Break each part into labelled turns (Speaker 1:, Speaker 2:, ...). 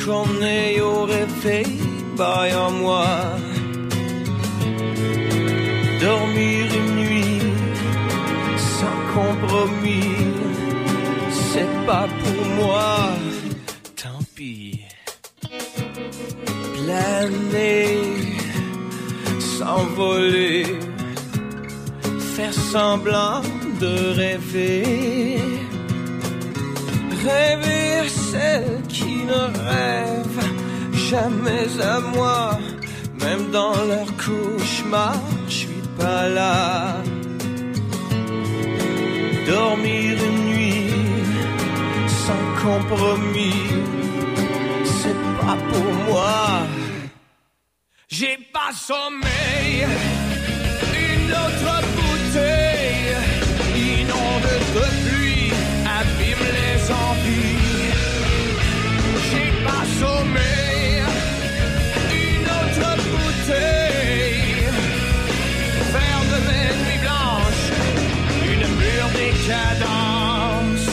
Speaker 1: journée au réveil, baille en moi. Dormir une nuit sans compromis, c'est pas pour moi. Tant pis. Planer, s'envoler, faire semblant de rêver. Rêver à celle qui ne rêve jamais à moi. Même dans leur cauchemar, je suis pas là. Dormir une nuit sans compromis, c'est pas pour moi. J'ai pas sommeil, une autre bouteille, inonde de pluie, abîme les envies. J'ai pas sommeil, une autre bouteille, faire de mes nuits blanches une mûre décadence.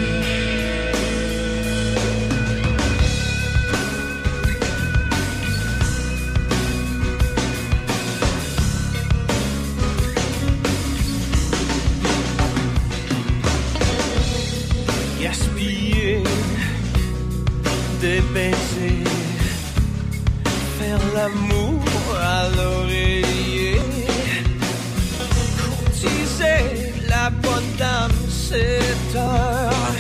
Speaker 1: Gaspiller des baisers, faire l'amour à l'oreiller, courtiser la bonne dame, c'est heure.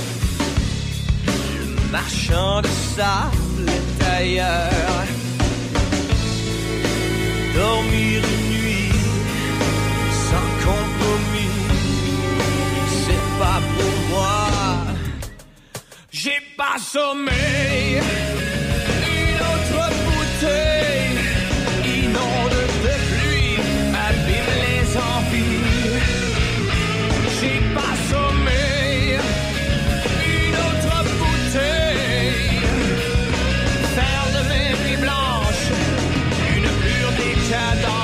Speaker 1: Le marchand de sable est ailleurs. Dormir une nuit sans compromis, c'est pas pour moi. J'ai pas sommeil, une autre bouteille, inonde de pluie, abîme les envies. J'ai pas sommeil, une autre bouteille, faire de mes nuits blanches une pure décadence.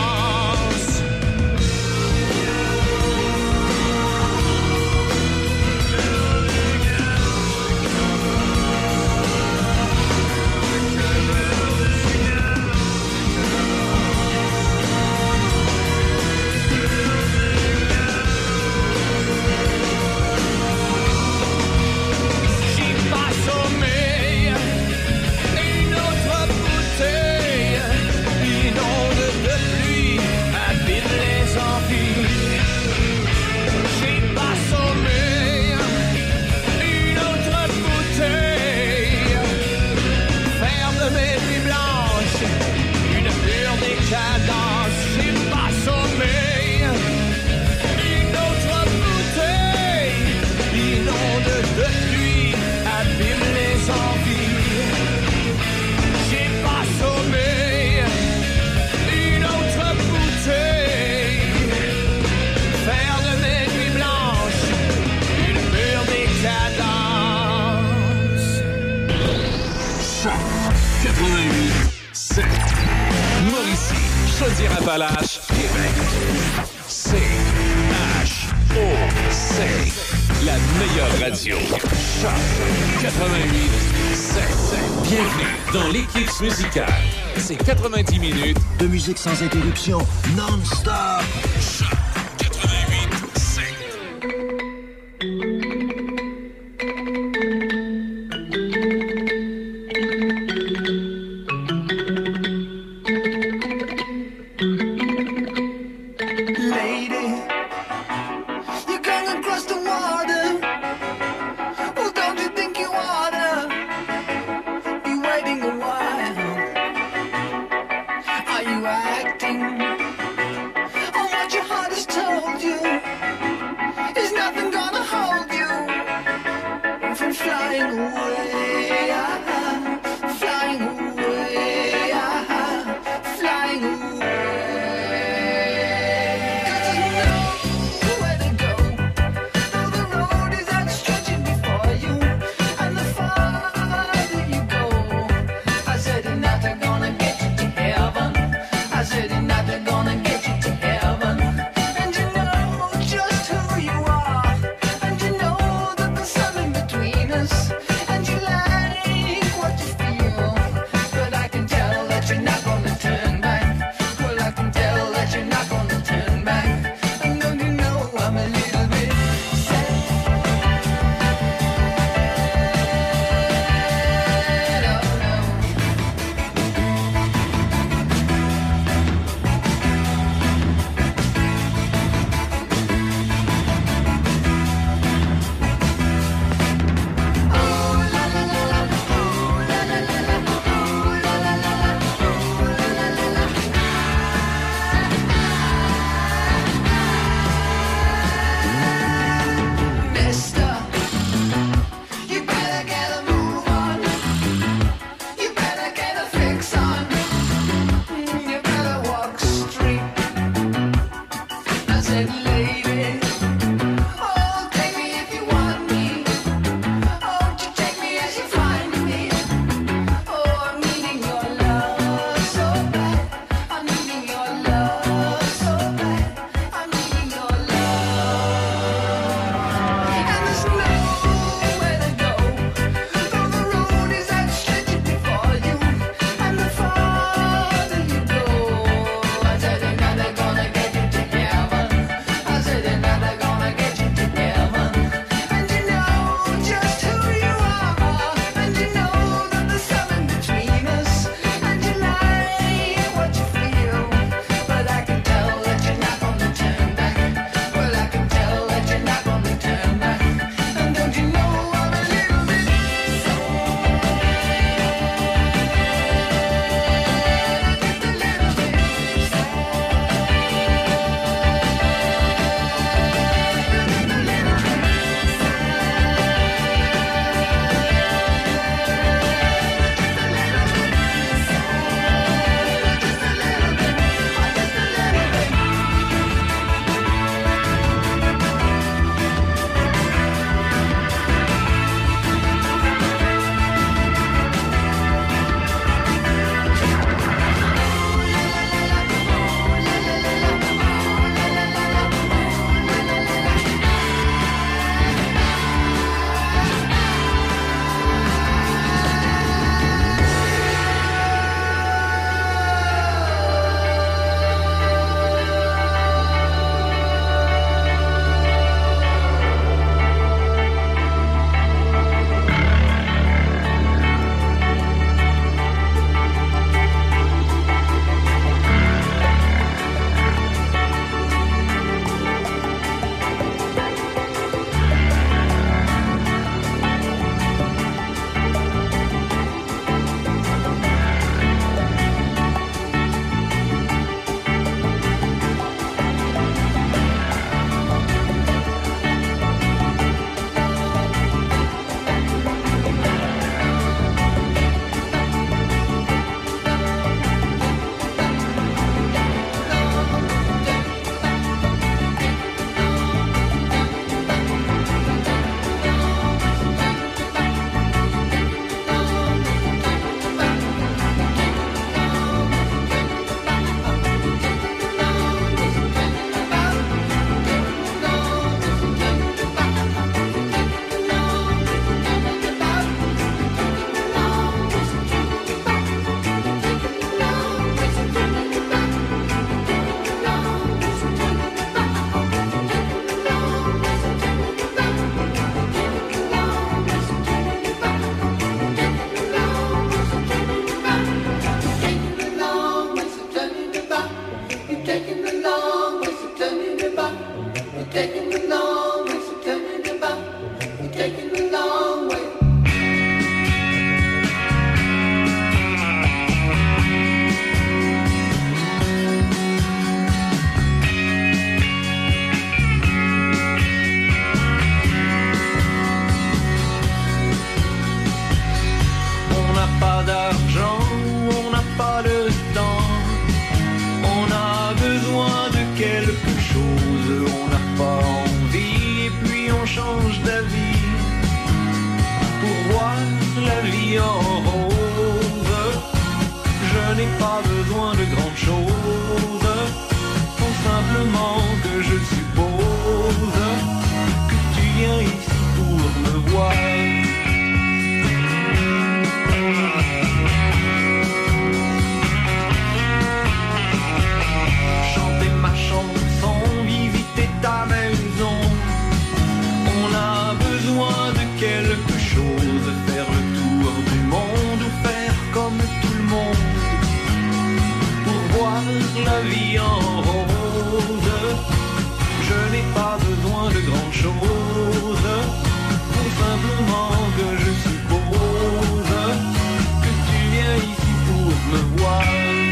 Speaker 2: Chaudière-Appalaches, Québec. C-H-O-C. La meilleure radio. Choc 88.7. Bienvenue dans l'équipe musicale. C'est 90 minutes
Speaker 3: de musique sans interruption, non-stop.
Speaker 2: Choc 88.7.
Speaker 4: And you like what you feel. long way.
Speaker 1: On n'a pas d'argent, on n'a pas de temps. On a besoin de quelque chose, on n'a pas envie, et puis on change d'avis pour voir la vie en rose. Je n'ai pas besoin de grandes choses, faut simplement que je suppose que tu viens ici pour me voir. Ta maison, on a besoin de quelque chose, faire le tour du monde ou faire comme tout le monde, pour voir la vie en rose. Je n'ai pas besoin de grandes choses, faut simplement que je suppose que tu viens ici pour me voir.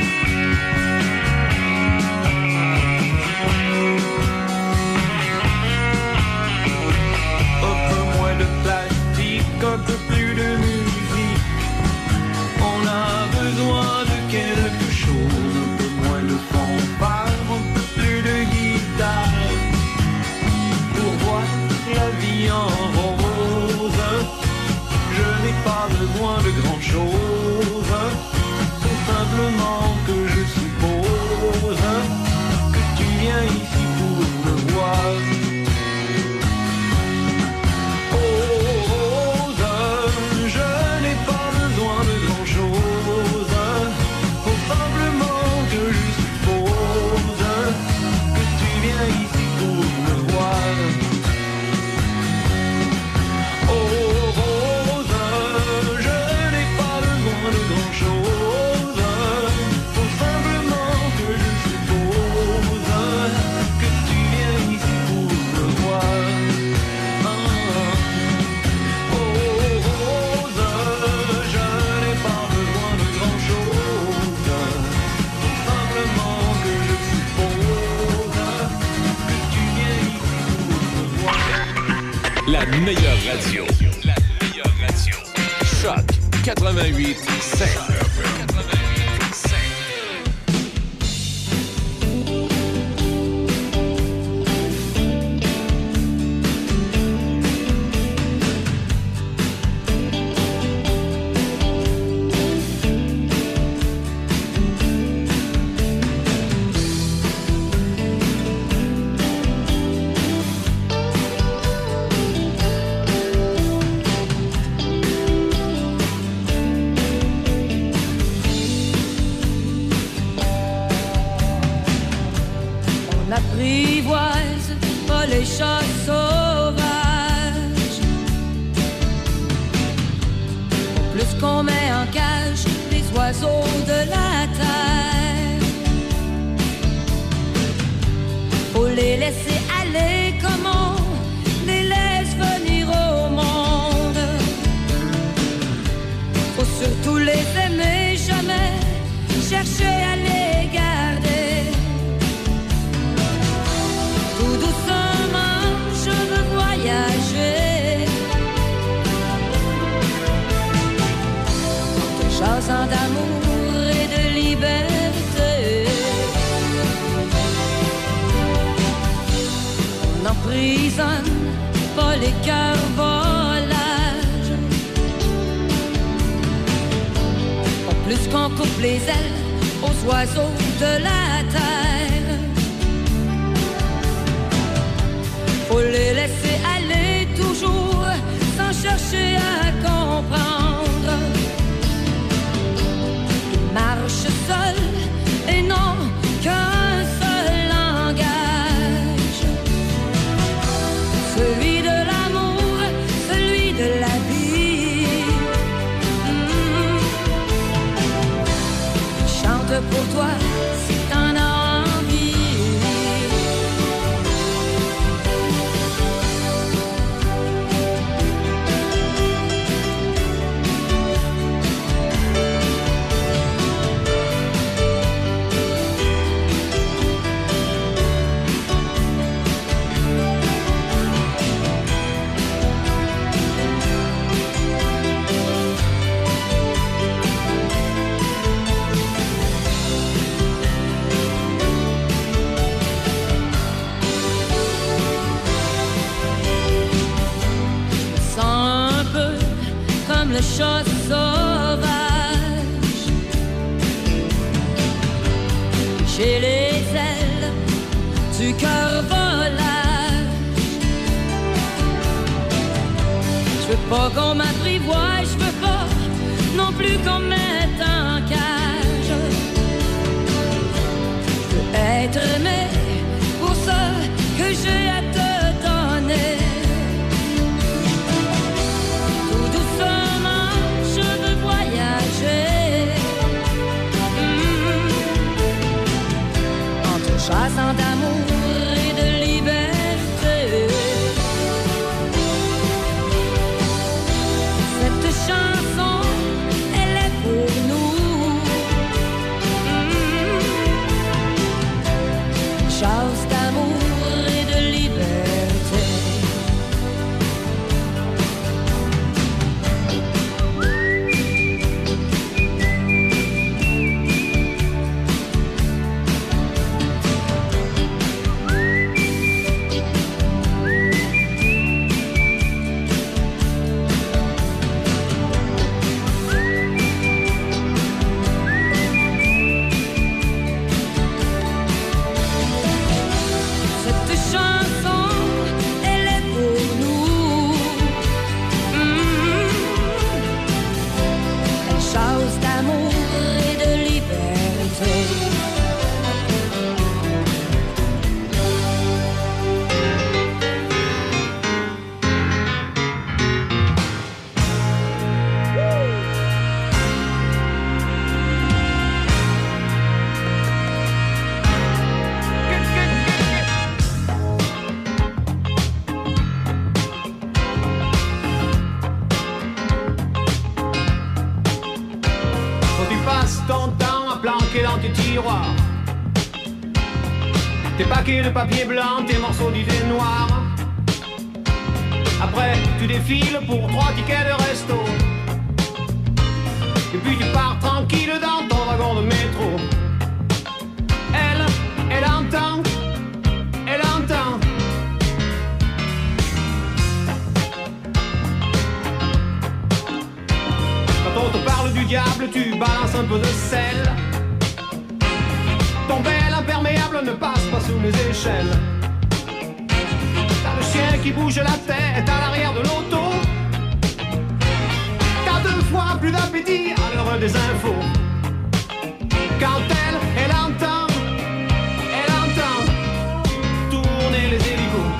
Speaker 1: Un peu plus de musique, on a besoin de quelque chose, un peu moins de fanfare, un peu plus de guitare, pour voir la vie en rose. Je n'ai pas besoin de grandes choses, c'est simplement que je suppose que tu viens ici pour me voir.
Speaker 2: La meilleure radio. La meilleure radio. Choc 88.7.
Speaker 5: Apprivoise pas les chats sauvages. Plus qu'on met en cage les oiseaux de la terre, faut les laisser aller comme on les laisse venir au monde. Faut surtout les aimer, jamais chercher à les garder. Tout doucement, je veux voyager, jasant d'amour et de liberté. On n'emprisonne pas les cœurs volages. Plus qu'on coupe les ailes aux oiseaux de la terre, faut les laisser aller toujours sans chercher à comprendre. Ils marchent seuls et n'ont qu'un seul langage, celui de l'amour, celui de la vie. Chante pour toi si t'en as envie. comme le chat sauvage. J'ai les ailes du cœur volage. Je veux pas qu'on m'apprivoise, je veux pas non plus qu'on me mette en cage. Je veux être aimé pour ça que j'ai à te donner. Tout doucement, je veux voyager. Entre chassant d'amour et de liberté. Cette chanson, elle est pour nous. Chasse d'amour et de liberté. Cette chanson, elle est pour nous. Elle chasse d'amour et de liberté.
Speaker 4: Quand tu passes ton temps à planquer dans tes tiroirs tes paquets de papier blanc, tes morceaux d'idées noires. Après, tu défiles pour 3 tickets de resto. Et puis tu pars tranquille dans ton wagon de métro. Elle entend. Quand on te parle du diable, tu balances un peu de sel. Ton bel imperméable ne passe pas sous les échelles. T'as le chien qui bouge la tête à l'arrière de l'auto. T'as 2 fois plus d'appétit à l'heure des infos. Quand elle entend tourner les hélicos.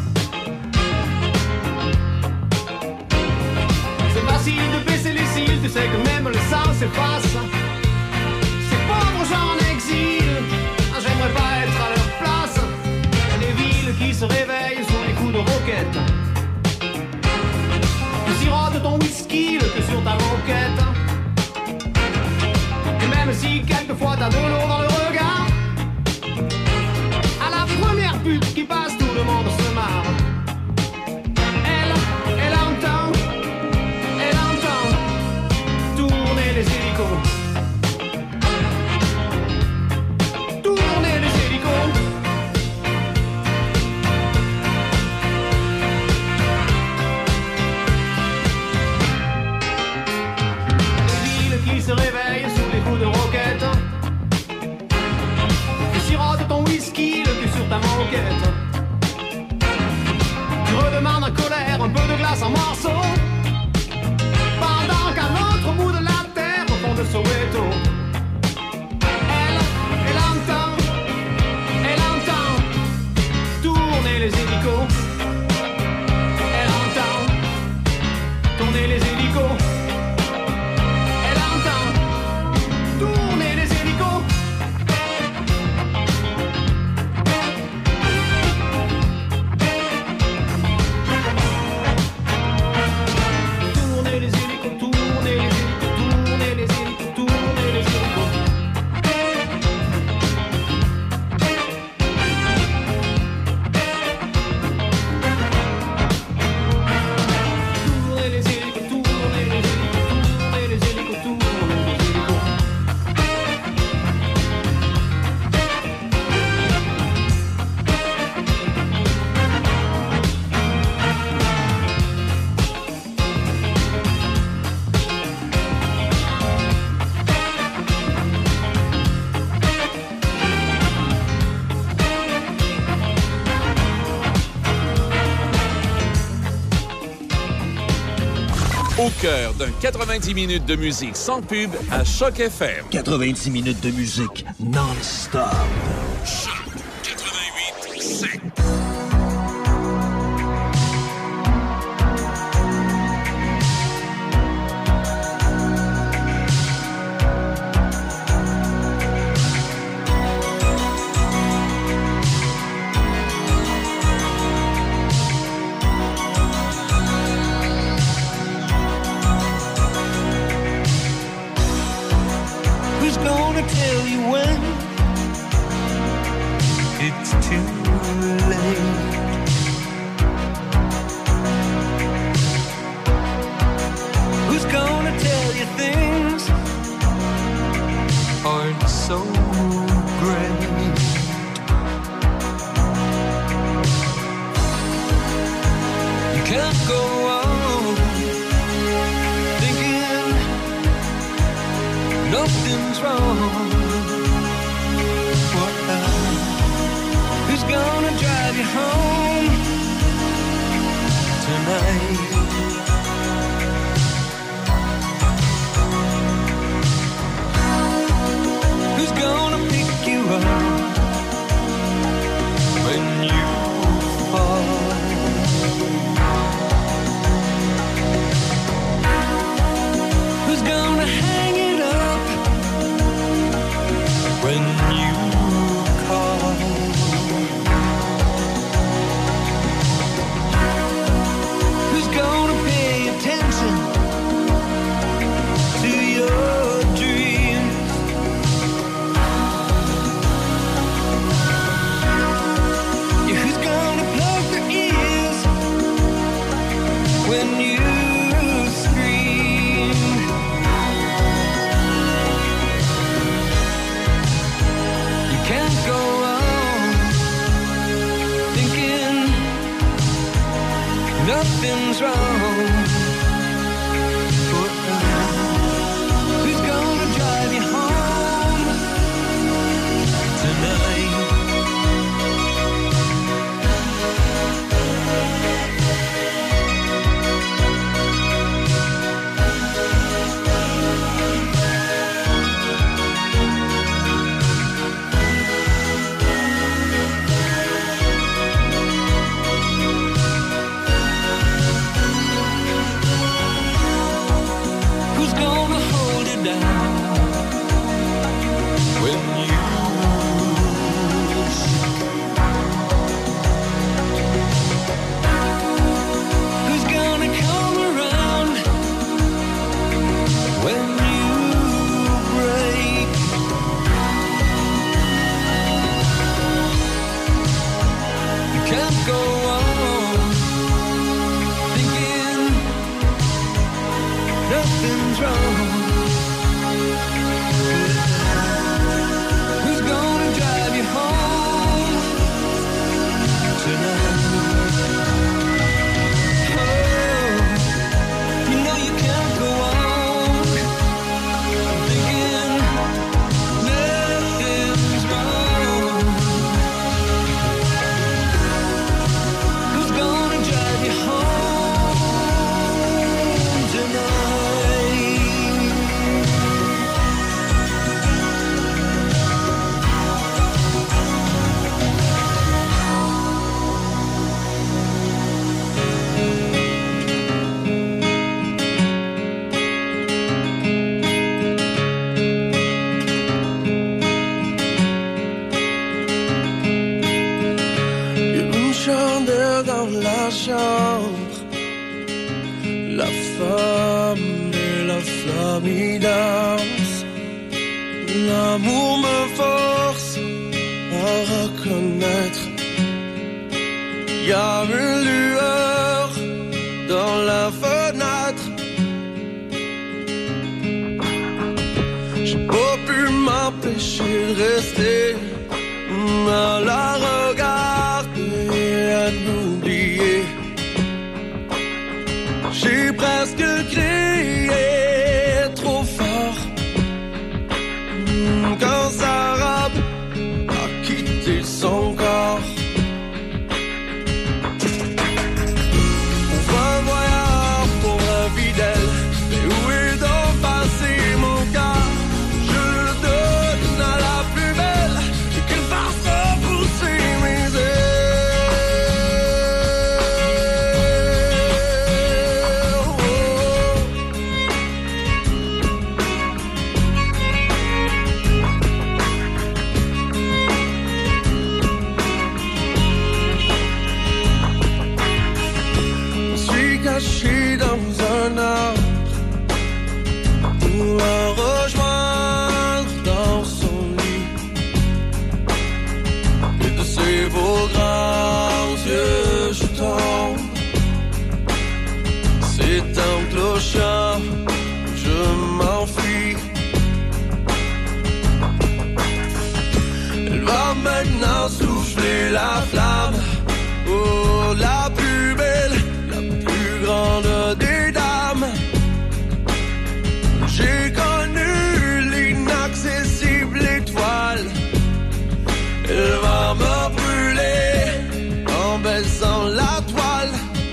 Speaker 4: C'est facile de baisser les cils, tu sais que même le sang s'efface. Ces pauvres gens en exil, j'aimerais pas être à leur place. Des villes qui se réveillent sous les coups de roquette. Tu sirotes ton whisky que sur ta moquette. Et même si quelquefois t'as de l'eau dans le regard, à la première pute qui passe, tout le monde se marre. Elle entend tourner les hélicos. Tourner les hélicos. Des villes qui se réveillent sous les coups de roquette. Tu sirotes ton whisky le cul sur ta moquette. Tu redemandes en colère un peu de glace en morceaux. Pendant qu'à l'autre bout de la terre, au fond de Soweto, elle entend tourner les hélicos. Elle entend tourner les hélicos. Elle entend tourner les hélicos. Tourner les hélicos, tourner les hélicos, tourner les hélicos, tourner les hélicos. Tourner les hélicos, tourner les hélicos.
Speaker 2: cœur d'un 90 minutes de musique sans pub à Choc FM.
Speaker 3: 90 minutes de musique non-stop.
Speaker 2: Choc 88.7.
Speaker 1: Tell you when it's too late. Who's gonna tell you things aren't so great? You can't go on thinking nothing's wrong. Who's gonna drive you home tonight? Who's gonna pick you up when you fall? Who's gonna hang it up when you call? Who's gonna pay attention to your dreams? Yeah, who's gonna plug their ears when you scream? You can't go on thinking nothing's wrong. Who's gonna drive you home tonight? Who's gonna hold it down when you Who's gonna come around when you break? You can't go on thinking nothing's wrong. Who's gonna drive you home tonight? Oh, you know you can't go on thinking nothing's wrong. Who's gonna drive you home tonight?
Speaker 6: Il y a une chandelle dans la chambre, la femme et la flamme y dansent. L'amour me force à reconnaître. Il y a une lueur dans la fenêtre. J'ai pas pu m'empêcher de rester à la regarder, à l'oublier. J'ai presque crié trop fort quand sa robe a quitté son corps. Pour un voyage, pour un fidèle, J'ai connu l'inaccessible étoile. Elle va me brûler en baissant la toile.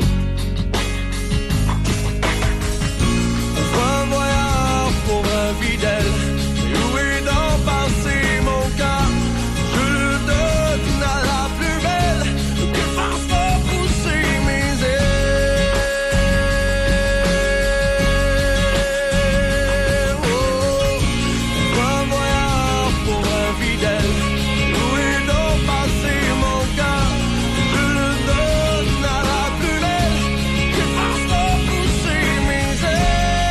Speaker 6: Un voyage pour un fidèle. Où est donc passé mon cœur? Je le donne à la plus belle qui fasse repousser mes ailes. Oh, un voyage pour un fidèle. Où est donc passé mon cœur? Je le donne à la plus belle qui fasse repousser mes ailes.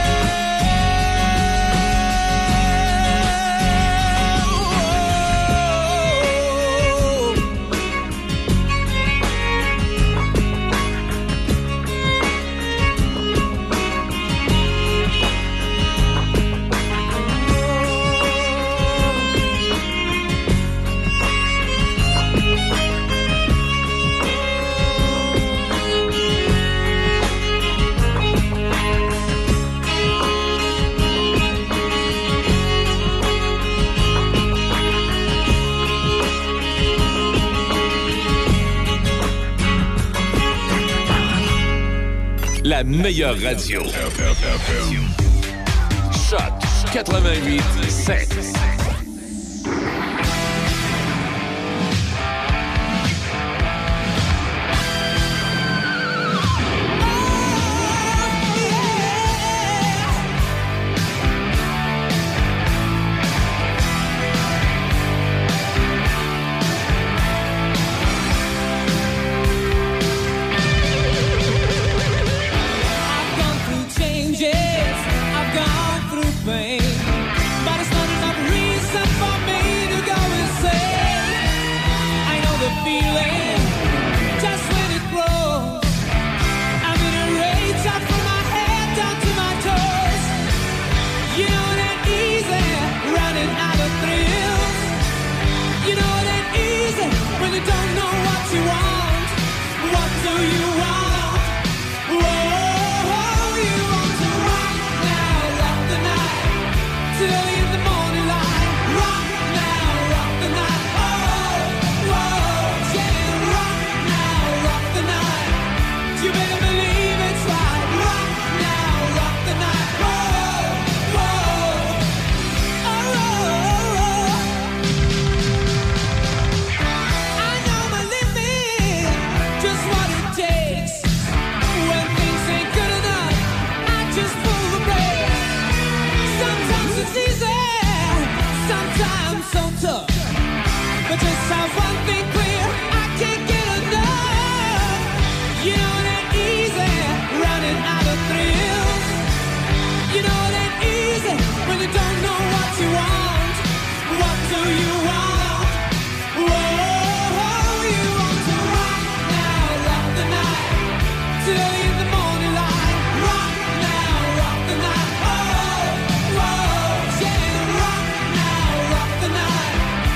Speaker 2: La meilleure radio. Choc 88.7.
Speaker 7: I've gone through changes, I've gone through pain, but it's not enough reason for me to go insane. I know the feeling, just when it grows. I'm in a rage up from my head down to my toes. You know it ain't easy, running out of thrills. You know it ain't easy when you don't know what you want. What do you want? Whoa, you want to rock now, rock the night, till in the morning light. Rock now, rock the night. Oh, whoa, yeah, rock now, rock the night. You better believe it's right. Rock now, rock the night. Whoa, whoa, oh. I know my limit, just what it takes. When things ain't good enough, I just pull the brake. Sometimes it's easy, sometimes so tough. But just have one thing clear, I can't get enough. You know it ain't easy, running out of thrills. You know it ain't easy when you don't know what you want. What do you want? Whoa, you want to rock now, rock the night, till in the morning light. Rock now, rock the night. Oh, whoa, yeah, rock now, rock the night.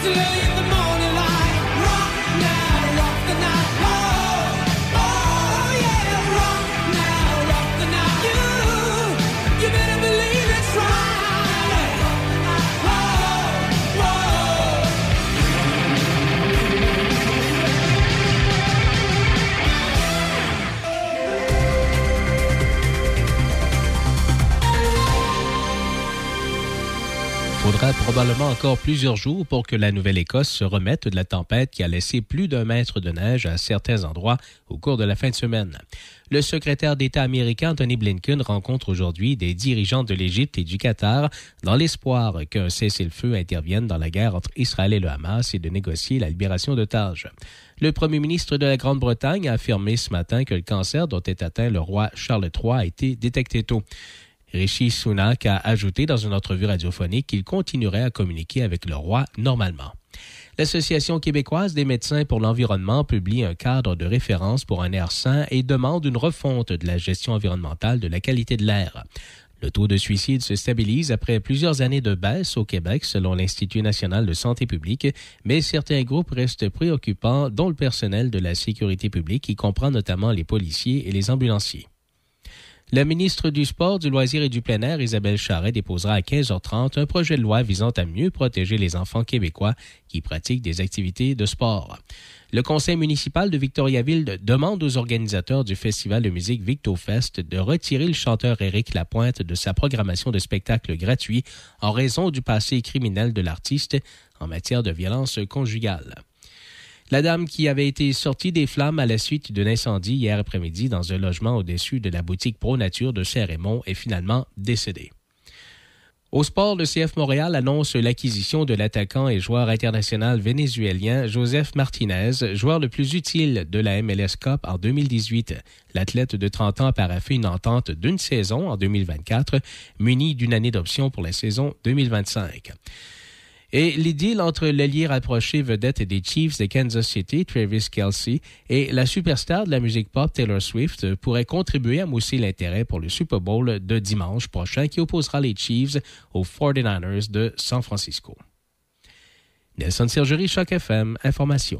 Speaker 7: till early in the morning light. Rock now, rock the night. Oh, oh yeah, rock now, rock the night. You better believe it's right. Whoa, whoa.
Speaker 8: Il faudra probablement encore plusieurs jours pour que la Nouvelle-Écosse se remette de la tempête qui a laissé plus d'1 mètre de neige à certains endroits au cours de la fin de semaine. Le secrétaire d'État américain Tony Blinken rencontre aujourd'hui des dirigeants de l'Égypte et du Qatar dans l'espoir qu'un cessez-le-feu intervienne dans la guerre entre Israël et le Hamas et de négocier la libération d'otages. Le premier ministre de la Grande-Bretagne a affirmé ce matin que le cancer dont est atteint le roi Charles III a été détecté tôt. Rishi Sunak a ajouté dans une entrevue radiophonique qu'il continuerait à communiquer avec le roi normalement. L'Association québécoise des médecins pour l'environnement publie un cadre de référence pour un air sain et demande une refonte de la gestion environnementale de la qualité de l'air. Le taux de suicide se stabilise après plusieurs années de baisse au Québec, selon l'Institut national de santé publique, mais certains groupes restent préoccupants, dont le personnel de la sécurité publique, qui comprend notamment les policiers et les ambulanciers. La ministre du Sport, du Loisir et du Plein Air, Isabelle Charret, déposera à 15h30 un projet de loi visant à mieux protéger les enfants québécois qui pratiquent des activités de sport. Le conseil municipal de Victoriaville demande aux organisateurs du festival de musique VictoFest de retirer le chanteur Éric Lapointe de sa programmation de spectacles gratuits en raison du passé criminel de l'artiste en matière de violence conjugale. La dame qui avait été sortie des flammes à la suite d'un incendie hier après-midi dans un logement au-dessus de la boutique Pro Nature de Saint-Raymond est finalement décédée. Au sport, le CF Montréal annonce l'acquisition de l'attaquant et joueur international vénézuélien Joseph Martinez, joueur le plus utile de la MLS Cup en 2018. L'athlète de 30 ans a paraphé une entente d'une saison en 2024, muni d'une année d'option pour la saison 2025. Et l'idylle entre l'ailier rapproché vedette des Chiefs de Kansas City, Travis Kelce, et la superstar de la musique pop Taylor Swift pourrait contribuer à mousser l'intérêt pour le Super Bowl de dimanche prochain qui opposera les Chiefs aux 49ers de San Francisco. Nelson Sergerie, Choc FM, Information.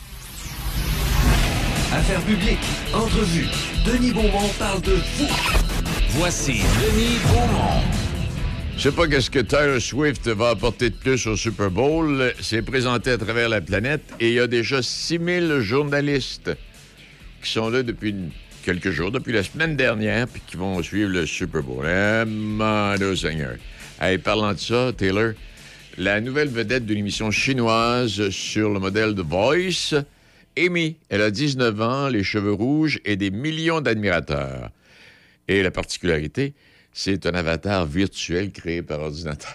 Speaker 3: Affaires publiques, entrevue. Denis Beaumont parle de vous.
Speaker 2: Voici Denis Beaumont.
Speaker 9: Je sais pas qu'est-ce que Taylor Swift va apporter de plus au Super Bowl. C'est présenté à travers la planète et il y a déjà 6000 journalistes qui sont là depuis quelques jours, depuis la semaine dernière, puis qui vont suivre le Super Bowl. Mon Dieu Seigneur. Hey, parlant de ça, Taylor, la nouvelle vedette d'une émission chinoise sur le modèle de Voice, Amy, elle a 19 ans, les cheveux rouges et des millions d'admirateurs. Et la particularité, c'est un avatar virtuel créé par ordinateur.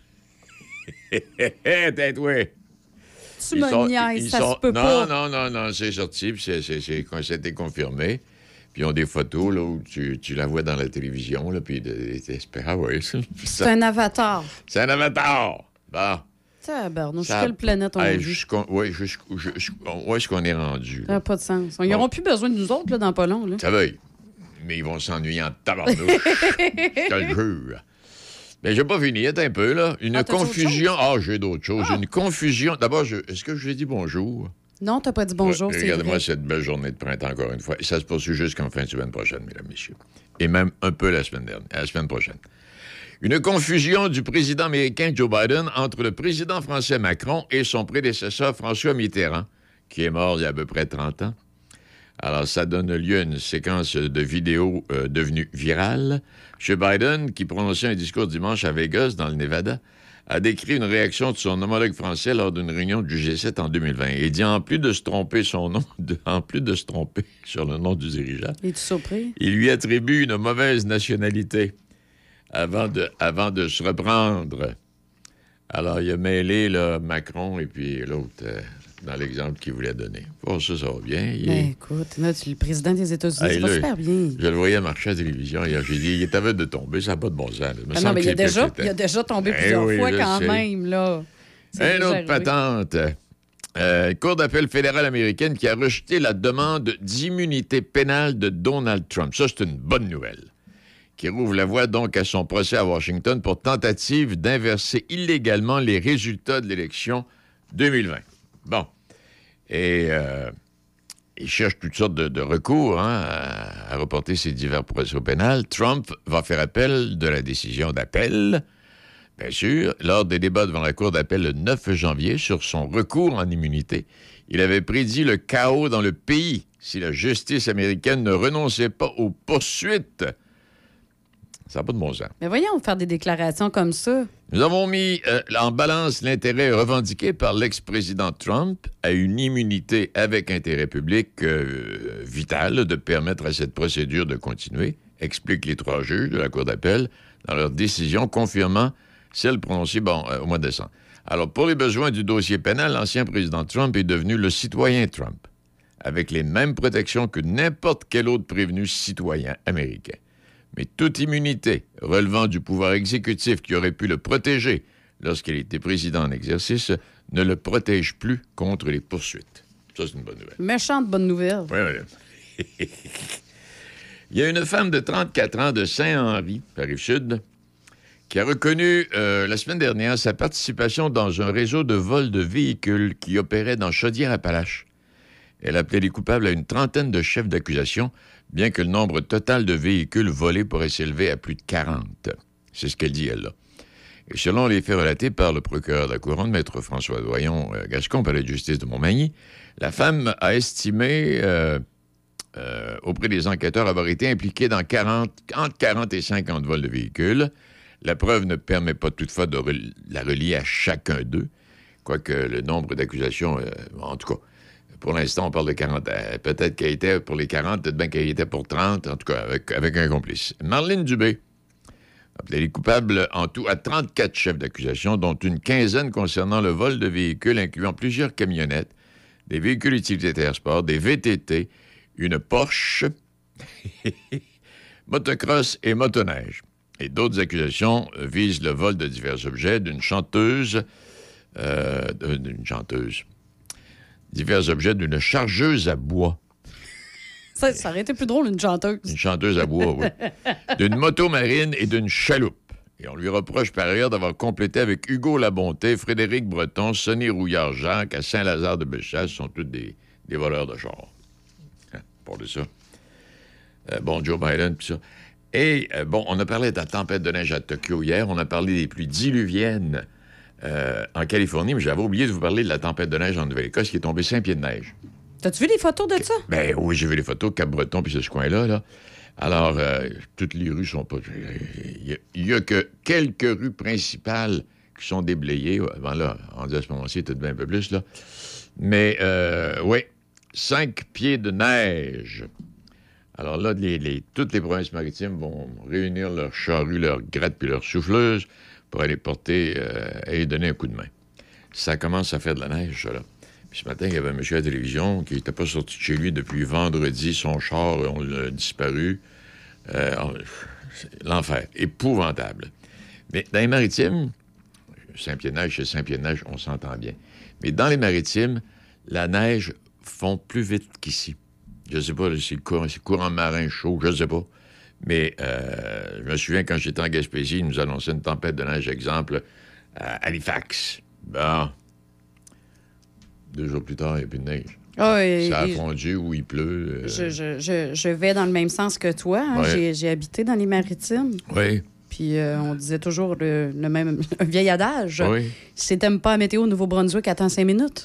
Speaker 9: Tête-toi!
Speaker 10: Tu me niaises, ça se peut pas.
Speaker 9: Non, c'est sorti, puis ça a été confirmé. Puis ils ont des photos là, où tu la vois dans la télévision, là, puis ah ouais,
Speaker 10: c'est un avatar.
Speaker 9: C'est un avatar! Bon.
Speaker 10: Tabarnouche, quelle planète on vit?
Speaker 9: Où est-ce qu'on est rendu?
Speaker 10: Ça n'a pas de sens. Ils n'auront plus besoin de nous autres là, dans pas long. Là.
Speaker 9: Ça va, mais ils vont s'ennuyer en tabarnouche. Je te le jure. Mais j'ai pas fini, attends un peu, là. Une confusion. Ah, j'ai d'autres choses. Une confusion. D'abord, est-ce que je lui ai dit bonjour?
Speaker 10: Non, t'as pas dit bonjour, c'est
Speaker 9: regardez-moi cette belle journée de printemps, encore une fois. Et ça se poursuit jusqu'en fin de semaine prochaine, mesdames, messieurs. Et même un peu la semaine prochaine. Une confusion du président américain Joe Biden entre le président français Macron et son prédécesseur François Mitterrand, qui est mort il y a à peu près 30 ans. Alors, ça donne lieu à une séquence de vidéos devenue virale. M. Biden, qui prononçait un discours dimanche à Vegas, dans le Nevada, a décrit une réaction de son homologue français lors d'une réunion du G7 en 2020. Il dit, en plus de se tromper sur le nom du dirigeant,
Speaker 10: es-tu surpris?
Speaker 9: Il lui attribue une mauvaise nationalité avant de se reprendre. Alors, il a mêlé là, Macron et puis l'autre... dans l'exemple qu'il voulait donner. Bon, ça va bien.
Speaker 10: Écoute, là, tu es le président des États-Unis, ça va super bien.
Speaker 9: Je le voyais marcher à la télévision hier. J'ai dit, il est à veille de tomber, ça n'a pas de bon sens.
Speaker 10: Non, mais il a déjà tombé plusieurs fois quand même, là.
Speaker 9: Une autre patente. Cour d'appel fédérale américaine qui a rejeté la demande d'immunité pénale de Donald Trump. Ça, c'est une bonne nouvelle. Qui rouvre la voie donc à son procès à Washington pour tentative d'inverser illégalement les résultats de l'élection 2020. Bon. Et il cherche toutes sortes de recours à reporter ces divers procès pénals. Trump va faire appel de la décision d'appel, bien sûr. Lors des débats devant la Cour d'appel le 9 janvier sur son recours en immunité, il avait prédit le chaos dans le pays si la justice américaine ne renonçait pas aux poursuites. Ça n'a pas de bon sens.
Speaker 10: Mais voyons, faire des déclarations comme ça.
Speaker 9: Nous avons mis en balance l'intérêt revendiqué par l'ex-président Trump à une immunité avec intérêt public vital de permettre à cette procédure de continuer, expliquent les 3 juges de la Cour d'appel dans leur décision confirmant celle prononcée au mois de décembre. Alors, pour les besoins du dossier pénal, l'ancien président Trump est devenu le citoyen Trump, avec les mêmes protections que n'importe quel autre prévenu citoyen américain. Mais toute immunité relevant du pouvoir exécutif qui aurait pu le protéger lorsqu'il était président en exercice ne le protège plus contre les poursuites. Ça, c'est une bonne nouvelle.
Speaker 10: Méchante bonne nouvelle.
Speaker 9: Oui. Il y a une femme de 34 ans de Saint-Henri, par Rive-Sud, qui a reconnu la semaine dernière sa participation dans un réseau de vol de véhicules qui opérait dans Chaudière-Appalaches. Elle appelait les coupables à une trentaine de chefs d'accusation, bien que le nombre total de véhicules volés pourrait s'élever à plus de 40. C'est ce qu'elle dit, elle, là. Et selon les faits relatés par le procureur de la Couronne, Maître François Doyon-Gascon, palais de justice de Montmagny, la femme a estimé auprès des enquêteurs avoir été impliquée dans entre 40 et 50 vols de véhicules. La preuve ne permet pas toutefois de la relier à chacun d'eux, quoique le nombre d'accusations, en tout cas, pour l'instant, on parle de 40. Peut-être qu'elle était pour les 40, peut-être bien qu'elle était pour 30, en tout cas, avec un complice. Marlène Dubé appelait les coupables en tout à 34 chefs d'accusation, dont une quinzaine concernant le vol de véhicules, incluant plusieurs camionnettes, des véhicules utilitaires sport, des VTT, une Porsche, motocross et motoneige. Et d'autres accusations visent le vol de divers objets d'une chanteuse, divers objets d'une chargeuse à bois.
Speaker 10: Ça aurait été plus drôle, une chanteuse.
Speaker 9: Une chanteuse à bois, oui. D'une moto marine et d'une chaloupe. Et on lui reproche par ailleurs d'avoir complété avec Hugo Labonté, Frédéric Breton, Sonny Rouillard-Jacques à Saint-Lazare-de-Bellechasse, sont tous des voleurs de chars. Pour de ça. Joe Biden, puis ça. Et, on a parlé de la tempête de neige à Tokyo hier. On a parlé des pluies diluviennes en Californie, mais j'avais oublié de vous parler de la tempête de neige en Nouvelle-Écosse qui est tombée 5 pieds de neige.
Speaker 10: T'as-tu vu les photos de ça?
Speaker 9: Ben oui, j'ai vu les photos, Cap-Breton, puis ce coin-là, là. Alors, toutes les rues sont pas... Il y a que quelques rues principales qui sont déblayées. Bon, là, on dit à ce moment-ci, peut-être bien un peu plus, là. Mais, oui, 5 pieds de neige. Alors là, toutes les provinces maritimes vont réunir leurs charrues, leurs grattes puis leurs souffleuses pour aller porter et donner un coup de main. Ça commence à faire de la neige, ça, là. Puis ce matin, il y avait un monsieur à la télévision qui n'était pas sorti de chez lui depuis vendredi. Son char, on l'a disparu. L'enfer. Épouvantable. Mais dans les maritimes, Saint-Pierre-Neige, c'est Saint-Pierre-Neige, on s'entend bien. Mais dans les maritimes, la neige fond plus vite qu'ici. Je ne sais pas si c'est courant marin chaud, je ne sais pas. Mais je me souviens, quand j'étais en Gaspésie, ils nous annonçaient une tempête de neige, exemple, à Halifax. Bon. 2 jours plus tard, il n'y a plus de neige.
Speaker 10: Oh,
Speaker 9: ça a fondu ou il pleut.
Speaker 10: Je vais dans le même sens que toi. Hein?
Speaker 9: Ouais.
Speaker 10: J'ai habité dans les maritimes.
Speaker 9: Oui.
Speaker 10: Puis on disait toujours le même un vieil adage.
Speaker 9: Oui.
Speaker 10: Si t'aimes pas la météo au Nouveau-Brunswick, attends 5 minutes.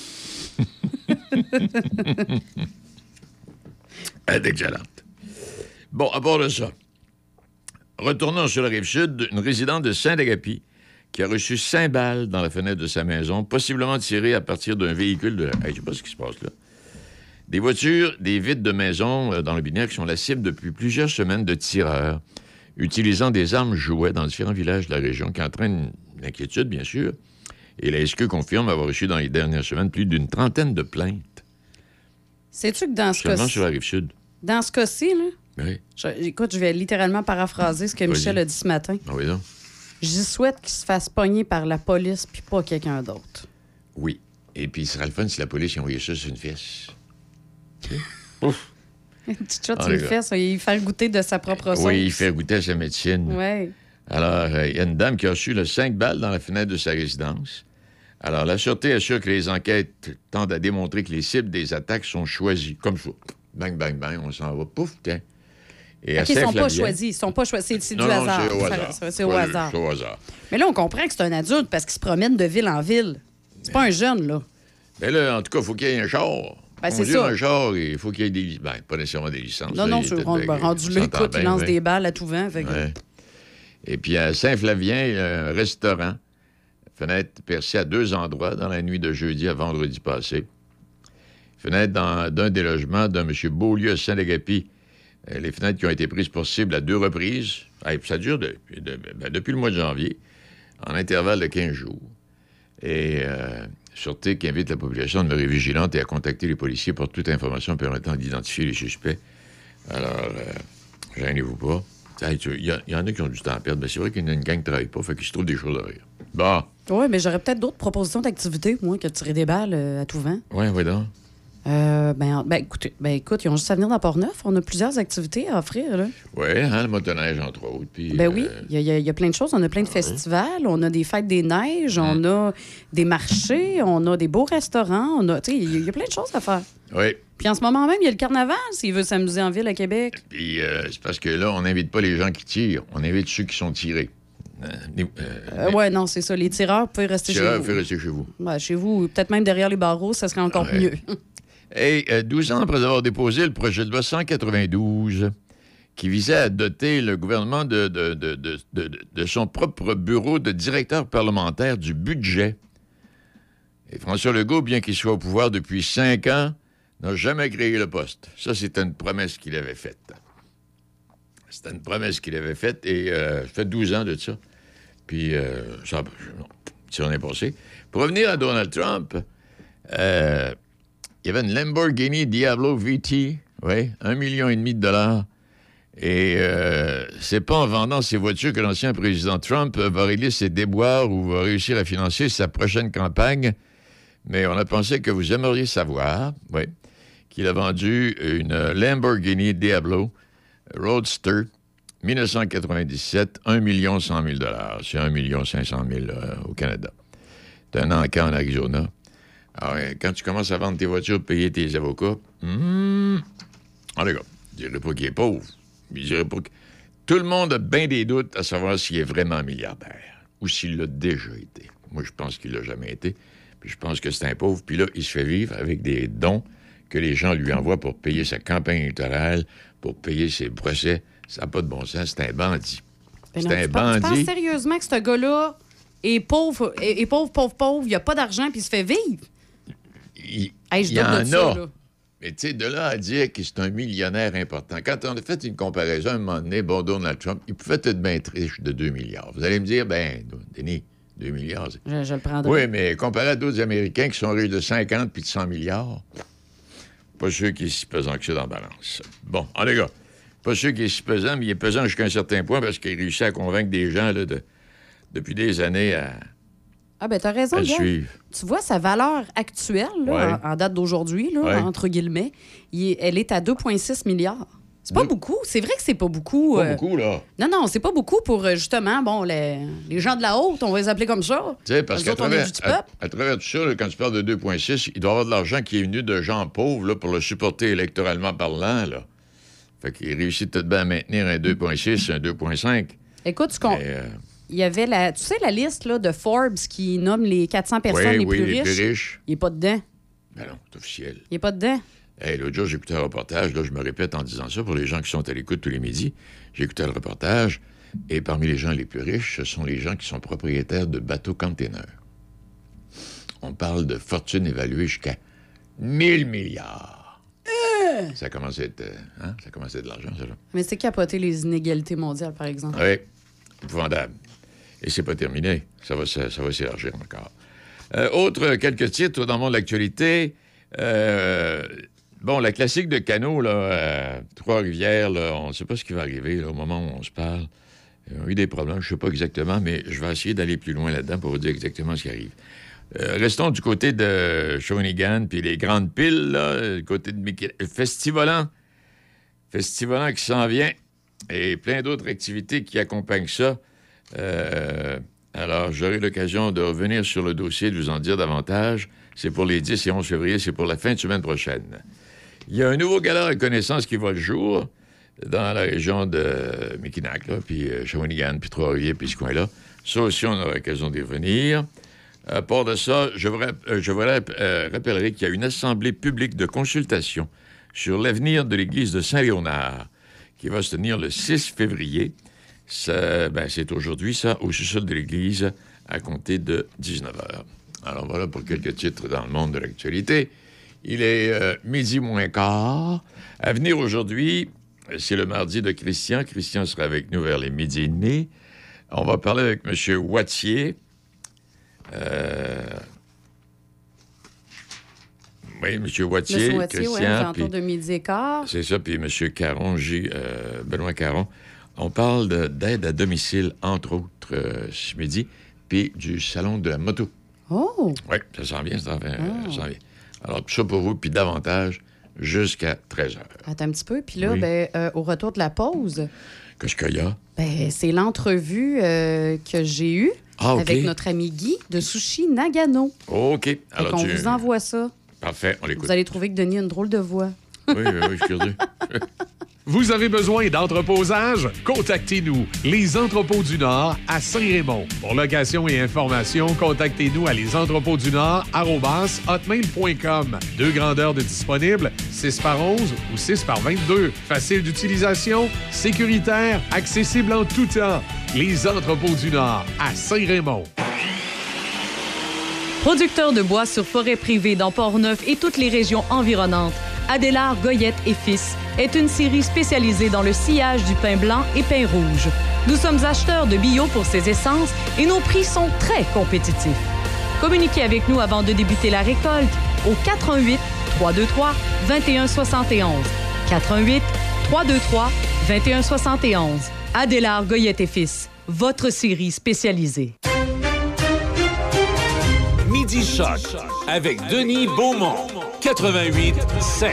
Speaker 9: Elle est excellente. Bon, à part de ça, retournons sur la Rive-Sud, une résidente de Saint-Agapi qui a reçu 5 balles dans la fenêtre de sa maison, possiblement tirées à partir d'un véhicule de... Hey, je sais pas ce qui se passe là. Des voitures, des vitres de maison dans le Binière sont la cible depuis plusieurs semaines de tireurs utilisant des armes jouets dans différents villages de la région qui entraînent l'inquiétude, bien sûr. Et la SQ confirme avoir reçu dans les dernières semaines plus d'une trentaine de plaintes.
Speaker 10: Sais-tu que dans ce cas-ci...
Speaker 9: Seulement sur la Rive-Sud.
Speaker 10: Dans ce cas-ci, là...
Speaker 9: Oui.
Speaker 10: Écoute, je vais littéralement paraphraser ce que Michel a dit ce matin.
Speaker 9: Ah oui, non?
Speaker 10: J'y souhaite qu'il se fasse pogner par la police puis pas quelqu'un d'autre.
Speaker 9: Oui. Et puis, il serait le fun si la police y envoyait ça sur une fesse. Ouf!
Speaker 10: Un petit chat sur une fesse, il fait goûter de sa propre sauce.
Speaker 9: Oui, il fait goûter à sa médecine.
Speaker 10: Oui.
Speaker 9: Alors, il y a une dame qui a reçu 5 balles dans la fenêtre de sa résidence. Alors, la Sûreté assure que les enquêtes tendent à démontrer que les cibles des attaques sont choisies. Comme ça. Bang, bang, bang, on s'en va. Pouf, tiens. Et
Speaker 10: OK, ils ne sont pas choisis. Ils sont pas choisis. C'est du hasard.
Speaker 9: C'est au hasard.
Speaker 10: C'est au hasard.
Speaker 9: C'est au hasard.
Speaker 10: Mais là, on comprend que c'est un adulte parce qu'il se promène de ville en ville. C'est pas un jeune, là.
Speaker 9: Mais là, en tout cas, il faut qu'il y ait un char.
Speaker 10: Ben, c'est
Speaker 9: Conduire
Speaker 10: ça.
Speaker 9: un char, il faut qu'il y ait des... Ben, pas nécessairement des licences.
Speaker 10: Non,
Speaker 9: là,
Speaker 10: non,
Speaker 9: il est
Speaker 10: c'est
Speaker 9: peut-être
Speaker 10: rendu là, écoute, il lance des balles à tout vent. Fait que...
Speaker 9: Ouais. Et puis, à Saint-Flavien, il y a un restaurant, fenêtre percée à 2 endroits dans la nuit de jeudi à vendredi passé. Fenêtre d'un des logements d'un M. Beaulieu à Saint-Agapi. Les fenêtres qui ont été prises pour cible à 2 reprises. Ça dure depuis le mois de janvier, en intervalle de 15 jours. Et Sûreté qui invite la population à demeurer vigilante et à contacter les policiers pour toute information permettant d'identifier les suspects. Alors, gênez-vous pas. Il y en a qui ont du temps à perdre, mais c'est vrai qu'il y en a une gang qui ne travaille pas, fait qu'ils se trouvent des choses à rire. Bon.
Speaker 10: Oui, mais j'aurais peut-être d'autres propositions d'activités, moi, que de tirer des balles à tout vent.
Speaker 9: Oui, donc.
Speaker 10: Écoute, ils ont juste à venir dans Port-Neuf. On a plusieurs activités à offrir, là.
Speaker 9: Oui, le motoneige, entre autres. Puis,
Speaker 10: oui, il y a plein de choses. On a plein de festivals, on a des fêtes des neiges, on a des marchés, on a des beaux restaurants, il y a plein de choses à faire.
Speaker 9: Oui.
Speaker 10: Puis en ce moment même, il y a le carnaval, s'il veut s'amuser en ville à Québec.
Speaker 9: Puis c'est parce que là, on n'invite pas les gens qui tirent, on invite ceux qui sont tirés.
Speaker 10: Oui, non, c'est ça. Les tireurs, vous pouvez rester chez vous.
Speaker 9: Les tireurs, rester chez vous.
Speaker 10: Ouais, chez vous, peut-être même derrière les barreaux, ça serait encore mieux.
Speaker 9: Et 12 ans après avoir déposé le projet de loi 192 qui visait à doter le gouvernement de son propre bureau de directeur parlementaire du budget. Et François Legault, bien qu'il soit au pouvoir depuis 5 ans, n'a jamais créé le poste. Ça, c'était une promesse qu'il avait faite. C'était une promesse qu'il avait faite et ça fait 12 ans de ça. Puis, ça en est passé. Pour revenir à Donald Trump, il y avait une Lamborghini Diablo VT, oui, $1,5 million. Et c'est pas en vendant ces voitures que l'ancien président Trump va régler ses déboires ou va réussir à financer sa prochaine campagne. Mais on a pensé que vous aimeriez savoir, oui, qu'il a vendu une Lamborghini Diablo Roadster 1997, $1,1 million. C'est $1,5 million au Canada. C'est un encan en Arizona. Alors, quand tu commences à vendre tes voitures, payer tes avocats, en tout cas, je dirais pas qu'il est pauvre. Je dirais pas que... Tout le monde a bien des doutes à savoir s'il est vraiment milliardaire ou s'il l'a déjà été. Moi, je pense qu'il l'a jamais été. Puis je pense que c'est un pauvre. Puis là, il se fait vivre avec des dons que les gens lui envoient pour payer sa campagne électorale, pour payer ses procès. Ça n'a pas de bon sens. C'est un bandit.
Speaker 10: Tu penses sérieusement que ce gars-là est pauvre, pauvre, il n'a pas d'argent puis il se fait vivre?
Speaker 9: Il y en a. Mais tu sais, de là à dire que c'est un millionnaire important. Quand on a fait une comparaison à un moment donné, Donald Trump, il pouvait être bien riche de 2 milliards. Vous allez me dire, Denis, 2 milliards.
Speaker 10: Je le prendrai.
Speaker 9: Oui, mais comparé à d'autres Américains qui sont riches de 50 puis de 100 milliards, pas sûr qu'il est si pesant que ça dans la balance. Bon, les gars, pas sûr qu'il est si pesant, mais il est pesant jusqu'à un certain point parce qu'il réussit à convaincre des gens là, depuis des années à...
Speaker 10: Ah, ben t'as raison, Gab. Tu vois, sa valeur actuelle, là, en date d'aujourd'hui, là, entre guillemets, elle est à 2,6 milliards. C'est pas beaucoup. C'est vrai que c'est pas beaucoup.
Speaker 9: Pas beaucoup, là.
Speaker 10: Non, c'est pas beaucoup pour, justement, les gens de la haute, on va les appeler comme ça.
Speaker 9: Tu sais, parce qu'à travers tout ça, là, quand tu parles de 2,6, il doit y avoir de l'argent qui est venu de gens pauvres là, pour le supporter électoralement parlant, là. Fait qu'il réussit tout de bien à maintenir un 2,6, un 2,5.
Speaker 10: Écoute, il y avait la liste là, de Forbes qui nomme les 400 personnes les plus riches. Il n'est pas dedans.
Speaker 9: Ben non, c'est officiel.
Speaker 10: Il n'est pas dedans.
Speaker 9: Hey, l'autre jour, j'écoutais un reportage. Là, je me répète en disant ça pour les gens qui sont à l'écoute tous les midis. J'écoutais le reportage et parmi les gens les plus riches, ce sont les gens qui sont propriétaires de bateaux-containers. On parle de fortunes évaluées jusqu'à 1 000 milliards. Ça commence à être... Ça commence à être de l'argent, ça, là.
Speaker 10: Mais c'est capoter les inégalités mondiales, par exemple.
Speaker 9: Oui, épouvantable. Et c'est pas terminé. Ça va s'élargir encore. Autre quelques titres dans le monde de l'actualité. La classique de Cano, là, Trois-Rivières, là, on ne sait pas ce qui va arriver là, au moment où on se parle. Ils ont eu des problèmes, je ne sais pas exactement, mais je vais essayer d'aller plus loin là-dedans pour vous dire exactement ce qui arrive. Restons du côté de Shawinigan, puis les grandes piles, là, du côté de Mickey. Festivolant qui s'en vient, et plein d'autres activités qui accompagnent ça. Alors, j'aurai l'occasion de revenir sur le dossier, de vous en dire davantage. C'est pour les 10 et 11 février, c'est pour la fin de semaine prochaine. Il y a un nouveau gala reconnaissance qui voit le jour dans la région de Mackinac, là, puis Shawinigan, puis Trois-Rivières, puis ce coin-là. Ça aussi, on aura l'occasion d'y revenir. À part de ça, je vous rappellerai qu'il y a une assemblée publique de consultation sur l'avenir de l'église de Saint-Léonard qui va se tenir le 6 février. C'est aujourd'hui, ça, au sous-sol de l'église, à compter de 19h. Alors voilà pour quelques titres dans le monde de l'actualité. Il est midi moins quart. À venir aujourd'hui, c'est le mardi de Christian. Christian sera avec nous vers les midi et demi. On va parler avec M. Wattier. Oui, M. Wattier, Christian. Oui,
Speaker 10: alentours de midi et quart.
Speaker 9: C'est ça, puis M. Caron, Benoît Caron. On parle d'aide à domicile, entre autres, ce midi, puis du salon de la moto.
Speaker 10: Oh!
Speaker 9: Oui, ça s'en vient, ça s'en vient. Alors, tout ça pour vous, puis davantage, jusqu'à 13h.
Speaker 10: Attends un petit peu, puis là, au retour de la pause...
Speaker 9: Qu'est-ce qu'il y a?
Speaker 10: C'est l'entrevue que j'ai eue avec notre ami Guy de Sushi Nagano.
Speaker 9: OK. Alors,
Speaker 10: on vous envoie ça.
Speaker 9: Parfait, on l'écoute.
Speaker 10: Vous allez trouver que Denis a une drôle de voix.
Speaker 9: Oui, je suis curieux.
Speaker 2: Vous avez besoin d'entreposage? Contactez-nous, Les Entrepôts du Nord à Saint-Raymond. Pour location et information, contactez-nous à lesentrepôtsdunord@hotmail.com. 2 grandeurs de disponibles, 6x11 ou 6x22. Facile d'utilisation, sécuritaire, accessible en tout temps. Les Entrepôts du Nord à Saint-Raymond.
Speaker 11: Producteur de bois sur forêt privée dans Port-Neuf et toutes les régions environnantes, Adélard Goyette et Fils est une série spécialisée dans le sciage du pin blanc et pin rouge. Nous sommes acheteurs de bio pour ces essences et nos prix sont très compétitifs. Communiquez avec nous avant de débuter la récolte au 418 323 2171. 418 323 2171. Adélard Goyette et Fils, votre série spécialisée.
Speaker 2: Midi Choc avec Denis Beaumont, 88.5.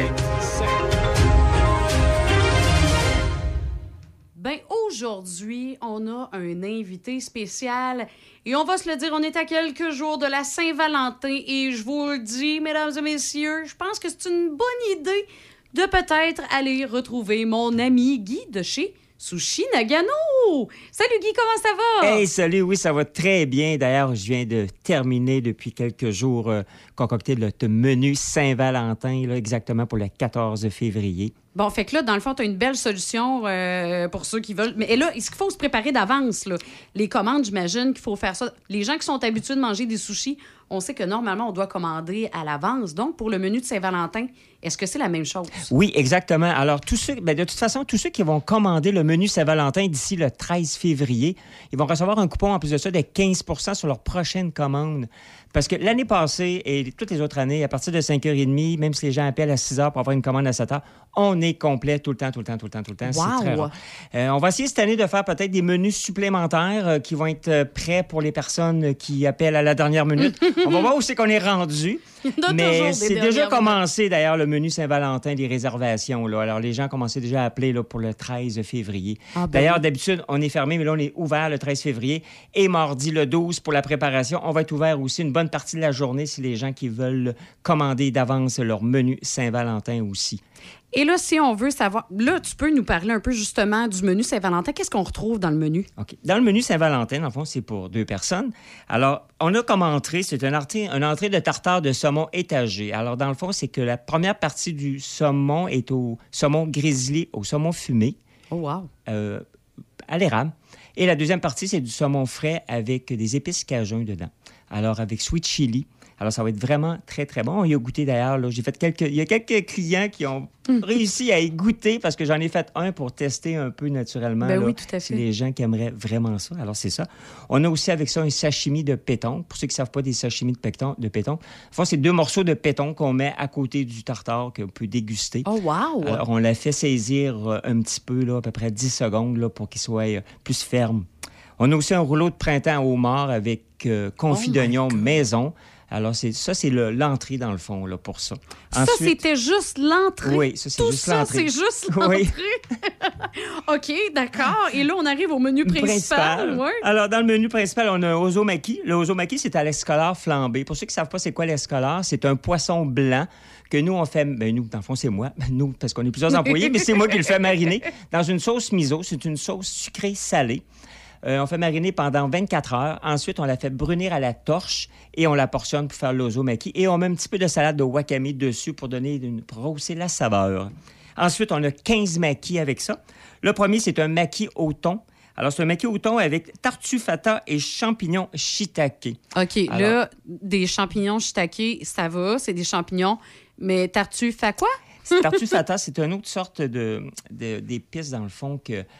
Speaker 10: Aujourd'hui, on a un invité spécial et on va se le dire, on est à quelques jours de la Saint-Valentin et je vous le dis, mesdames et messieurs, je pense que c'est une bonne idée de peut-être aller retrouver mon ami Guy de chez Sushi Nagano! Salut Guy, comment ça va?
Speaker 12: Hey, salut, oui, ça va très bien. D'ailleurs, je viens de terminer depuis quelques jours concocter le menu Saint-Valentin, là, exactement pour le 14 février.
Speaker 10: Bon, fait que là, dans le fond, tu as une belle solution pour ceux qui veulent. Mais là, est-ce qu'il faut se préparer d'avance, là? Les commandes, j'imagine qu'il faut faire ça. Les gens qui sont habitués de manger des sushis, on sait que normalement, on doit commander à l'avance. Donc, pour le menu de Saint-Valentin, est-ce que c'est la même chose?
Speaker 12: Oui, exactement. Alors, de toute façon, tous ceux qui vont commander le menu Saint-Valentin d'ici le 13 février, ils vont recevoir un coupon en plus de ça de 15 % sur leur prochaine commande. Parce que l'année passée et toutes les autres années, à partir de 5h30, même si les gens appellent à 6h pour avoir une commande à 7h, on est complet tout le temps.
Speaker 10: Wow.
Speaker 12: C'est très rare. On va essayer cette année de faire peut-être des menus supplémentaires qui vont être prêts pour les personnes qui appellent à la dernière minute. On va voir où c'est qu'on est rendu. Mais c'est déjà commencé, d'ailleurs, le menu Saint-Valentin, les réservations. Là. Alors, les gens commençaient déjà à appeler là, pour le 13 février. D'ailleurs, d'habitude, on est fermé, mais là, on est ouvert le 13 février. Et mardi, le 12, pour la préparation, on va être ouvert aussi une bonne partie de la journée si les gens qui veulent commander d'avance leur menu Saint-Valentin aussi.
Speaker 10: Et là, si on veut savoir... Là, tu peux nous parler un peu justement du menu Saint-Valentin. Qu'est-ce qu'on retrouve dans le menu?
Speaker 12: OK. Dans le menu Saint-Valentin, dans le fond, c'est pour 2 personnes. Alors, on a comme entrée, c'est une entrée de tartare de saumon étagé. Alors, dans le fond, c'est que la première partie du saumon est au saumon grizzly, au saumon fumé.
Speaker 10: Oh, wow!
Speaker 12: À l'érable. Et la deuxième partie, c'est du saumon frais avec des épices cajun dedans. Alors, avec sweet chili. Alors, ça va être vraiment très, très bon. On y a goûté d'ailleurs. Là, il y a quelques clients qui ont réussi à y goûter parce que j'en ai fait un pour tester un peu naturellement.
Speaker 10: Ben oui, tout à fait.
Speaker 12: C'est les gens qui aimeraient vraiment ça. Alors, c'est ça. On a aussi avec ça un sashimi de péton. Pour ceux qui ne savent pas des sashimi de péton, enfin, c'est 2 morceaux de péton qu'on met à côté du tartare qu'on peut déguster.
Speaker 10: Oh, wow!
Speaker 12: Alors, on l'a fait saisir un petit peu, là, à peu près 10 secondes là, pour qu'il soit plus ferme. On a aussi un rouleau de printemps au homard avec confit d'oignon maison. Alors, ça, c'est l'entrée, dans le fond, là, pour ça.
Speaker 10: Ensuite, ça, c'était juste l'entrée?
Speaker 12: Oui, ça, c'est
Speaker 10: tout
Speaker 12: juste
Speaker 10: ça,
Speaker 12: l'entrée.
Speaker 10: c'est juste l'entrée?
Speaker 12: Oui.
Speaker 10: OK, d'accord. Et là, on arrive au menu principal. Ouais.
Speaker 12: Alors, dans le menu principal, on a un ozomaki. Le ozomaki, c'est à l'escolar flambé. Pour ceux qui ne savent pas c'est quoi l'escolar, c'est un poisson blanc que nous, on fait... Ben, nous, dans le fond, c'est moi. Nous, parce qu'on est plusieurs employés, mais c'est moi qui le fais mariner dans une sauce miso. C'est une sauce sucrée-salée. On fait mariner pendant 24 heures. Ensuite, on la fait brunir à la torche et on la portionne pour faire l'ozomaki. Et on met un petit peu de salade de wakame dessus pour rehausser la saveur. Ensuite, on a 15 makis avec ça. Le premier, c'est un maki au thon. Alors, c'est un maki au thon avec tartuffe fata et champignons shiitake.
Speaker 10: OK, alors, là, des champignons shiitake, ça va, c'est des champignons. Mais tartuffe à quoi?
Speaker 12: Tartuffe fata, c'est une autre sorte d'épices, dans le fond,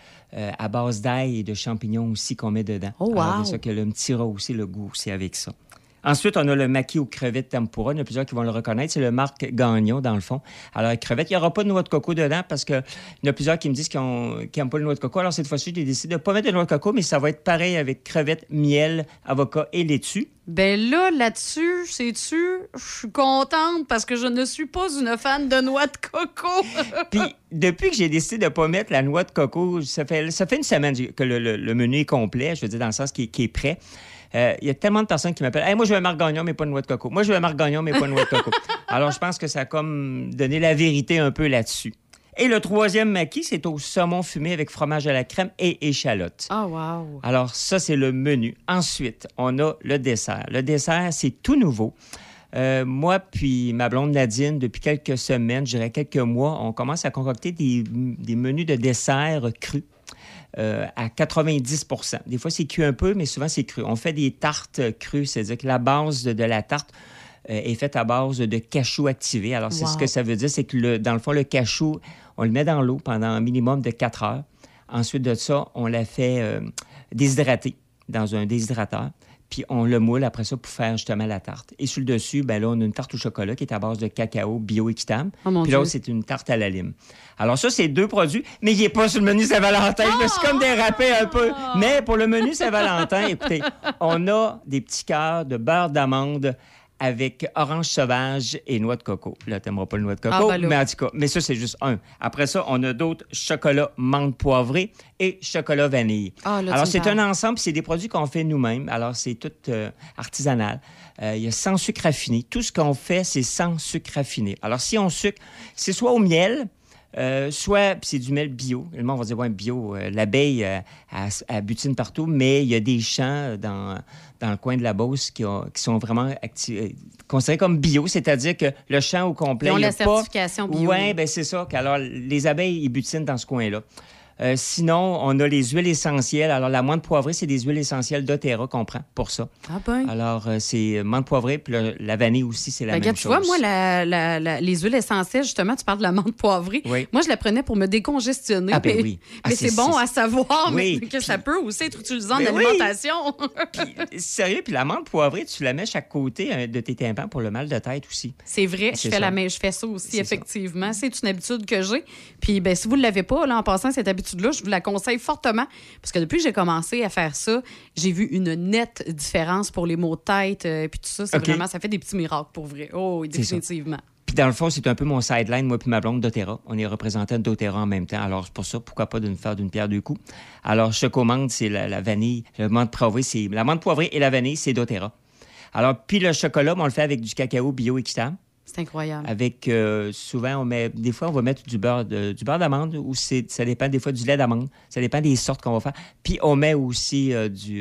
Speaker 12: à base d'ail et de champignons aussi qu'on met dedans.
Speaker 10: Oh, wow!
Speaker 12: Alors, c'est ça que le petit aussi le goût aussi avec ça. Ensuite, on a le maki aux crevettes tempura. Il y en a plusieurs qui vont le reconnaître. C'est le marque Gagnon, dans le fond. Alors, les crevettes, il n'y aura pas de noix de coco dedans parce qu'il y en a plusieurs qui me disent qu'ils n'aiment pas le noix de coco. Alors, cette fois-ci, j'ai décidé de ne pas mettre de noix de coco, mais ça va être pareil avec crevettes, miel, avocat et laitue.
Speaker 10: Ben là-dessus, sais-tu, je suis contente parce que je ne suis pas une fan de noix de coco.
Speaker 12: Puis, depuis que j'ai décidé de ne pas mettre la noix de coco, ça fait une semaine que le menu est complet, je veux dire, dans le sens qui est prêt. Il y a tellement de personnes qui m'appellent « Hey, moi, je veux un marc Gagnon, mais pas de noix de coco. Moi, je veux un marc Gagnon, mais pas de noix de coco. » Alors, je pense que ça a comme donné la vérité un peu là-dessus. Et le troisième maki, c'est au saumon fumé avec fromage à la crème et échalote.
Speaker 10: Oh, wow!
Speaker 12: Alors, ça, c'est le menu. Ensuite, on a le dessert. Le dessert, c'est tout nouveau. Moi puis ma blonde Nadine, depuis quelques semaines, je dirais quelques mois, on commence à concocter des menus de dessert crus. À 90 %. Des fois, c'est cuit un peu, mais souvent, c'est cru. On fait des tartes crues, c'est-à-dire que la base de la tarte est faite à base de cachou activé. Alors, c'est ce que ça veut dire, c'est que, dans le fond, le cachou, on le met dans l'eau pendant un minimum de 4 heures. Ensuite de ça, on la fait déshydrater dans un déshydrateur. Puis on le moule après ça pour faire justement la tarte. Et sur le dessus, ben là, on a une tarte au chocolat qui est à base de cacao bio-équitable. Puis l'autre, c'est une tarte à la lime. Alors ça, c'est 2 produits, mais il n'est pas sur le menu Saint-Valentin. Je me suis comme dérapé un peu. Mais pour le menu Saint-Valentin, écoutez, on a des petits cœurs de beurre d'amande avec orange sauvage et noix de coco. Là, t'aimeras pas le noix de coco, mais en tout cas, mais ça, c'est juste un. Après ça, on a d'autres chocolat menthe poivrée et chocolat vanille. Alors, c'est un ensemble, c'est des produits qu'on fait nous-mêmes. Alors, c'est tout artisanal. Il y a sans sucre raffiné. Tout ce qu'on fait, c'est sans sucre raffiné. Alors, si on sucre, c'est soit au miel, soit c'est du miel bio. Le monde va dire, ouais, bio, l'abeille, elle butine partout, mais il y a des champs dans le coin de la Beauce qui sont vraiment considérés comme bio, c'est-à-dire que le champ au complet...
Speaker 10: Ils ont la certification bio.
Speaker 12: Oui, bien c'est ça. Alors, les abeilles, ils butinent dans ce coin-là. Sinon, on a les huiles essentielles. Alors, la menthe poivrée, c'est des huiles essentielles d'Otera qu'on prend pour ça.
Speaker 10: Ah ben.
Speaker 12: Alors, c'est menthe poivrée, puis la vanille aussi, c'est la même chose.
Speaker 10: Tu vois, moi, les huiles essentielles, justement, tu parles de la menthe poivrée.
Speaker 12: Oui.
Speaker 10: Moi, je la prenais pour me décongestionner.
Speaker 12: Ah ben oui.
Speaker 10: Mais c'est bon à savoir que
Speaker 12: puis,
Speaker 10: ça peut aussi être utilisé en alimentation.
Speaker 12: Puis, sérieux, puis la menthe poivrée, tu la mets chaque côté de tes tympans pour le mal de tête aussi.
Speaker 10: C'est vrai, je fais ça aussi, effectivement. C'est une habitude que j'ai. Puis, ben, si vous ne l'avez pas, là, en passant cette habitude-là, je vous la conseille fortement parce que depuis que j'ai commencé à faire ça, j'ai vu une nette différence pour les maux de tête puis tout ça. C'est vraiment, ça fait des petits miracles pour vrai. Oh, définitivement.
Speaker 12: Puis dans le fond, c'est un peu mon sideline, moi puis ma blonde d'Otera. On est représentant d'Otera en même temps. Alors, c'est pour ça, pourquoi pas de nous faire d'une pierre deux coups. Alors, chocomante, c'est la vanille. La menthe poivrée et la vanille, c'est d'Otera. Alors, puis le chocolat, on le fait avec du cacao bio-équitable.
Speaker 10: C'est incroyable.
Speaker 12: Avec, souvent, des fois, on va mettre du beurre d'amande ou ça dépend des fois du lait d'amande. Ça dépend des sortes qu'on va faire. Puis on met aussi du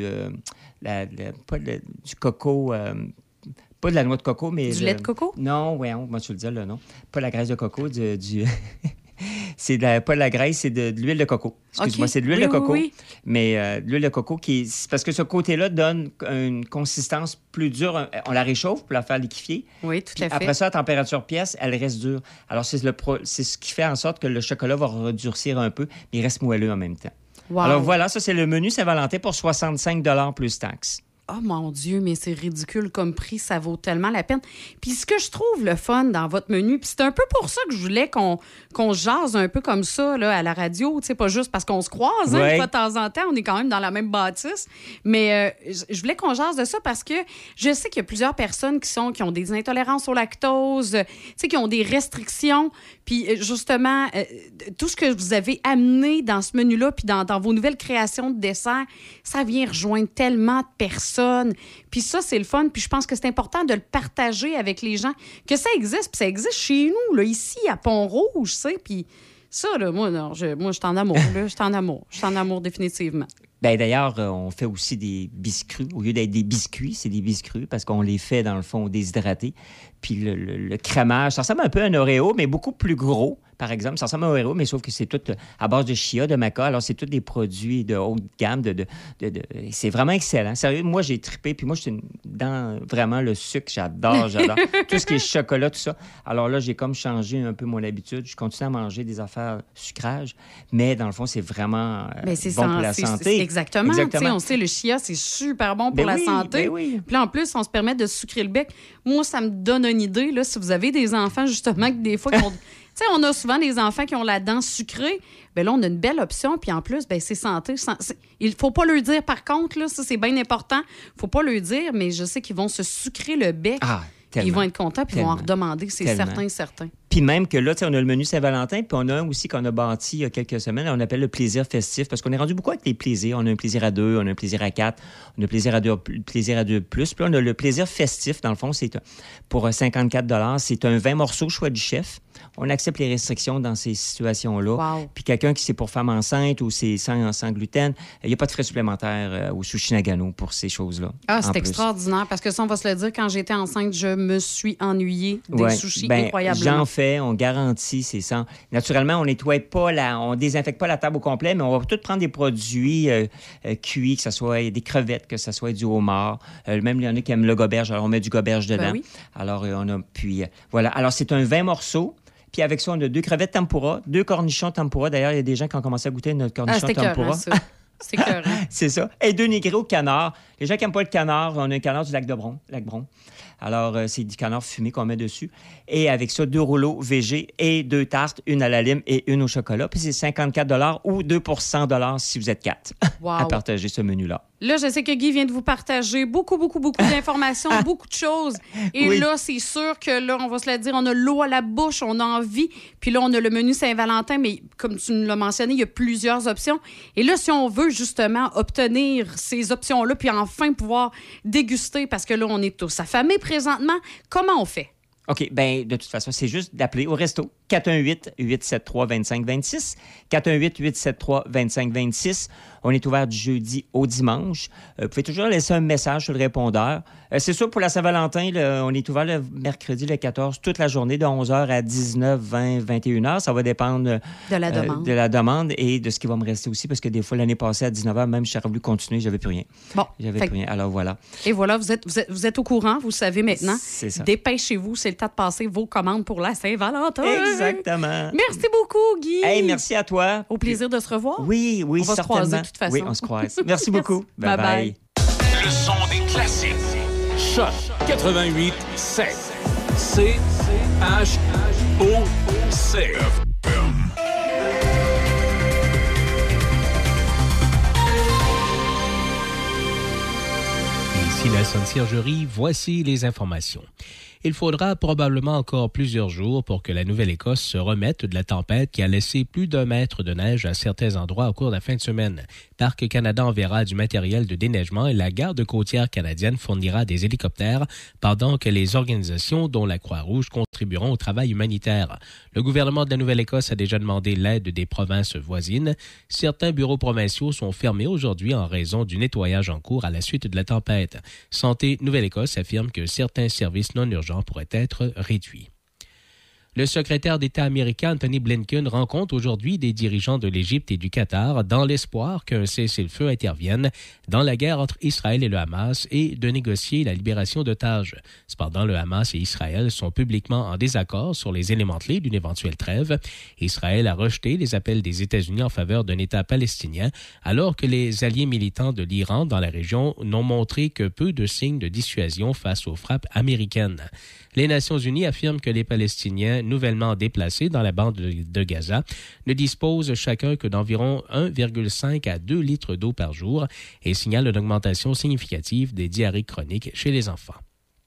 Speaker 12: coco, pas de la noix de coco, mais...
Speaker 10: Du lait de coco?
Speaker 12: Non, oui, moi, tu veux le dire, le nom. Pas la graisse de coco, c'est pas de la graisse, c'est de l'huile de coco. Excuse-moi, c'est de l'huile de coco. Oui. Mais l'huile de coco, parce que ce côté-là donne une consistance plus dure. On la réchauffe pour la faire liquéfier.
Speaker 10: Oui, tout à fait.
Speaker 12: Après ça, à température pièce, elle reste dure. Alors, c'est ce qui fait en sorte que le chocolat va redurcir un peu, mais il reste moelleux en même temps.
Speaker 10: Wow.
Speaker 12: Alors voilà, ça, c'est le menu Saint-Valentin pour 65 $ plus taxes.
Speaker 10: Oh mon Dieu, mais c'est ridicule comme prix, ça vaut tellement la peine. Puis ce que je trouve le fun dans votre menu, puis c'est un peu pour ça que je voulais qu'on jase un peu comme ça là, à la radio, tu sais, pas juste parce qu'on se croise, hein, une fois de temps en temps, on est quand même dans la même bâtisse, mais je voulais qu'on jase de ça parce que je sais qu'il y a plusieurs personnes qui ont des intolérances au lactose, tu sais, qui ont des restrictions, puis justement, tout ce que vous avez amené dans ce menu-là, puis dans vos nouvelles créations de desserts, ça vient rejoindre tellement de personnes. Puis ça, c'est le fun. Puis je pense que c'est important de le partager avec les gens, que ça existe. Puis ça existe chez nous, là, ici, à Pont-Rouge, tu sais. Puis ça, là, moi, je suis en amour. Je suis en amour, définitivement.
Speaker 12: Bien, d'ailleurs, on fait aussi des biscuits. Au lieu d'être des biscuits, c'est des biscuits parce qu'on les fait, dans le fond, déshydratés. Puis le crémage, ça ressemble un peu à un Oreo, mais beaucoup plus gros, par exemple. Ça ressemble à un Oreo, mais sauf que c'est tout à base de chia, de maca. Alors, c'est tous des produits de haute gamme. C'est vraiment excellent. Sérieux, moi, j'ai trippé. Puis moi, je suis dans vraiment le sucre. J'adore. Tout ce qui est chocolat, tout ça. Alors là, j'ai comme changé un peu mon habitude. Je continue à manger des affaires sucrage, mais dans le fond, c'est vraiment bon pour la santé.
Speaker 10: Exactement. On sait, le chia, c'est super bon pour la santé. Puis là, en plus, on se permet de sucrer le bec. Moi, ça me donne une idée. Là, si vous avez des enfants, justement, que des fois, tu sais, on a souvent des enfants qui ont la dent sucrée. Bien là, on a une belle option. Puis en plus, bien, c'est santé. Il ne faut pas le dire, par contre. Là, ça, c'est bien important. Il ne faut pas le dire, mais je sais qu'ils vont se sucrer le bec. Ils vont être contents, puis ils vont en redemander. C'est certain.
Speaker 12: Puis même que là, on a le menu Saint-Valentin, puis on a un aussi qu'on a bâti il y a quelques semaines, on appelle le plaisir festif, parce qu'on est rendu beaucoup avec les plaisirs. On a un plaisir à 2, on a un plaisir à 4, on a un plaisir à 2 plus. Puis là, on a le plaisir festif, dans le fond, c'est pour 54 $. C'est un 20 morceaux choix du chef. On accepte les restrictions dans ces situations-là.
Speaker 10: Wow.
Speaker 12: Puis quelqu'un qui c'est pour femme enceinte ou c'est sans gluten, il n'y a pas de frais supplémentaires au Sushi Nagano pour ces choses-là.
Speaker 10: C'est extraordinaire, parce que ça, on va se le dire, quand j'étais enceinte, je me suis ennuyée des sushis incroyablement.
Speaker 12: J'en fais, on garantit, c'est sans... Naturellement, on nettoie pas on désinfecte pas la table au complet, mais on va tout prendre des produits cuits, que ce soit des crevettes, que ce soit du homard. Même, il y en a qui aiment le goberge, alors on met du goberge dedans.
Speaker 10: Oui.
Speaker 12: Alors, on a... Puis, voilà. Alors, c'est un 20 morceaux. Puis avec ça, on a 2 crevettes tempura, 2 cornichons tempura. D'ailleurs, il y a des gens qui ont commencé à goûter notre cornichon tempura.
Speaker 10: C'est écœurant.
Speaker 12: C'est ça. Et 2 négros canard. Les gens qui n'aiment pas le canard, on a un canard du lac Bron. Alors, c'est du canard fumé qu'on met dessus. Et avec ça, 2 rouleaux VG et 2 tartes, une à la lime et une au chocolat. Puis c'est 54 $ ou 2 pour 100 $ si vous êtes 4 à partager ce menu-là.
Speaker 10: Là, je sais que Guy vient de vous partager beaucoup d'informations, beaucoup de choses. Et là, c'est sûr que là, on va se le dire, on a l'eau à la bouche, on a envie. Puis là, on a le menu Saint-Valentin, mais comme tu nous l'as mentionné, il y a plusieurs options. Et là, si on veut justement obtenir ces options-là, puis enfin pouvoir déguster, parce que là, on est tous affamés présentement, comment on fait?
Speaker 12: OK, bien, de toute façon, c'est juste d'appeler au resto 418-873-2526. 418-873-2526. On est ouvert du jeudi au dimanche. Vous pouvez toujours laisser un message sur le répondeur. C'est sûr, pour la Saint-Valentin, on est ouvert le mercredi, le 14, toute la journée, de 11h à 19, 20, 21h. Ça va dépendre de la demande et de ce qui va me rester aussi, parce que des fois, l'année passée, à 19h, même, j'aurais voulu continuer, j'avais plus rien. J'avais plus rien. Alors, voilà.
Speaker 10: Et voilà, vous êtes au courant, vous le savez maintenant.
Speaker 12: C'est ça.
Speaker 10: Dépêchez-vous, c'est le temps de passer vos commandes pour la Saint-Valentin.
Speaker 12: Exactement.
Speaker 10: Merci beaucoup, Guy.
Speaker 12: Hey, merci à toi.
Speaker 10: Au plaisir de se revoir.
Speaker 12: Oui,
Speaker 10: on va
Speaker 12: certainement.
Speaker 10: se croiser de toute façon.
Speaker 12: Oui, on se croise. Merci beaucoup. Bye-bye.
Speaker 13: Le son des classiques. Choc 88.7. C-H-O-C.
Speaker 8: Ici la Conciergerie, voici les informations. Il faudra probablement encore plusieurs jours pour que la Nouvelle-Écosse se remette de la tempête qui a laissé plus d'1 mètre de neige à certains endroits au cours de la fin de semaine. Parc Canada enverra du matériel de déneigement et la garde côtière canadienne fournira des hélicoptères pendant que les organisations, dont la Croix-Rouge, contribueront au travail humanitaire. Le gouvernement de la Nouvelle-Écosse a déjà demandé l'aide des provinces voisines. Certains bureaux provinciaux sont fermés aujourd'hui en raison du nettoyage en cours à la suite de la tempête. Santé Nouvelle-Écosse affirme que certains services non urgents pourraient être réduits. Le secrétaire d'État américain Anthony Blinken rencontre aujourd'hui des dirigeants de l'Égypte et du Qatar dans l'espoir qu'un cessez-le-feu intervienne dans la guerre entre Israël et le Hamas et de négocier la libération d'otages. Cependant, le Hamas et Israël sont publiquement en désaccord sur les éléments clés d'une éventuelle trêve. Israël a rejeté les appels des États-Unis en faveur d'un État palestinien, alors que les alliés militants de l'Iran dans la région n'ont montré que peu de signes de dissuasion face aux frappes américaines. Les Nations unies affirment que les Palestiniens nouvellement déplacés dans la bande de Gaza ne disposent chacun que d'environ 1,5 à 2 litres d'eau par jour et signalent une augmentation significative des diarrhées chroniques chez les enfants.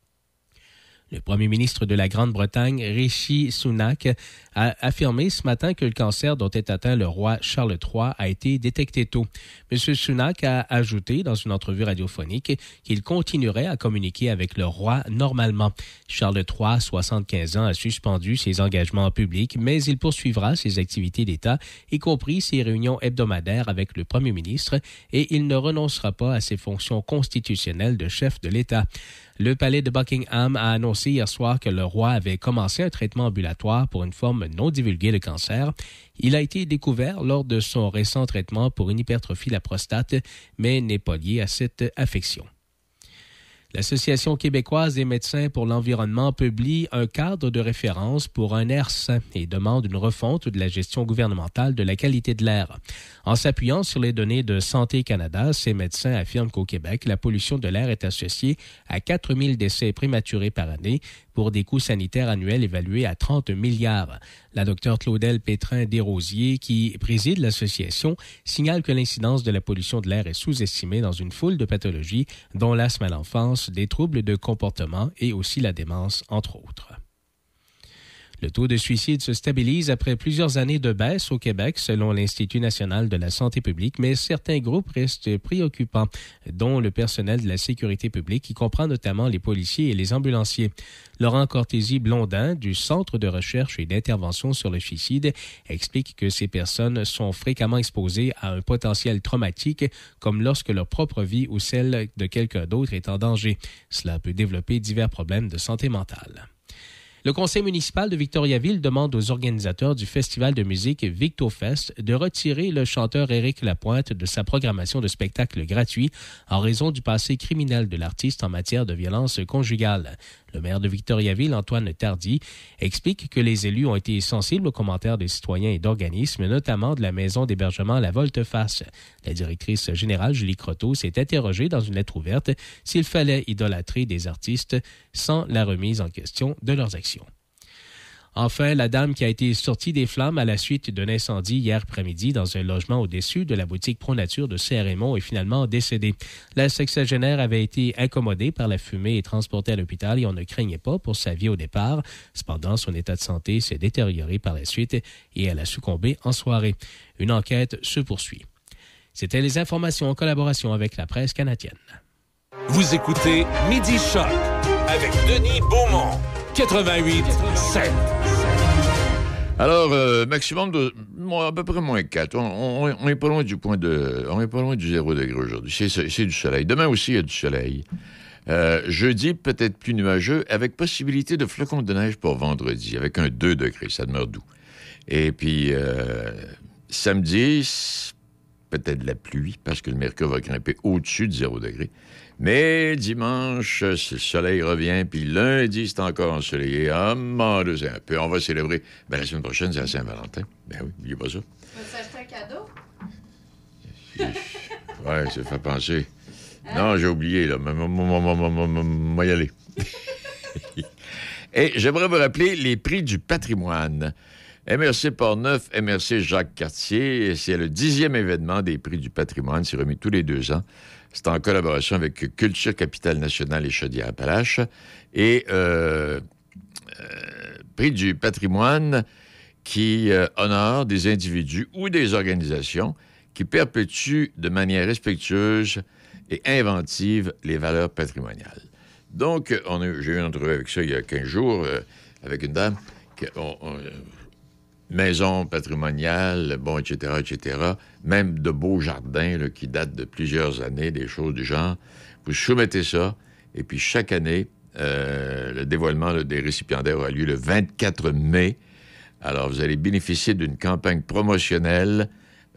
Speaker 8: Le premier ministre de la Grande-Bretagne, Rishi Sunak, a affirmé ce matin que le cancer dont est atteint le roi Charles III a été détecté tôt. M. Sunak a ajouté dans une entrevue radiophonique qu'il continuerait à communiquer avec le roi normalement. Charles III, 75 ans, a suspendu ses engagements publics, mais il poursuivra ses activités d'État, y compris ses réunions hebdomadaires avec le premier ministre, et il ne renoncera pas à ses fonctions constitutionnelles de chef de l'État. Le palais de Buckingham a annoncé hier soir que le roi avait commencé un traitement ambulatoire pour une forme non divulguée de cancer. Il a été découvert lors de son récent traitement pour une hypertrophie de la prostate, mais n'est pas lié à cette affection. L'Association québécoise des médecins pour l'environnement publie un cadre de référence pour un air sain et demande une refonte de la gestion gouvernementale de la qualité de l'air. En s'appuyant sur les données de Santé Canada, ces médecins affirment qu'au Québec, la pollution de l'air est associée à 4 000 décès prématurés par année pour des coûts sanitaires annuels évalués à 30 milliards. La Dr Claudel Pétrin-Desrosiers, qui préside l'association, signale que l'incidence de la pollution de l'air est sous-estimée dans une foule de pathologies, dont l'asthme à l'enfance, des troubles de comportement et aussi la démence, entre autres. Le taux de suicide se stabilise après plusieurs années de baisse au Québec, selon l'Institut national de la santé publique, mais certains groupes restent préoccupants, dont le personnel de la sécurité publique, qui comprend notamment les policiers et les ambulanciers. Laurent Cortési-Blondin, du Centre de recherche et d'intervention sur le suicide, explique que ces personnes sont fréquemment exposées à un potentiel traumatique, comme lorsque leur propre vie ou celle de quelqu'un d'autre est en danger. Cela peut développer divers problèmes de santé mentale. Le conseil municipal de Victoriaville demande aux organisateurs du festival de musique VictoFest de retirer le chanteur Éric Lapointe de sa programmation de spectacles gratuits en raison du passé criminel de l'artiste en matière de violence conjugale. Le maire de Victoriaville, Antoine Tardy, explique que les élus ont été sensibles aux commentaires des citoyens et d'organismes, notamment de la maison d'hébergement La Volte-Face. La directrice générale, Julie Croteau, s'est interrogée dans une lettre ouverte s'il fallait idolâtrer des artistes sans la remise en question de leurs actions. Enfin, la dame qui a été sortie des flammes à la suite d'un incendie hier après-midi dans un logement au-dessus de la boutique Pro-Nature de Saint-Raymond est finalement décédée. La sexagénaire avait été incommodée par la fumée et transportée à l'hôpital et on ne craignait pas pour sa vie au départ. Cependant, son état de santé s'est détérioré par la suite et elle a succombé en soirée. Une enquête se poursuit. C'était les informations en collaboration avec la presse canadienne.
Speaker 13: Vous écoutez Midi Choc avec Denis Beaumont. 88.7.
Speaker 9: Alors, maximum de à peu près moins 4. On n'est pas loin du on est pas loin du 0 degré aujourd'hui. C'est du soleil. Demain aussi, il y a du soleil. Jeudi, peut-être plus nuageux, avec possibilité de flocons de neige pour vendredi, avec un 2 degrés. Ça demeure doux. Et puis, samedi, peut-être de la pluie, parce que le mercure va grimper au-dessus du 0 degré. Mais dimanche, le soleil revient, puis lundi, c'est encore ensoleillé. Ah, mon Dieu, c'est un peu. On va célébrer. La semaine prochaine, c'est la Saint-Valentin. Ben oui, n'oubliez pas ça.
Speaker 10: Tu vas t'acheter un cadeau?
Speaker 9: Ouais, ça fait penser. Non, j'ai oublié, là. Moi y aller. Et j'aimerais vous rappeler les prix du patrimoine. MRC Portneuf, MRC Jacques-Cartier, c'est le 10e événement des prix du patrimoine. C'est remis tous les 2 ans. C'est en collaboration avec Culture Capitale Nationale et Chaudière-Appalaches. Et prix du patrimoine qui honore des individus ou des organisations qui perpétuent de manière respectueuse et inventive les valeurs patrimoniales. Donc, j'ai eu une entrevue avec ça il y a 15 jours avec une dame maison patrimoniale, bon, etc., même de beaux jardins là, qui datent de plusieurs années, des choses du genre. Vous soumettez ça, et puis chaque année, le dévoilement des récipiendaires aura lieu le 24 mai. Alors, vous allez bénéficier d'une campagne promotionnelle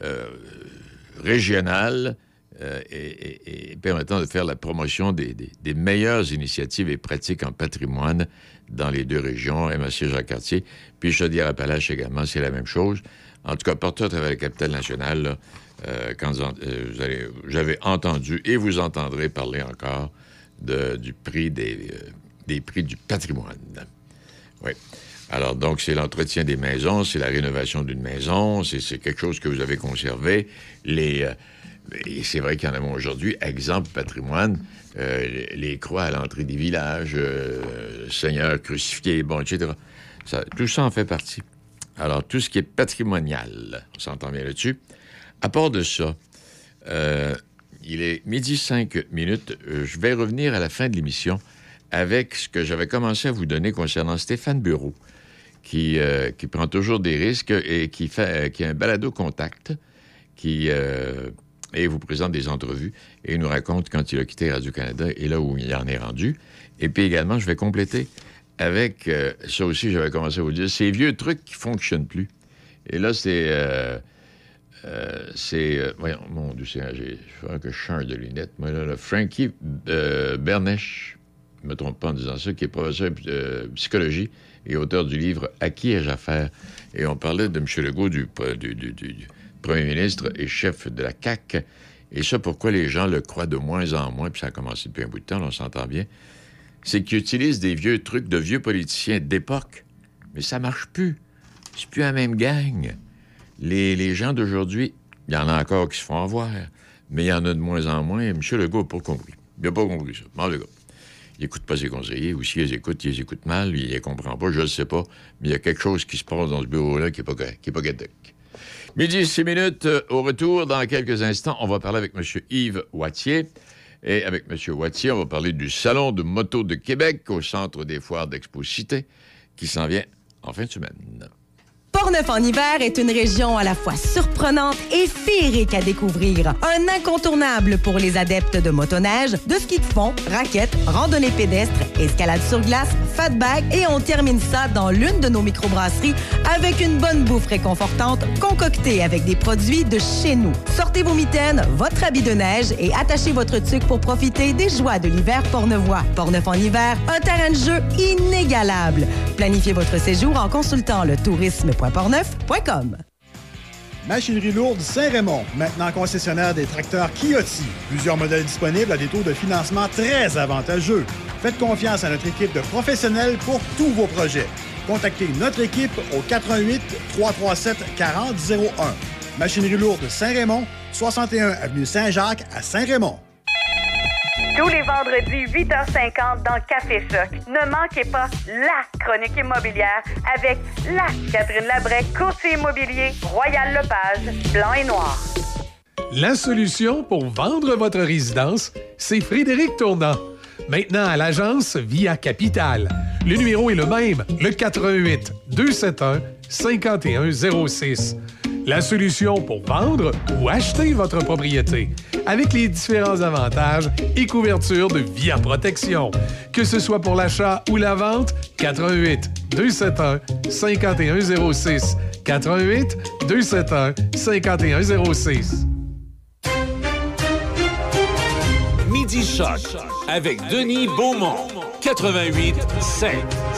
Speaker 9: régionale et permettant de faire la promotion des meilleures initiatives et pratiques en patrimoine dans les deux régions, MRC-Jacques-Cartier, puis Chaudière-Appalaches également, c'est la même chose. En tout cas, partout à travers la capitale nationale, là, quand vous avez entendu et vous entendrez parler encore du prix des prix du patrimoine. Oui. Alors, donc, c'est l'entretien des maisons, c'est la rénovation d'une maison, c'est quelque chose que vous avez conservé. Et c'est vrai qu'il y en a aujourd'hui. Exemple, patrimoine, les croix à l'entrée des villages, Seigneur crucifié, bon, etc. Tout ça en fait partie. Alors, tout ce qui est patrimonial, on s'entend bien là-dessus. À part de ça, il est 12:05. Je vais revenir à la fin de l'émission avec ce que j'avais commencé à vous donner concernant Stéphane Bureau, qui prend toujours des risques et qui a un balado contact et vous présente des entrevues et nous raconte quand il a quitté Radio-Canada et là où il en est rendu. Et puis également, je vais compléter avec, ça aussi, j'avais commencé à vous dire, ces vieux trucs qui ne fonctionnent plus. Et là, voyons, mon Dieu, il faut que je change de lunettes. Moi, là, Frankie Bernèche, je ne me trompe pas en disant ça, qui est professeur de psychologie et auteur du livre « À qui ai-je affaire ?» Et on parlait de M. Legault, du premier ministre et chef de la CAQ. Et ça, pourquoi les gens le croient de moins en moins, puis ça a commencé depuis un bout de temps, on s'entend bien, c'est qu'ils utilisent des vieux trucs de vieux politiciens d'époque. Mais ça marche plus. C'est plus la même gang. Les gens d'aujourd'hui, il y en a encore qui se font avoir, mais il y en a de moins en moins. Et M. Legault n'a pas compris. Il n'a pas compris ça. Bon, le gars. Il n'écoute pas ses conseillers, ou s'il les écoute mal, il ne les comprend pas, je ne sais pas, mais il y a quelque chose qui se passe dans ce bureau-là qui n'est pas correct, qui n'est pas correct. 12:06, au retour, dans quelques instants, on va parler avec M. Yves Wattier. Et avec M. Wattier, on va parler du Salon de moto de Québec au Centre des foires d'Expo-Cité qui s'en vient en fin de semaine.
Speaker 14: Portneuf en hiver est une région à la fois surprenante et féerique à découvrir. Un incontournable pour les adeptes de motoneige, de ski de fond, raquettes, randonnée pédestre, escalade sur glace, fatbag et on termine ça dans l'une de nos microbrasseries avec une bonne bouffe réconfortante concoctée avec des produits de chez nous. Sortez vos mitaines, votre habit de neige et attachez votre tuque pour profiter des joies de l'hiver portneuvois. Portneuf en hiver, un terrain de jeu inégalable. Planifiez votre séjour en consultant le tourisme.portneuf.com.
Speaker 15: Machinerie lourde Saint-Raymond, maintenant concessionnaire des tracteurs Kioti. Plusieurs modèles disponibles à des taux de financement très avantageux. Faites confiance à notre équipe de professionnels pour tous vos projets. Contactez notre équipe au 88 337 4001. Machinerie lourde Saint-Raymond, 61 avenue Saint-Jacques à Saint-Raymond.
Speaker 16: Tous les vendredis, 8h50 dans Café Choc. Ne manquez pas la chronique immobilière avec la Catherine Labrec, courtier immobilier, Royal Lepage, blanc et noir.
Speaker 2: La solution pour vendre votre résidence, c'est Frédéric Tournant. Maintenant à l'agence via Capital. Le numéro est le même, le 88 271 5106. La solution pour vendre ou acheter votre propriété, avec les différents avantages et couvertures de Via Protection. Que ce soit pour l'achat ou la vente, 88 271 5106. 88 271 5106.
Speaker 13: Midi Choc avec Denis Beaumont, 88.5.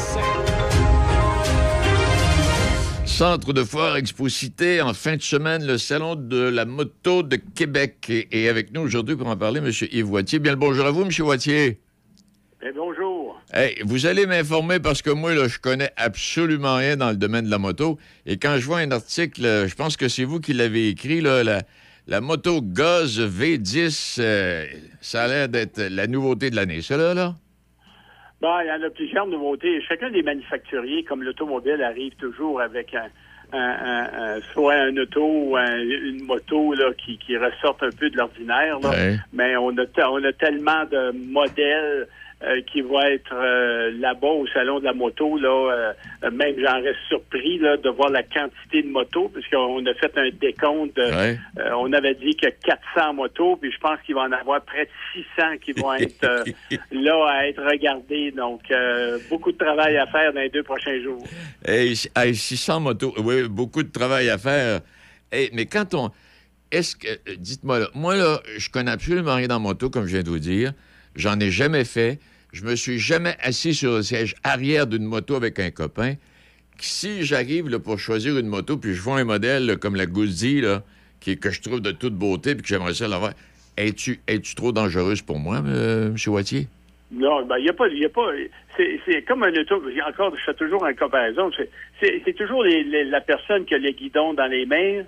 Speaker 9: Centre de foire Expo-Cité, en fin de semaine, le Salon de la moto de Québec. Et avec nous aujourd'hui pour en parler, M. Yves Wattier. Bien le bonjour à vous, M. Wattier.
Speaker 17: Bonjour.
Speaker 9: Hey, vous allez m'informer parce que moi, là, je connais absolument rien dans le domaine de la moto. Et quand je vois un article, je pense que c'est vous qui l'avez écrit, là, la moto Gaz V10, ça a l'air d'être la nouveauté de l'année, ça là?
Speaker 17: Bon, il y en a plusieurs nouveautés. Chacun des manufacturiers, comme l'automobile, arrive toujours avec soit un auto ou une moto là, qui ressortent un peu de l'ordinaire. Là. Ouais. Mais on a tellement de modèles qui va être là-bas au Salon de la moto. Là, même j'en reste surpris là, de voir la quantité de motos, puisqu'on a fait un décompte. On avait dit que 400 motos, puis je pense qu'il va en avoir près de 600 qui vont être là à être regardées. Donc, beaucoup de travail à faire dans les 2 prochains jours.
Speaker 9: Hey, 600 motos, oui, beaucoup de travail à faire. Hey, mais quand on... Est-ce que... Dites-moi, là, moi, là, je connais absolument rien dans moto, comme je viens de vous dire. J'en ai jamais fait. Je me suis jamais assis sur le siège arrière d'une moto avec un copain. Si j'arrive là, pour choisir une moto, puis je vois un modèle là, comme la Guzzi, là, que je trouve de toute beauté, puis que j'aimerais ça l'avoir, es-tu trop dangereuse pour moi, M. Wattier?
Speaker 17: Non, ben il y a pas, c'est comme un auto. Encore, je fais toujours une comparaison. C'est toujours la personne qui a le guidon dans les mains.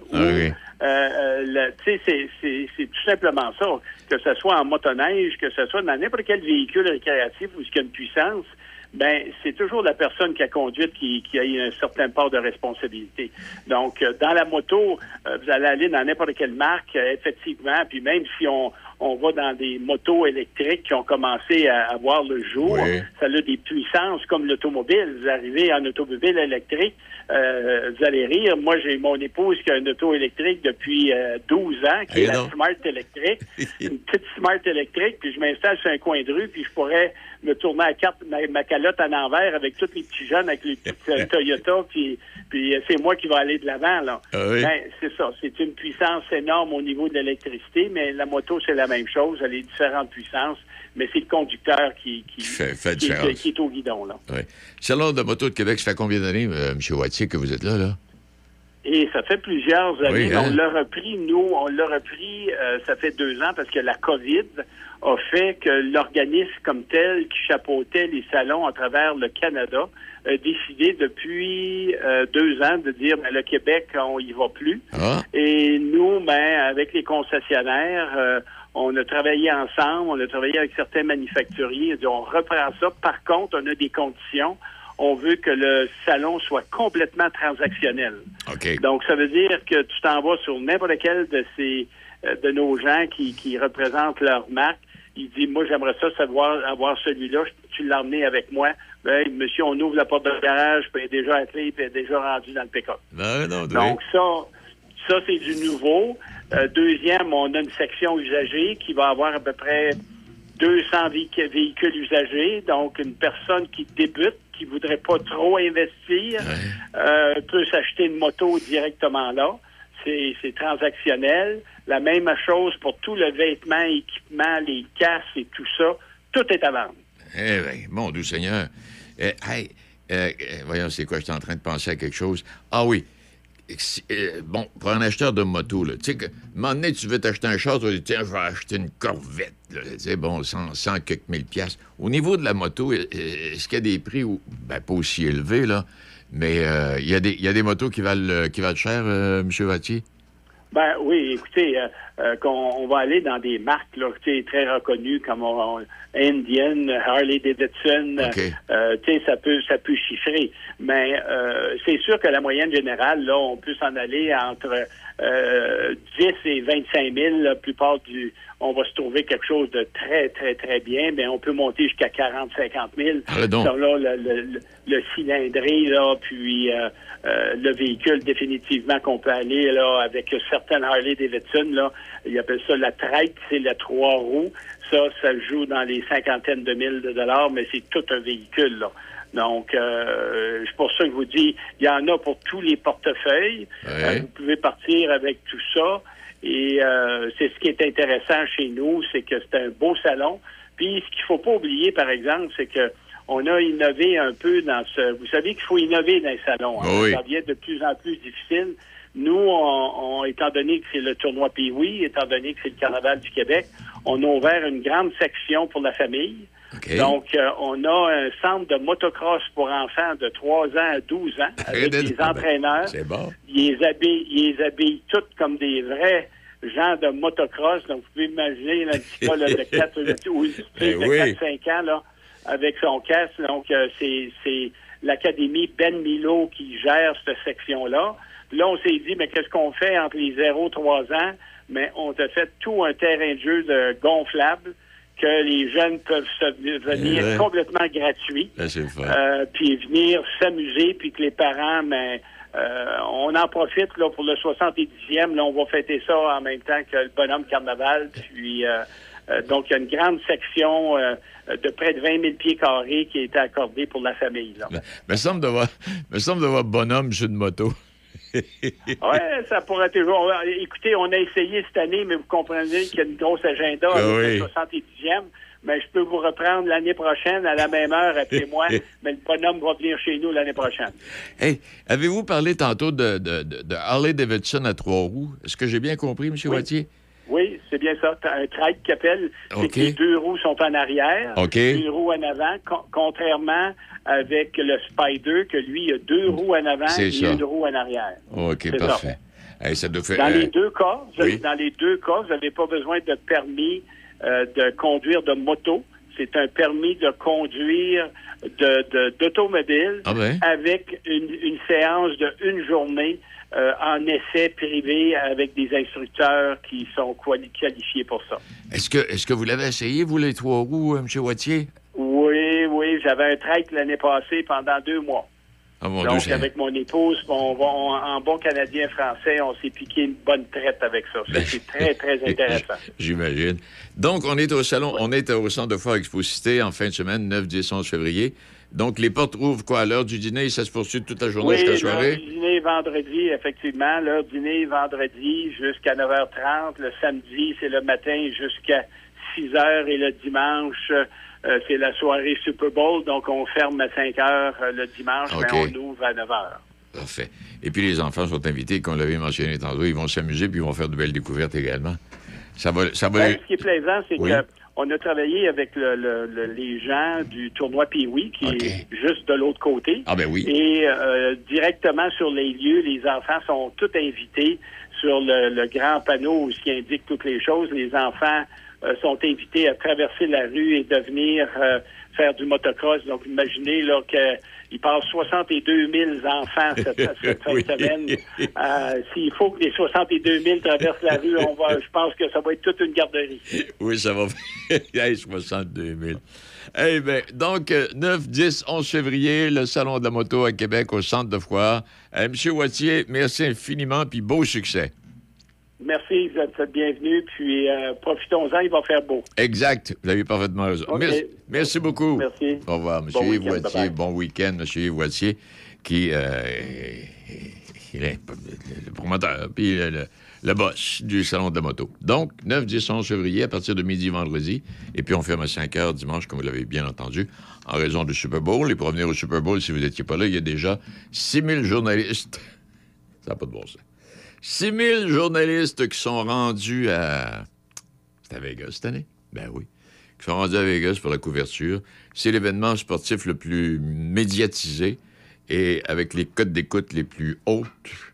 Speaker 17: Tu sais, c'est tout simplement ça. Que ce soit en motoneige, que ce soit dans n'importe quel véhicule récréatif ou qui a une puissance, ben c'est toujours la personne qui a conduite qui a un certain part de responsabilité. Donc, dans la moto, vous allez aller dans n'importe quelle marque, effectivement, puis même si on va dans des motos électriques qui ont commencé à voir le jour. Oui. Ça a des puissances comme l'automobile. Vous arrivez en automobile électrique, vous allez rire. Moi, j'ai mon épouse qui a une auto électrique depuis 12 ans, qui est la Smart électrique, une petite Smart électrique, puis je m'installe sur un coin de rue, puis je pourrais me tourner à ma calotte à l'envers avec tous les petits jeunes, avec les petites Toyota, puis c'est moi qui vais aller de l'avant, là. Ah oui. Ben, c'est ça. C'est une puissance énorme au niveau de l'électricité, mais la moto, c'est la même chose. Elle a différentes puissances, mais c'est le conducteur qui est au guidon, là.
Speaker 9: Oui. Salon de moto de Québec, ça fait combien d'années, M. Wattier, que vous êtes là?
Speaker 17: Et ça fait plusieurs années. Oui, hein? On l'a repris, ça fait 2 ans parce que la COVID a fait que l'organisme comme tel qui chapeautait les salons à travers le Canada a décidé depuis 2 ans de dire, le Québec, on y va plus. Ah. Et nous, avec les concessionnaires, on a travaillé ensemble, on a travaillé avec certains manufacturiers, on reprend ça. Par contre, on a des conditions. On veut que le salon soit complètement transactionnel. Okay. Donc, ça veut dire que tu t'en vas sur n'importe quel de nos gens qui représentent leur marque. Il dit, moi, j'aimerais ça savoir avoir celui-là. Tu l'as emmené avec moi. Ben, monsieur, on ouvre la porte de garage, puis il est déjà attelé, puis il est déjà rendu dans le pick-up. Donc, ça, c'est du nouveau. Deuxième, on a une section usagée qui va avoir à peu près 200 véhicules usagés. Donc, une personne qui débute, qui voudrait pas trop investir, peut s'acheter une moto directement là. C'est transactionnel. La même chose pour tout le vêtement, équipement, les casques et tout ça. Tout est à vendre.
Speaker 9: Eh bien, mon doux Seigneur. Voyons, c'est quoi? Je suis en train de penser à quelque chose. Ah oui. Bon, pour un acheteur de moto, tu sais, que, un moment donné, tu veux t'acheter un char, tu vas dire, tiens, je vais acheter une Corvette, tu sais, bon, 100 quelques mille piastres. Au niveau de la moto, est-ce qu'il y a des prix, pas aussi élevés, là, mais il y a des motos qui valent cher, M. Wattier?
Speaker 17: Ben oui, écoutez, on va aller dans des marques là, très reconnues comme Indian, Harley Davidson, ça peut chiffrer. Mais c'est sûr que la moyenne générale, là, on peut s'en aller entre 10 et 25 000. La plupart on va se trouver quelque chose de très, très, très bien, mais on peut monter jusqu'à 40, 50 000. Sur là, le cylindré, là, puis le véhicule, définitivement, qu'on peut aller là avec certaines Harley Davidson, là, ils appellent ça la trike, c'est la 3 roues. Ça joue dans les cinquantaines de mille de dollars, mais c'est tout un véhicule, là. Donc, c'est pour ça que je vous dis, il y en a pour tous les portefeuilles. Vous pouvez partir avec tout ça. Et c'est ce qui est intéressant chez nous, c'est que c'est un beau salon. Puis, ce qu'il faut pas oublier, par exemple, c'est que on a innové un peu dans Vous savez qu'il faut innover dans les salons. Hein? Oui. Ça devient de plus en plus difficile. Nous, étant donné que c'est le tournoi Pee-Wee, étant donné que c'est le Carnaval du Québec, on a ouvert une grande section pour la famille. Okay. Donc, on a un centre de motocross pour enfants de 3 ans à 12 ans avec des entraîneurs. C'est bon. Ils les habillent toutes comme des vrais gens de motocross. Donc, vous pouvez imaginer un petit gars de 4-5 ans là, avec son casque. Donc, c'est l'Académie Ben Milo qui gère cette section-là. Là, on s'est dit, mais qu'est-ce qu'on fait entre les 0 et 3 ans? Mais on a fait tout un terrain de jeu gonflable que les jeunes peuvent venir complètement gratuits, puis venir s'amuser, puis que les parents, on en profite là, pour le 70e. Là, on va fêter ça en même temps que le bonhomme carnaval. Puis, donc, il y a une grande section de près de 20 000 pieds carrés qui a été accordée pour la famille. Là.
Speaker 9: Me semble de voir bonhomme sur une moto.
Speaker 17: Oui, ça pourrait toujours... Écoutez, on a essayé cette année, mais vous comprenez qu'il y a une grosse agenda avec le 70e. Mais je peux vous reprendre l'année prochaine à la même heure, appelez-moi, mais le bonhomme va venir chez nous l'année prochaine.
Speaker 9: Hey, avez-vous parlé tantôt de Harley-Davidson à 3 roues? Est-ce que j'ai bien compris, M. Wattier?
Speaker 17: Oui, c'est bien ça. T'as un trike qui appelle, c'est que les 2 roues sont en arrière, 1 roue en avant, contrairement avec le Spider, que lui, il a 2 roues en avant et 1 roue en arrière.
Speaker 9: OK, parfait. Hey, ça doit faire,
Speaker 17: dans les deux cas, vous n'avez pas besoin de permis de conduire de moto. C'est un permis de conduire d'automobile avec une séance de 1 journée en essai privé avec des instructeurs qui sont qualifiés pour ça.
Speaker 9: Est-ce que vous l'avez essayé, vous, les 3 roues, M. Wattier?
Speaker 17: Oui. J'avais un trike l'année passée pendant 2 mois. Donc, avec mon épouse, en bon Canadien français, on s'est piqué une bonne traite avec ça. C'est très, très intéressant.
Speaker 9: J'imagine. Donc, on est au salon, on est au Centre de Foire Expo-Cité en fin de semaine, 9, 10, 11 février. Donc, les portes ouvrent quoi? À l'heure du dîner, ça se poursuit toute la journée jusqu'à la soirée?
Speaker 17: Oui, l'heure du dîner vendredi, effectivement. L'heure du dîner vendredi jusqu'à 9h30. Le samedi, c'est le matin jusqu'à 6h. Et le dimanche, c'est la soirée Super Bowl. Donc, on ferme à 5h le dimanche, mais on ouvre à 9h.
Speaker 9: Parfait. Et puis, les enfants sont invités, comme on l'avait mentionné tantôt. Ils vont s'amuser puis ils vont faire de belles découvertes également. Ça va...
Speaker 17: Ce qui est plaisant, c'est qu'on a travaillé avec les gens du tournoi Pee-Wee, qui est juste de l'autre côté.
Speaker 9: Ah ben oui.
Speaker 17: Et directement sur les lieux, les enfants sont tous invités sur le grand panneau où qui indique toutes les choses. Les enfants sont invités à traverser la rue et de venir faire du motocross. Donc, imaginez là qu'il passe 62 000 enfants cette fin de semaine. S'il faut que les 62 000 traversent la rue, je pense que ça va être toute une garderie.
Speaker 9: Oui, ça va faire 62 000. Eh bien, donc, 9, 10, 11 février, le Salon de la moto à Québec, au Centre de Foire. Monsieur Wattier, merci infiniment, puis beau succès.
Speaker 17: Merci, vous êtes bienvenue, puis profitons-en, il va faire beau.
Speaker 9: Exact, vous avez parfaitement raison.
Speaker 17: Okay.
Speaker 9: Merci beaucoup.
Speaker 17: Merci.
Speaker 9: Au revoir, M. Yves Wattier. Bye-bye. Bon week-end, M. Yves Wattier, qui il est le promoteur, puis le boss du Salon de la moto. Donc, 9, 10, 11 février, à partir de midi vendredi, et puis on ferme à 5 heures dimanche, comme vous l'avez bien entendu, en raison du Super Bowl. Et pour revenir au Super Bowl, si vous n'étiez pas là, il y a déjà 6 000 journalistes. Ça n'a pas de bon sens. 6 000 journalistes qui sont rendus à... C'est à Vegas cette année? Ben oui. Qui sont rendus à Vegas pour la couverture. C'est l'événement sportif le plus médiatisé et avec les cotes d'écoute les plus hautes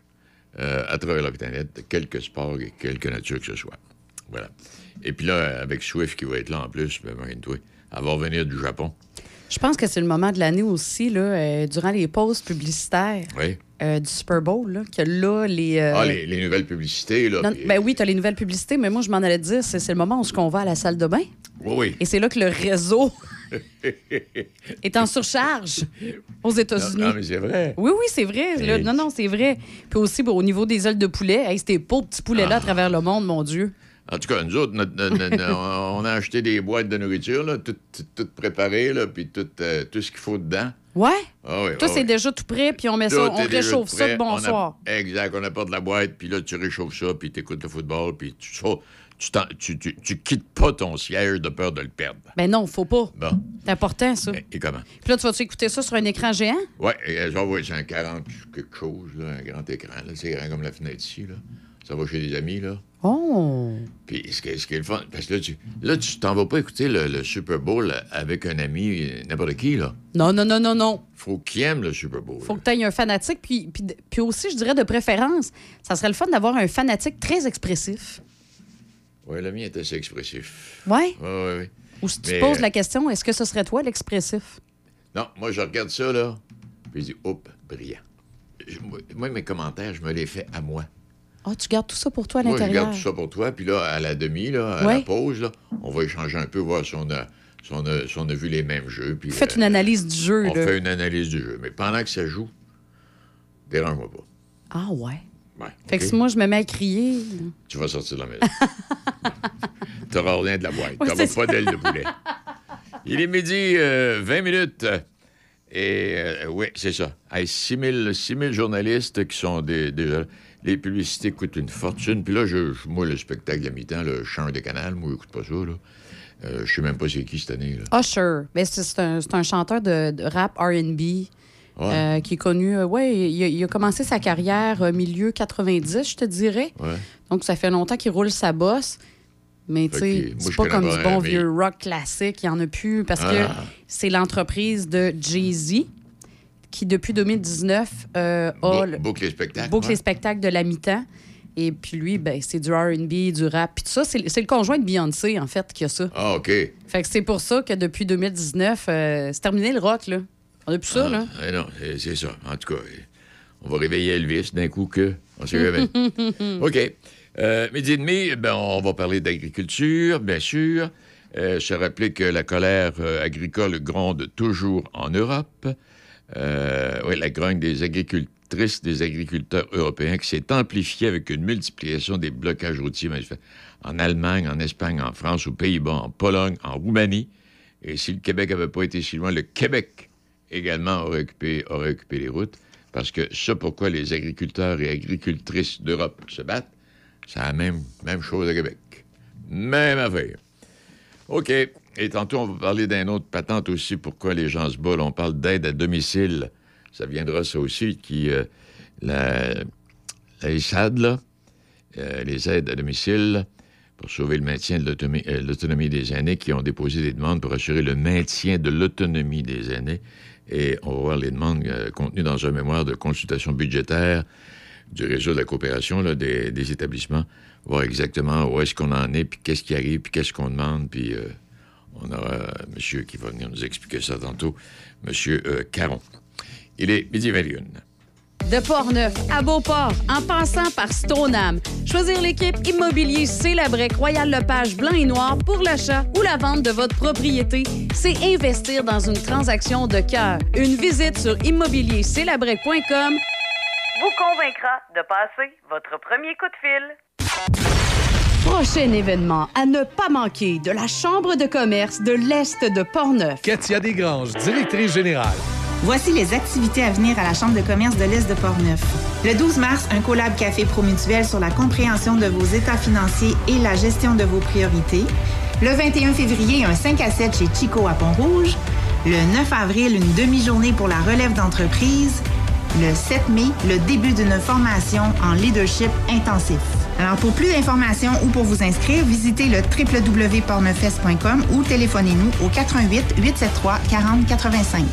Speaker 9: à travers la planète, de quelque sport et quelque nature que ce soit. Voilà. Et puis là, avec Swift qui va être là en plus, ben, toi, elle va revenir du Japon.
Speaker 10: Je pense que c'est le moment de l'année aussi, là, durant les pauses publicitaires.
Speaker 9: Oui.
Speaker 10: Du Super Bowl, là, que là,
Speaker 9: les nouvelles publicités, là.
Speaker 10: Non, ben oui, tu as les nouvelles publicités, mais moi, je m'en allais te dire, c'est le moment où on va à la salle de bain.
Speaker 9: Oui.
Speaker 10: Et c'est là que le réseau est en surcharge aux États-Unis.
Speaker 9: Non, mais c'est vrai.
Speaker 10: Oui, c'est vrai. Là, non, c'est vrai. Puis aussi, au niveau des ailes de poulet, ces pauvres petits poulets-là à travers le monde, mon Dieu.
Speaker 9: En tout cas, nous autres, on a acheté des boîtes de nourriture, là, toutes préparées, là, puis tout ce qu'il faut dedans.
Speaker 10: Ouais?
Speaker 9: Ah oui,
Speaker 10: toi, c'est déjà tout prêt, puis on met ça, on réchauffe ça de bonsoir.
Speaker 9: Exact, on apporte la boîte, puis là, tu réchauffes ça, puis tu écoutes le football, puis tu quittes pas ton siège de peur de le perdre.
Speaker 10: Ben non, faut pas.
Speaker 9: Bon.
Speaker 10: C'est important, ça.
Speaker 9: Et comment?
Speaker 10: Puis là, tu vas-tu écouter ça sur un écran géant?
Speaker 9: Oui, c'est un 40 quelque chose, là, un grand écran, là, c'est grand comme la fenêtre ici, là. Ça va chez des amis, là.
Speaker 10: Oh!
Speaker 9: Puis ce qui est le fun, parce que là, tu t'en vas pas écouter le Super Bowl avec un ami, n'importe qui, là.
Speaker 10: Non.
Speaker 9: Faut qu'il aime le Super Bowl.
Speaker 10: Faut que tu aies un fanatique, puis aussi, je dirais, de préférence, ça serait le fun d'avoir un fanatique très expressif.
Speaker 9: Oui, le mien est assez expressif.
Speaker 10: Oui?
Speaker 9: Oui.
Speaker 10: Ou si tu poses la question, est-ce que ce serait toi l'expressif?
Speaker 9: Non, moi, je regarde ça, là, puis je dis, oups, brillant. Moi, mes commentaires, je me les fais à moi.
Speaker 10: Ah, tu gardes tout ça pour toi à
Speaker 9: Moi, je
Speaker 10: l'intérieur?
Speaker 9: garde tout ça pour toi. Puis là, à la demi, là, à la pause, là, on va échanger un peu, voir si on a vu les mêmes jeux. Puis,
Speaker 10: Faites une analyse du jeu.
Speaker 9: On fait une analyse du jeu. Mais pendant que ça joue, dérange-moi pas.
Speaker 10: Ah ouais?
Speaker 9: Ouais.
Speaker 10: Fait que
Speaker 9: OK?
Speaker 10: si moi, je me mets à crier...
Speaker 9: Tu vas sortir de la maison. Tu n'auras rien de la boîte.
Speaker 10: Oui,
Speaker 9: Tu n'auras
Speaker 10: c'est
Speaker 9: pas
Speaker 10: ça.
Speaker 9: d'aile de poulet. Il est midi 20 minutes. Et oui, c'est ça. Hey, 6 000 journalistes qui sont déjà... Les publicités coûtent une fortune. Puis là, moi, le spectacle à mi-temps, je change de canal. Moi, j'écoute pas ça. Je sais même pas c'est qui cette année. Là.
Speaker 10: Usher. Ben, c'est un chanteur de rap R&B qui est connu. Il a commencé sa carrière milieu 90, je te dirais.
Speaker 9: Ouais.
Speaker 10: Donc, ça fait longtemps qu'il roule sa bosse. Mais tu sais, c'est pas comme du bon vieux rock classique. Il n'y en a plus parce que c'est l'entreprise de Jay-Z qui, depuis 2019,
Speaker 9: boucle les spectacles.
Speaker 10: Boucle les spectacles de la mi-temps. Et puis lui, ben, c'est du R&B, du rap. Puis tout ça, c'est le conjoint de Beyoncé, en fait, qui a ça.
Speaker 9: Ah, OK.
Speaker 10: Fait que c'est pour ça que depuis 2019, c'est terminé le rock, là. On a plus ça, là.
Speaker 9: Non, c'est ça. En tout cas, on va réveiller Elvis d'un coup que... On s'est réveillé. OK. Midi et demi, on va parler d'agriculture, bien sûr. Se rappeler que la colère agricole gronde toujours en Europe. La grogne des agricultrices, des agriculteurs européens qui s'est amplifiée avec une multiplication des blocages routiers en Allemagne, en Espagne, en France, aux Pays-Bas, en Pologne, en Roumanie. Et si le Québec n'avait pas été si loin, le Québec également aurait occupé les routes. Parce que ça, pourquoi les agriculteurs et agricultrices d'Europe se battent, c'est la même chose à Québec. Même affaire. OK. Et tantôt, on va parler d'une autre patente aussi, pourquoi les gens se battent. On parle d'aide à domicile. Ça viendra, ça aussi, la SAD, là, les aides à domicile pour sauver le maintien de l'autonomie des aînés qui ont déposé des demandes pour assurer le maintien de l'autonomie des aînés. Et on va voir les demandes contenues dans un mémoire de consultation budgétaire du réseau de la coopération là, des établissements, voir exactement où est-ce qu'on en est, puis qu'est-ce qui arrive, puis qu'est-ce qu'on demande, puis on aura monsieur qui va venir nous expliquer ça tantôt, monsieur Caron. Il est 12h21.
Speaker 10: De Portneuf à Beauport, en passant par Stoneham. Choisir l'équipe Immobilier Célabrec Royal Lepage Blanc et Noir pour l'achat ou la vente de votre propriété, c'est investir dans une transaction de cœur. Une visite sur immobiliercélabrec.com
Speaker 16: vous convaincra de passer votre premier coup de fil.
Speaker 10: Prochain événement à ne pas manquer de la Chambre de commerce de l'Est de Portneuf.
Speaker 2: Katia Desgranges, directrice générale.
Speaker 18: Voici les activités à venir à la Chambre de commerce de l'Est de Portneuf. Le 12 mars, un collab café promutuel sur la compréhension de vos états financiers et la gestion de vos priorités. Le 21 février, un 5 à 7 chez Chico à Pont-Rouge. Le 9 avril, une demi-journée pour la relève d'entreprise. Le 7 mai, le début d'une formation en leadership intensif. Alors, pour plus d'informations ou pour vous inscrire, visitez le www.portneufest.com ou téléphonez-nous au 88 873 40 85.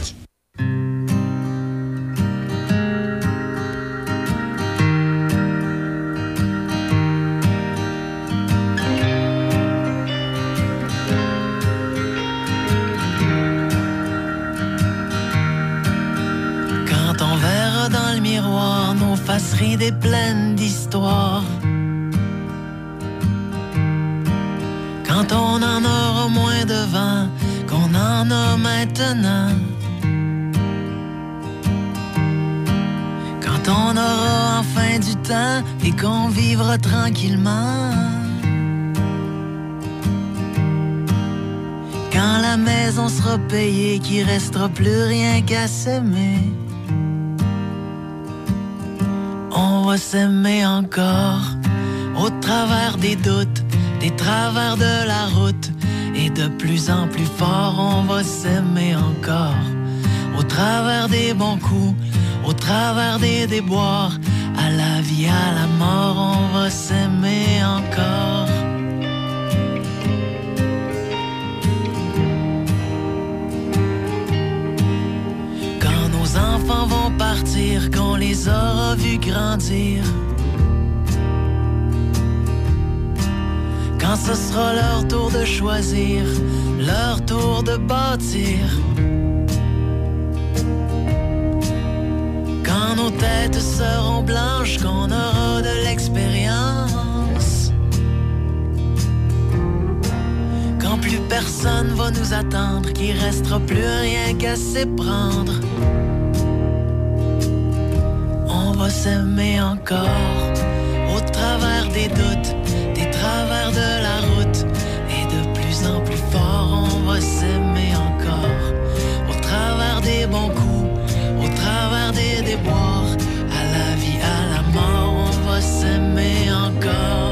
Speaker 19: Nos faces ridées pleines d'histoires. Quand on en aura moins de vent qu'on en a maintenant. Quand on aura enfin du temps et qu'on vivra tranquillement. Quand la maison sera payée, qu'il restera plus rien qu'à s'aimer. On va s'aimer encore, au travers des doutes, des travers de la route. Et de plus en plus fort, on va s'aimer encore, au travers des bons coups, au travers des déboires. À la vie, à la mort, on va s'aimer encore. Nos enfants vont partir, qu'on les aura vus grandir. Quand ce sera leur tour de choisir, leur tour de bâtir. Quand nos têtes seront blanches, qu'on aura de l'expérience. personne va nous attendre, qu'il restera plus rien qu'à s'éprendre. On va s'aimer encore, au travers des doutes, des travers de la route. Et de plus en plus fort, on va s'aimer encore, au travers des bons coups, au travers des déboires. À la vie, à la mort, on va s'aimer encore.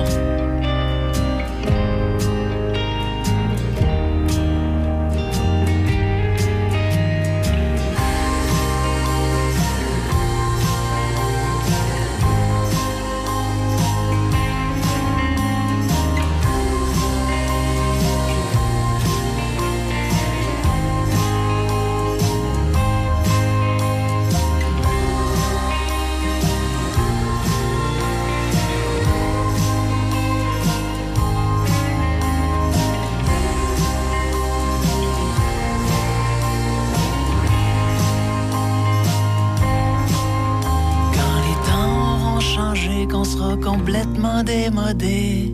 Speaker 19: Qu'on sera complètement démodé.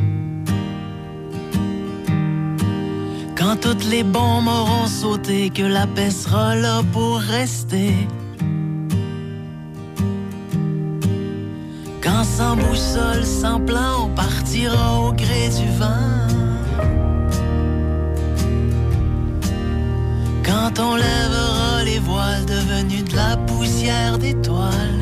Speaker 19: Quand toutes les bombes auront sauté, que la paix sera là pour rester. Quand sans boussole, sans plan, on partira au gré du vent. Quand on lèvera les voiles devenus de la poussière d'étoiles.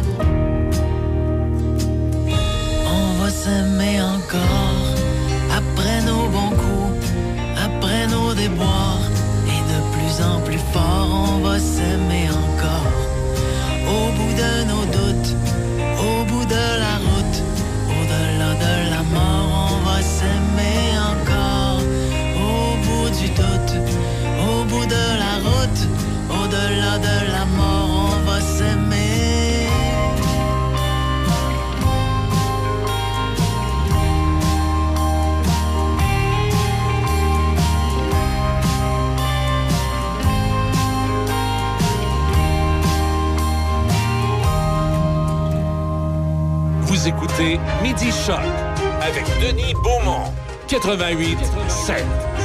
Speaker 19: On va s'aimer encore, après nos bons coups, après nos déboires. Et de plus en plus fort, on va s'aimer encore. Au bout de nos doutes, au bout de la route, au-delà de la mort, on va s'aimer encore. Au bout du doute, au bout de la route, au-delà de la mort, on va s'aimer.
Speaker 13: Vous écoutez Midi Choc avec Denis Beaumont, 88.7.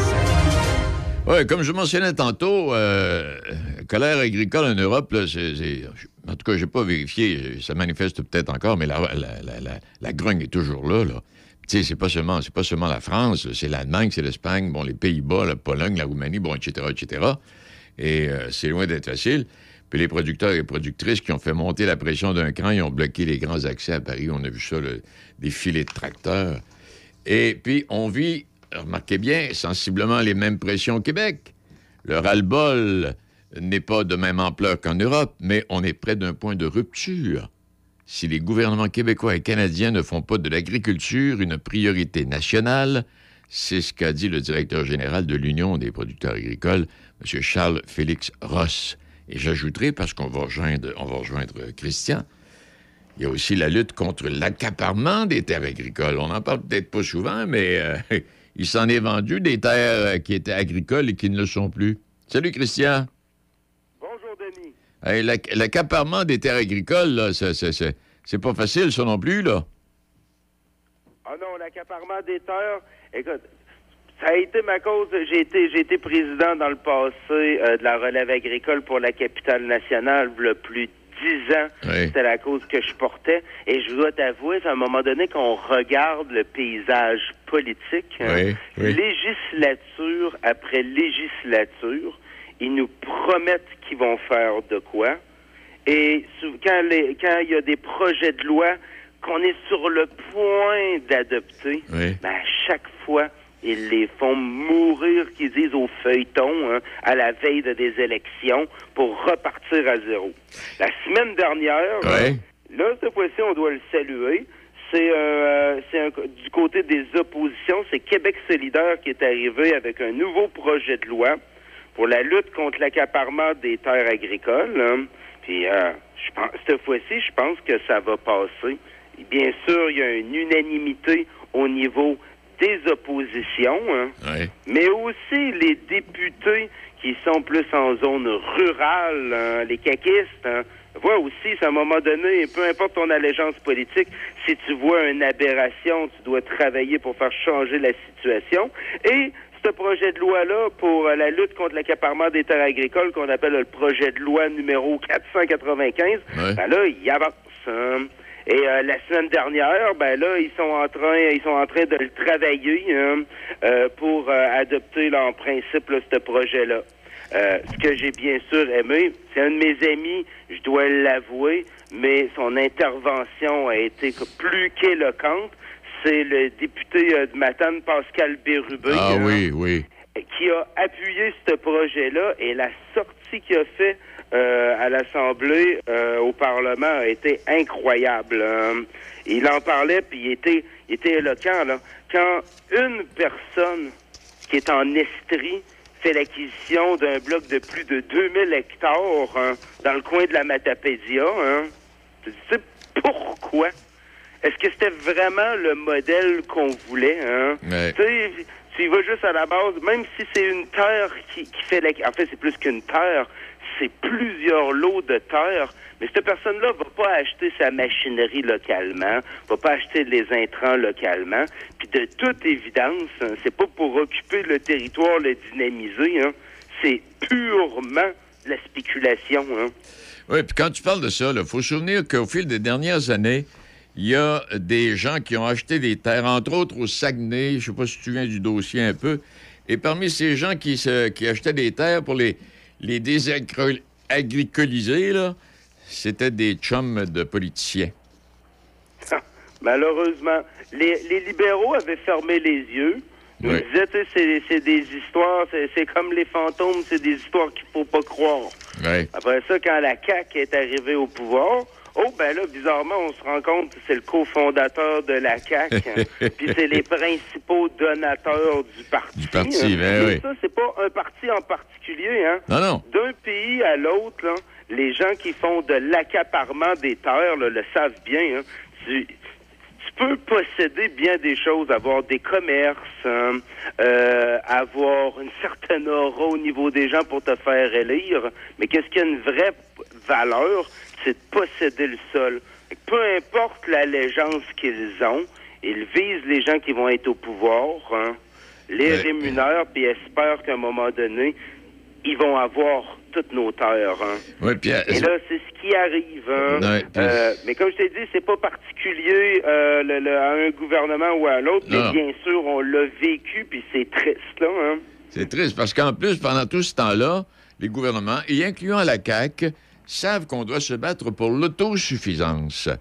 Speaker 9: Oui, comme je mentionnais tantôt, colère agricole en Europe, là, en tout cas, je n'ai pas vérifié, ça manifeste peut-être encore, mais la grogne est toujours là. Tu sais, c'est pas seulement la France, c'est l'Allemagne, c'est l'Espagne, bon, les Pays-Bas, la Pologne, la Roumanie, bon, etc., etc. Et c'est loin d'être facile. Puis les producteurs et productrices qui ont fait monter la pression d'un cran, ils ont bloqué les grands accès à Paris. On a vu ça, des filets de tracteurs. Et puis, on vit, remarquez bien, sensiblement les mêmes pressions au Québec. Le ras-le-bol n'est pas de même ampleur qu'en Europe, mais on est près d'un point de rupture. Si les gouvernements québécois et canadiens ne font pas de l'agriculture une priorité nationale, c'est ce qu'a dit le directeur général de l'Union des producteurs agricoles, M. Charles-Félix Ross. Et j'ajouterai, parce qu'on va rejoindre Christian, il y a aussi la lutte contre l'accaparement des terres agricoles. On n'en parle peut-être pas souvent, mais il s'en est vendu des terres qui étaient agricoles et qui ne le sont plus. Salut, Christian.
Speaker 20: Bonjour, Denis.
Speaker 9: Hey, l'accaparement des terres agricoles, là, c'est pas facile, ça non plus, là.
Speaker 20: Ah non, l'accaparement des terres, écoute, ça a été ma cause. J'ai été président dans le passé de la relève agricole pour la capitale nationale, il y a plus de 10 ans. Oui. C'était la cause que je portais. Et je dois t'avouer, à un moment donné, qu'on regarde le paysage politique,
Speaker 9: oui.
Speaker 20: Législature après législature, ils nous promettent qu'ils vont faire de quoi. Et quand il y a des projets de loi qu'on est sur le point d'adopter,
Speaker 9: oui.
Speaker 20: Ben, à chaque fois, ils les font mourir, qu'ils disent au feuilleton, à la veille des élections, pour repartir à zéro. La semaine dernière,
Speaker 9: oui.
Speaker 20: Là, cette fois-ci, on doit le saluer. C'est du côté des oppositions, c'est Québec solidaire qui est arrivé avec un nouveau projet de loi pour la lutte contre l'accaparement des terres agricoles. Hein. Puis, cette fois-ci, je pense que ça va passer. Et bien sûr, il y a une unanimité au niveau des oppositions, hein,
Speaker 9: oui.
Speaker 20: Mais aussi les députés qui sont plus en zone rurale, hein, les caquistes, hein, voient aussi, à un moment donné, peu importe ton allégeance politique, si tu vois une aberration, tu dois travailler pour faire changer la situation. Et ce projet de loi-là pour la lutte contre l'accaparement des terres agricoles qu'on appelle le projet de loi numéro 495, ben là, il avance. Et la semaine dernière, ben là, ils sont en train de le travailler pour adopter là, en principe là, ce projet-là. Ce que j'ai bien sûr aimé, c'est un de mes amis, je dois l'avouer, mais son intervention a été plus qu'éloquente. C'est le député de Matane, Pascal Bérubé,
Speaker 9: oui.
Speaker 20: qui a appuyé ce projet-là, et la sortie qu'il a fait à l'Assemblée, au Parlement, a été incroyable. Il en parlait, puis il était éloquent, là. Quand une personne qui est en Estrie fait l'acquisition d'un bloc de plus de 2000 hectares dans le coin de la Matapédia, tu sais pourquoi? Est-ce que c'était vraiment le modèle qu'on voulait?
Speaker 9: Ouais.
Speaker 20: Tu sais, tu y vas juste à la base, même si c'est une terre qui fait en fait, c'est plus qu'une terre, c'est plusieurs lots de terre, mais cette personne-là va pas acheter sa machinerie localement, va pas acheter les intrants localement, puis de toute évidence, c'est pas pour occuper le territoire, le dynamiser, c'est purement de la spéculation.
Speaker 9: Oui, puis quand tu parles de ça, il faut se souvenir qu'au fil des dernières années, il y a des gens qui ont acheté des terres, entre autres au Saguenay, je ne sais pas si tu viens du dossier un peu, et parmi ces gens qui achetaient des terres pour les désagricoliser, là, c'était des chums de politiciens.
Speaker 20: Malheureusement. Les libéraux avaient fermé les yeux. Ils disaient, tu sais, c'est des histoires, c'est comme les fantômes, c'est des histoires qu'il faut pas croire.
Speaker 9: Ouais.
Speaker 20: Après ça, quand la CAQ est arrivée au pouvoir, ben là, bizarrement, on se rend compte que c'est le cofondateur de la CAQ, puis c'est les principaux donateurs du parti.
Speaker 9: Oui.
Speaker 20: Ça, c'est pas un parti en particulier,
Speaker 9: Non.
Speaker 20: D'un pays à l'autre, là, les gens qui font de l'accaparement des terres là, le savent bien. Tu peux posséder bien des choses, avoir des commerces, avoir une certaine aura au niveau des gens pour te faire élire, mais qu'est-ce qui a une vraie valeur, c'est de posséder le sol. Peu importe l'allégeance qu'ils ont, ils visent les gens qui vont être au pouvoir, les rémunèrent, puis espèrent qu'à un moment donné, ils vont avoir toutes nos terres. Et là, c'est ce qui arrive. Mais comme je t'ai dit, c'est pas particulier à un gouvernement ou à l'autre, mais bien sûr, on l'a vécu, puis c'est triste, là.
Speaker 9: C'est triste, parce qu'en plus, pendant tout ce temps-là, les gouvernements, y incluant la CAQ, savent qu'on doit se battre pour l'autosuffisance.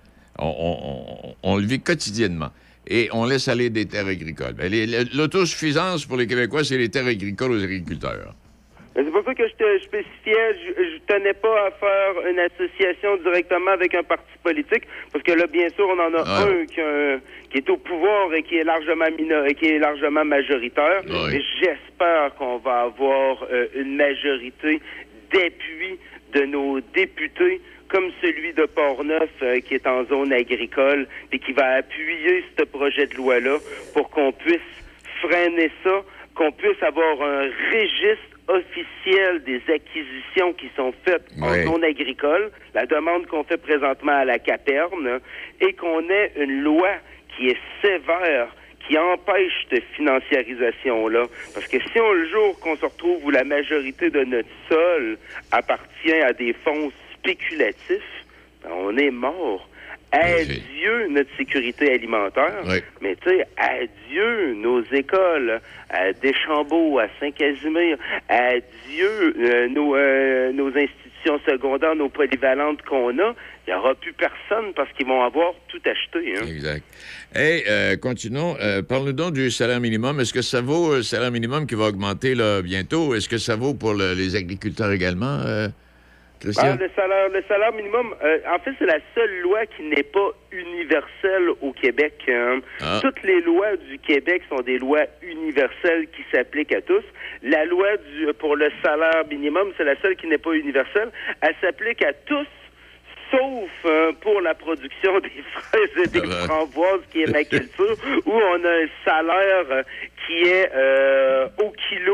Speaker 9: On le vit quotidiennement. Et on laisse aller des terres agricoles. L'autosuffisance pour les Québécois, c'est les terres agricoles aux agriculteurs.
Speaker 20: C'est pour ça que je te spécifiais, je tenais pas à faire une association directement avec un parti politique, parce que là, bien sûr, on en a un qui est au pouvoir et qui est largement majoritaire. Mais j'espère qu'on va avoir une majorité d'appui de nos députés, comme celui de Portneuf qui est en zone agricole, et qui va appuyer ce projet de loi-là pour qu'on puisse freiner ça, qu'on puisse avoir un registre officiel des acquisitions qui sont faites en zone agricole, la demande qu'on fait présentement à la Caperne, et qu'on ait une loi qui est sévère, qui empêche cette financiarisation-là. Parce que si le jour qu'on se retrouve où la majorité de notre sol appartient à des fonds spéculatifs, ben on est mort. Adieu notre sécurité alimentaire, mais tu sais, adieu nos écoles, à Deschambault, à Saint-Casimir, adieu nos institutions secondaires, nos polyvalentes qu'on a. Il n'y aura plus personne parce qu'ils vont avoir tout acheté.
Speaker 9: Exact. Hey, continuons. Parle-nous donc du salaire minimum. Est-ce que ça vaut le salaire minimum qui va augmenter là, bientôt? Est-ce que ça vaut pour les agriculteurs également? Christian?
Speaker 20: Le salaire minimum, en fait, c'est la seule loi qui n'est pas universelle au Québec. Toutes les lois du Québec sont des lois universelles qui s'appliquent à tous. La loi pour le salaire minimum, c'est la seule qui n'est pas universelle. Elle s'applique à tous, sauf pour la production des fraises et des framboises, qui est ma culture, où on a un salaire qui est au kilo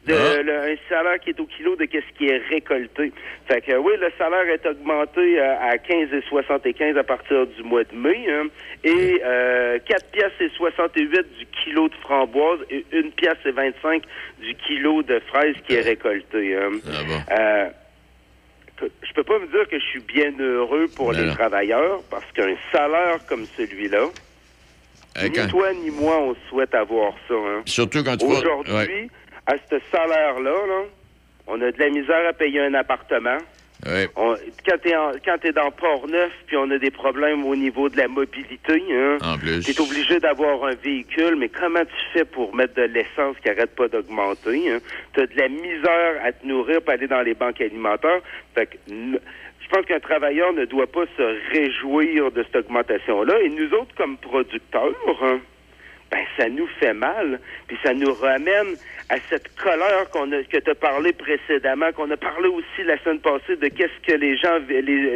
Speaker 20: un salaire qui est au kilo de qu'est-ce qui est récolté. Fait que oui, le salaire est augmenté à 15,75 à partir du mois de mai, hein, et 4,68 du kilo de framboise et 1,25 du kilo de fraises qui est récolté. Hein. Je peux pas me dire que je suis bien heureux pour les travailleurs, parce qu'un salaire comme celui-là, ni toi ni moi, on souhaite avoir ça. Hein.
Speaker 9: Surtout quand tu
Speaker 20: Aujourd'hui, à ce salaire-là, là, on a de la misère à payer un appartement.
Speaker 9: Ouais.
Speaker 20: Quand t'es dans Port-Neuf, puis on a des problèmes au niveau de la mobilité, hein,
Speaker 9: en plus,
Speaker 20: t'es obligé d'avoir un véhicule, mais comment tu fais pour mettre de l'essence qui arrête pas d'augmenter? Hein? T'as de la misère à te nourrir pour aller dans les banques alimentaires. Fait que, je pense qu'un travailleur ne doit pas se réjouir de cette augmentation-là. Et nous autres, comme producteurs, hein, ben ça nous fait mal, puis ça nous ramène à cette colère que tu as parlé précédemment, qu'on a parlé aussi la semaine passée de qu'est-ce que les gens,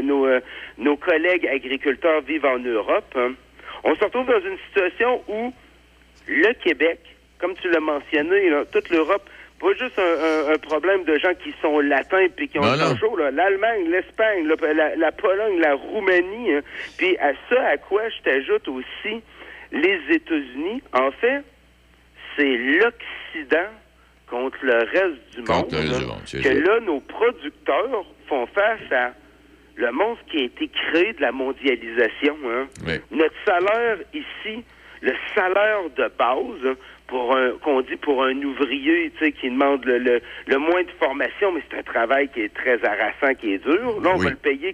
Speaker 20: nos collègues agriculteurs vivent en Europe. Hein. On se retrouve dans une situation où le Québec, comme tu l'as mentionné, là, toute l'Europe, pas juste un problème de gens qui sont latins puis qui ont le chaud, là. L'Allemagne, l'Espagne, la Pologne, la Roumanie, hein. Puis à ça, à quoi je t'ajoute aussi les États-Unis, en fait, c'est l'Occident contre le reste du monde, que là, nos producteurs font face à le monstre qui a été créé de la mondialisation. Hein. Oui. Notre salaire ici, le salaire de base, qu'on dit pour un ouvrier, tu sais, qui demande le moins de formation, mais c'est un travail qui est très harassant, qui est dur. Là, on va le payer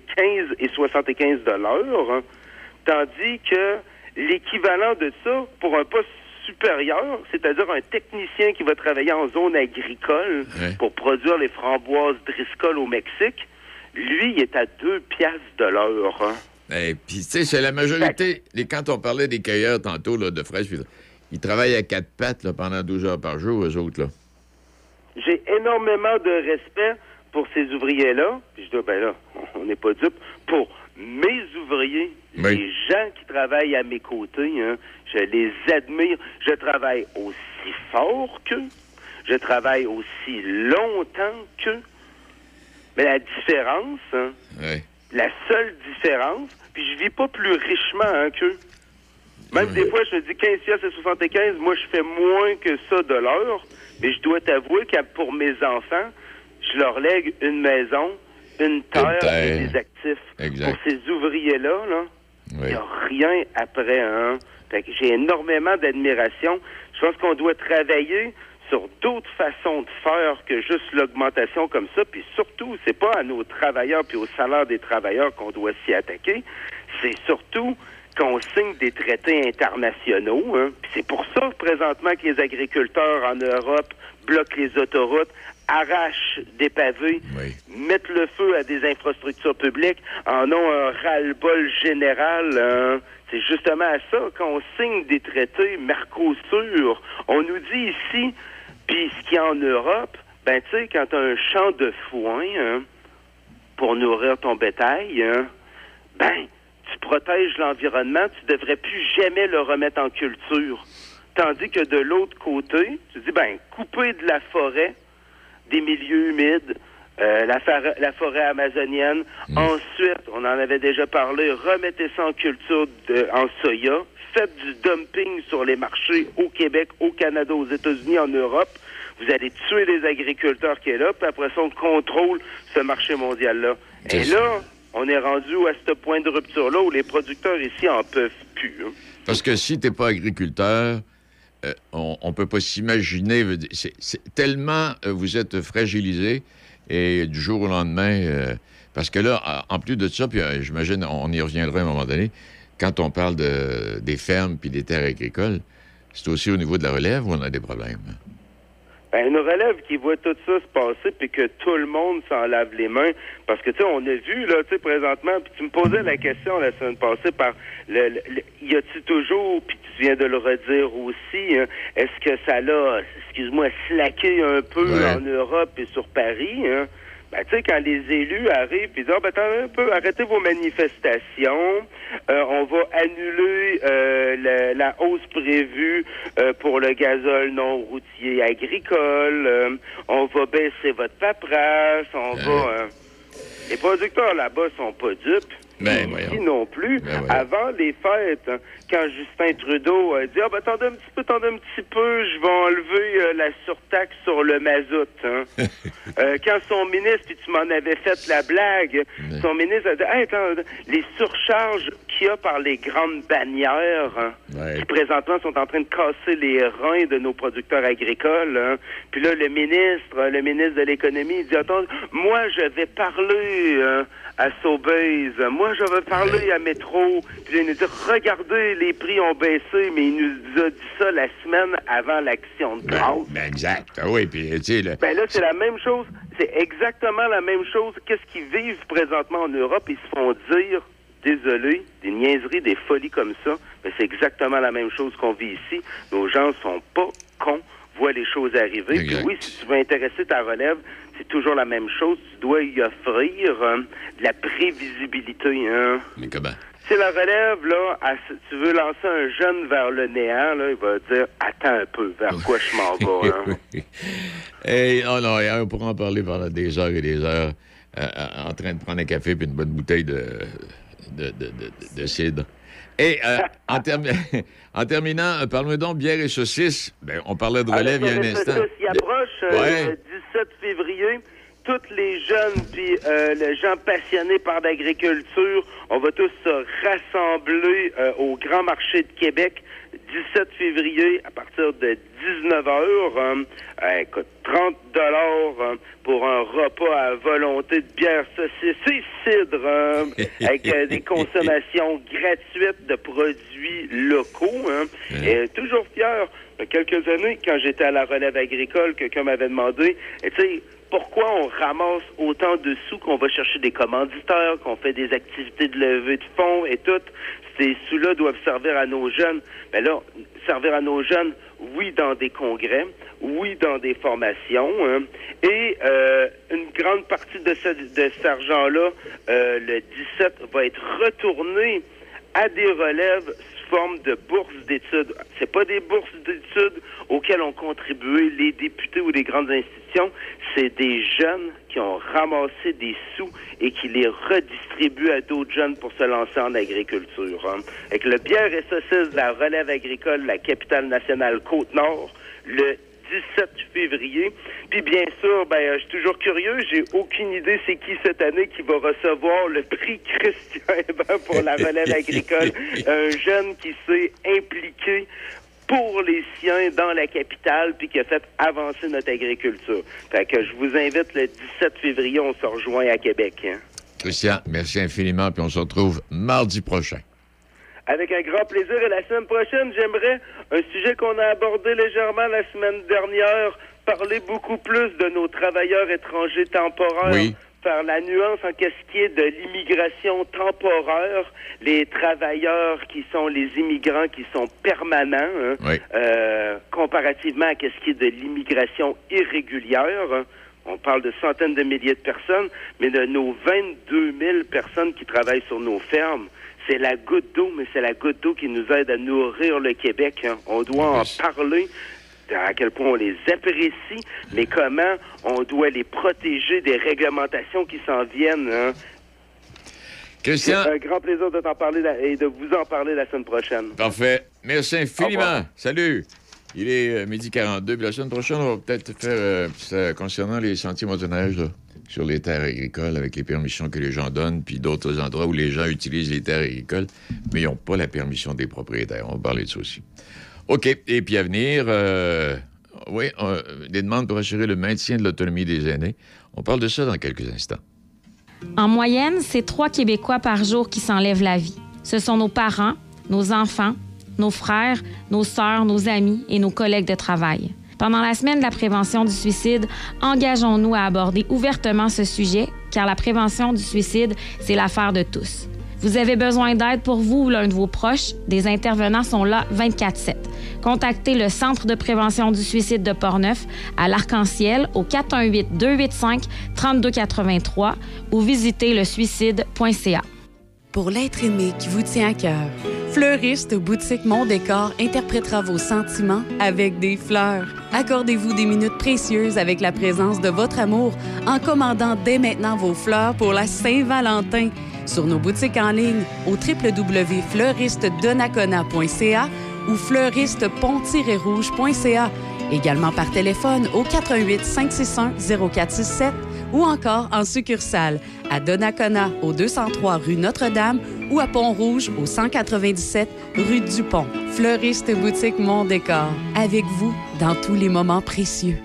Speaker 20: 15,75 $, hein, tandis que l'équivalent de ça, pour un poste supérieur, c'est-à-dire un technicien qui va travailler en zone agricole pour produire les framboises Driscoll au Mexique, lui, il est à 2 piastres de l'heure. Hein.
Speaker 9: Et puis, tu sais, c'est la majorité. Quand on parlait des cueilleurs tantôt là, de fraises, ils travaillent à 4 pattes là, pendant 12 heures par jour, eux autres. Là.
Speaker 20: J'ai énormément de respect pour ces ouvriers-là. Puis je dis, ben là, on n'est pas dupes. Pour mes ouvriers, les gens qui travaillent à mes côtés, hein, je les admire. Je travaille aussi fort qu'eux. Je travaille aussi longtemps qu'eux. Mais la différence, hein, la seule différence, puis je vis pas plus richement hein, qu'eux. Même des fois, je me dis 15 piastres et 75, moi, je fais moins que ça de l'heure, mais je dois t'avouer que pour mes enfants, je leur lègue une maison, une terre et des actifs. Exact. Pour ces ouvriers-là, il n'y a rien après. Hein. Fait que j'ai énormément d'admiration. Je pense qu'on doit travailler sur d'autres façons de faire que juste l'augmentation comme ça. Puis surtout, c'est pas à nos travailleurs puis au salaire des travailleurs qu'on doit s'y attaquer. C'est surtout qu'on signe des traités internationaux. Hein. Puis c'est pour ça, présentement, que les agriculteurs en Europe bloquent les autoroutes, arrachent des pavés, mettent le feu à des infrastructures publiques, en ont un ras-le-bol général. Hein. C'est justement à ça qu'on signe des traités Mercosur. On nous dit ici, puis ce qu'il y a en Europe, ben tu sais, quand tu as un champ de foin hein, pour nourrir ton bétail, hein, ben tu protèges l'environnement, tu devrais plus jamais le remettre en culture. Tandis que de l'autre côté, tu dis, ben couper de la forêt, des milieux humides, la forêt amazonienne. Ensuite, on en avait déjà parlé, remettez ça en culture en soya. Faites du dumping sur les marchés au Québec, au Canada, aux États-Unis, en Europe. Vous allez tuer les agriculteurs qui est là, puis après ça, on contrôle ce marché mondial-là. Et là, on est rendu à ce point de rupture-là où les producteurs ici en peuvent plus. Hein.
Speaker 9: Parce que si t'es pas agriculteur, on peut pas s'imaginer. C'est tellement vous êtes fragilisé et du jour au lendemain, parce que là, en plus de ça, puis j'imagine, on y reviendra à un moment donné, quand on parle des fermes puis des terres agricoles, c'est aussi au niveau de la relève où on a des problèmes.
Speaker 20: Ben, une relève qui voit tout ça se passer puis que tout le monde s'en lave les mains. Parce que, tu sais, on a vu, là, tu sais, présentement, puis tu me posais la question la semaine passée y a-t-il toujours, puis tu viens de le redire aussi, hein, est-ce que ça l'a, excuse-moi, slacké un peu en Europe et sur Paris, hein? Ben, tu sais, quand les élus arrivent et disent « attendez un peu, arrêtez vos manifestations, on va annuler la hausse prévue pour le gazole non routier agricole, on va baisser votre paperasse, on va... Les producteurs là-bas sont pas dupes. Ici non plus. Avant les fêtes, quand Justin Trudeau a dit « attendez un petit peu, je vais enlever la surtaxe sur le mazout. Quand son ministre, puis tu m'en avais fait la blague, son ministre a dit « attends, les surcharges qu'il y a par les grandes bannières, qui présentement sont en train de casser les reins de nos producteurs agricoles. Puis là, le ministre de l'économie, il dit « attends, moi, je vais parler... à Sobeys. Moi, je vais parler à Métro. Puis il nous dit, regardez, les prix ont baissé, mais il nous a dit ça la semaine avant l'action de grâce.
Speaker 9: Exact. Ah oui, puis tu sais...
Speaker 20: Là, c'est la même chose. C'est exactement la même chose. Qu'est-ce qu'ils vivent présentement en Europe? Ils se font dire, désolé, des niaiseries, des folies comme ça. Mais c'est exactement la même chose qu'on vit ici. Nos gens sont pas cons, voient les choses arriver. Puis oui, si tu veux intéresser ta relève, c'est toujours la même chose. Tu dois y offrir de la prévisibilité.
Speaker 9: Mais comment?
Speaker 20: Si la relève, là, tu veux lancer un jeune vers le néant, là, il va dire « Attends un peu, vers quoi je m'en vais? »
Speaker 9: Oh non, on pourra en parler pendant des heures et des heures en train de prendre un café puis une bonne bouteille de cidre. Et en terminant, parle-moi donc bière et saucisses. Ben, on parlait de relève il y a un instant.
Speaker 20: Il approche le 17 février. Toutes les jeunes puis les gens passionnés par l'agriculture, on va tous se rassembler au Grand Marché de Québec 17 février à partir de 19h. Écoute, 30 $ pour un repas à volonté de bière, saucisse et cidre avec des consommations gratuites de produits locaux. Et toujours fier. Il y a quelques années, quand j'étais à la relève agricole, quelqu'un m'avait demandé, tu sais, pourquoi on ramasse autant de sous qu'on va chercher des commanditaires, qu'on fait des activités de levée de fonds et tout. Ces sous-là doivent servir à nos jeunes. Mais là, servir à nos jeunes, oui, dans des congrès, oui, dans des formations. Et une grande partie de cet argent-là, le 17, va être retourné à des relèves sous forme de bourses d'études. C'est pas des bourses d'études auxquelles ont contribué les députés ou les grandes institutions. C'est des jeunes qui ont ramassé des sous et qui les redistribuent à d'autres jeunes pour se lancer en agriculture. Avec le bière et saucisse de la relève agricole, la capitale nationale Côte-Nord, le 17 février. Puis bien sûr, je suis toujours curieux, j'ai aucune idée c'est qui cette année qui va recevoir le prix Christian Hébert pour la relève agricole. Un jeune qui s'est impliqué pour les siens dans la capitale puis qui a fait avancer notre agriculture. Fait que je vous invite le 17 février, on se rejoint à Québec.
Speaker 9: Christian, merci infiniment, puis on se retrouve mardi prochain.
Speaker 20: Avec un grand plaisir. Et la semaine prochaine, j'aimerais un sujet qu'on a abordé légèrement la semaine dernière, parler beaucoup plus de nos travailleurs étrangers temporaires.
Speaker 9: Oui.
Speaker 20: Faire la nuance en qu'est-ce qui est de l'immigration temporaire, les travailleurs qui sont les immigrants qui sont permanents, comparativement à qu'est-ce qui est de l'immigration irrégulière. On parle de centaines de milliers de personnes, mais de nos 22 000 personnes qui travaillent sur nos fermes. C'est la goutte d'eau, mais c'est la goutte d'eau qui nous aide à nourrir le Québec. On doit en parler, à quel point on les apprécie, mais comment on doit les protéger des réglementations qui s'en viennent.
Speaker 9: Christian,
Speaker 20: c'est un grand plaisir de t'en parler et de vous en parler la semaine prochaine.
Speaker 9: Parfait. Merci infiniment. Salut. Il est 12h42. Puis la semaine prochaine, on va peut-être faire ça, concernant les sentiers motoneiges là, sur les terres agricoles avec les permissions que les gens donnent, puis d'autres endroits où les gens utilisent les terres agricoles, mais ils n'ont pas la permission des propriétaires. On va parler de ça aussi. OK. Et puis à venir, des demandes pour assurer le maintien de l'autonomie des aînés. On parle de ça dans quelques instants.
Speaker 21: En moyenne, c'est 3 Québécois par jour qui s'enlèvent la vie. Ce sont nos parents, nos enfants, nos frères, nos sœurs, nos amis et nos collègues de travail. Pendant la semaine de la prévention du suicide, engageons-nous à aborder ouvertement ce sujet, car la prévention du suicide, c'est l'affaire de tous. Vous avez besoin d'aide pour vous ou l'un de vos proches? Des intervenants sont là 24/7. Contactez le Centre de prévention du suicide de Portneuf à l'Arc-en-Ciel au 418-285-3283 ou visitez lesuicide.ca.
Speaker 11: Pour l'être aimé qui vous tient à cœur, Fleuriste Boutique Mon Décor interprétera vos sentiments avec des fleurs. Accordez-vous des minutes précieuses avec la présence de votre amour en commandant dès maintenant vos fleurs pour la Saint-Valentin. Sur nos boutiques en ligne au www.fleuristedonacona.ca ou fleuristepont-rouge.ca. Également par téléphone au 418-561-0467 ou encore en succursale à Donnacona au 203 rue Notre-Dame ou à Pont-Rouge au 197 rue Dupont. Fleuriste Boutique Mon Décor, avec vous dans tous les moments précieux.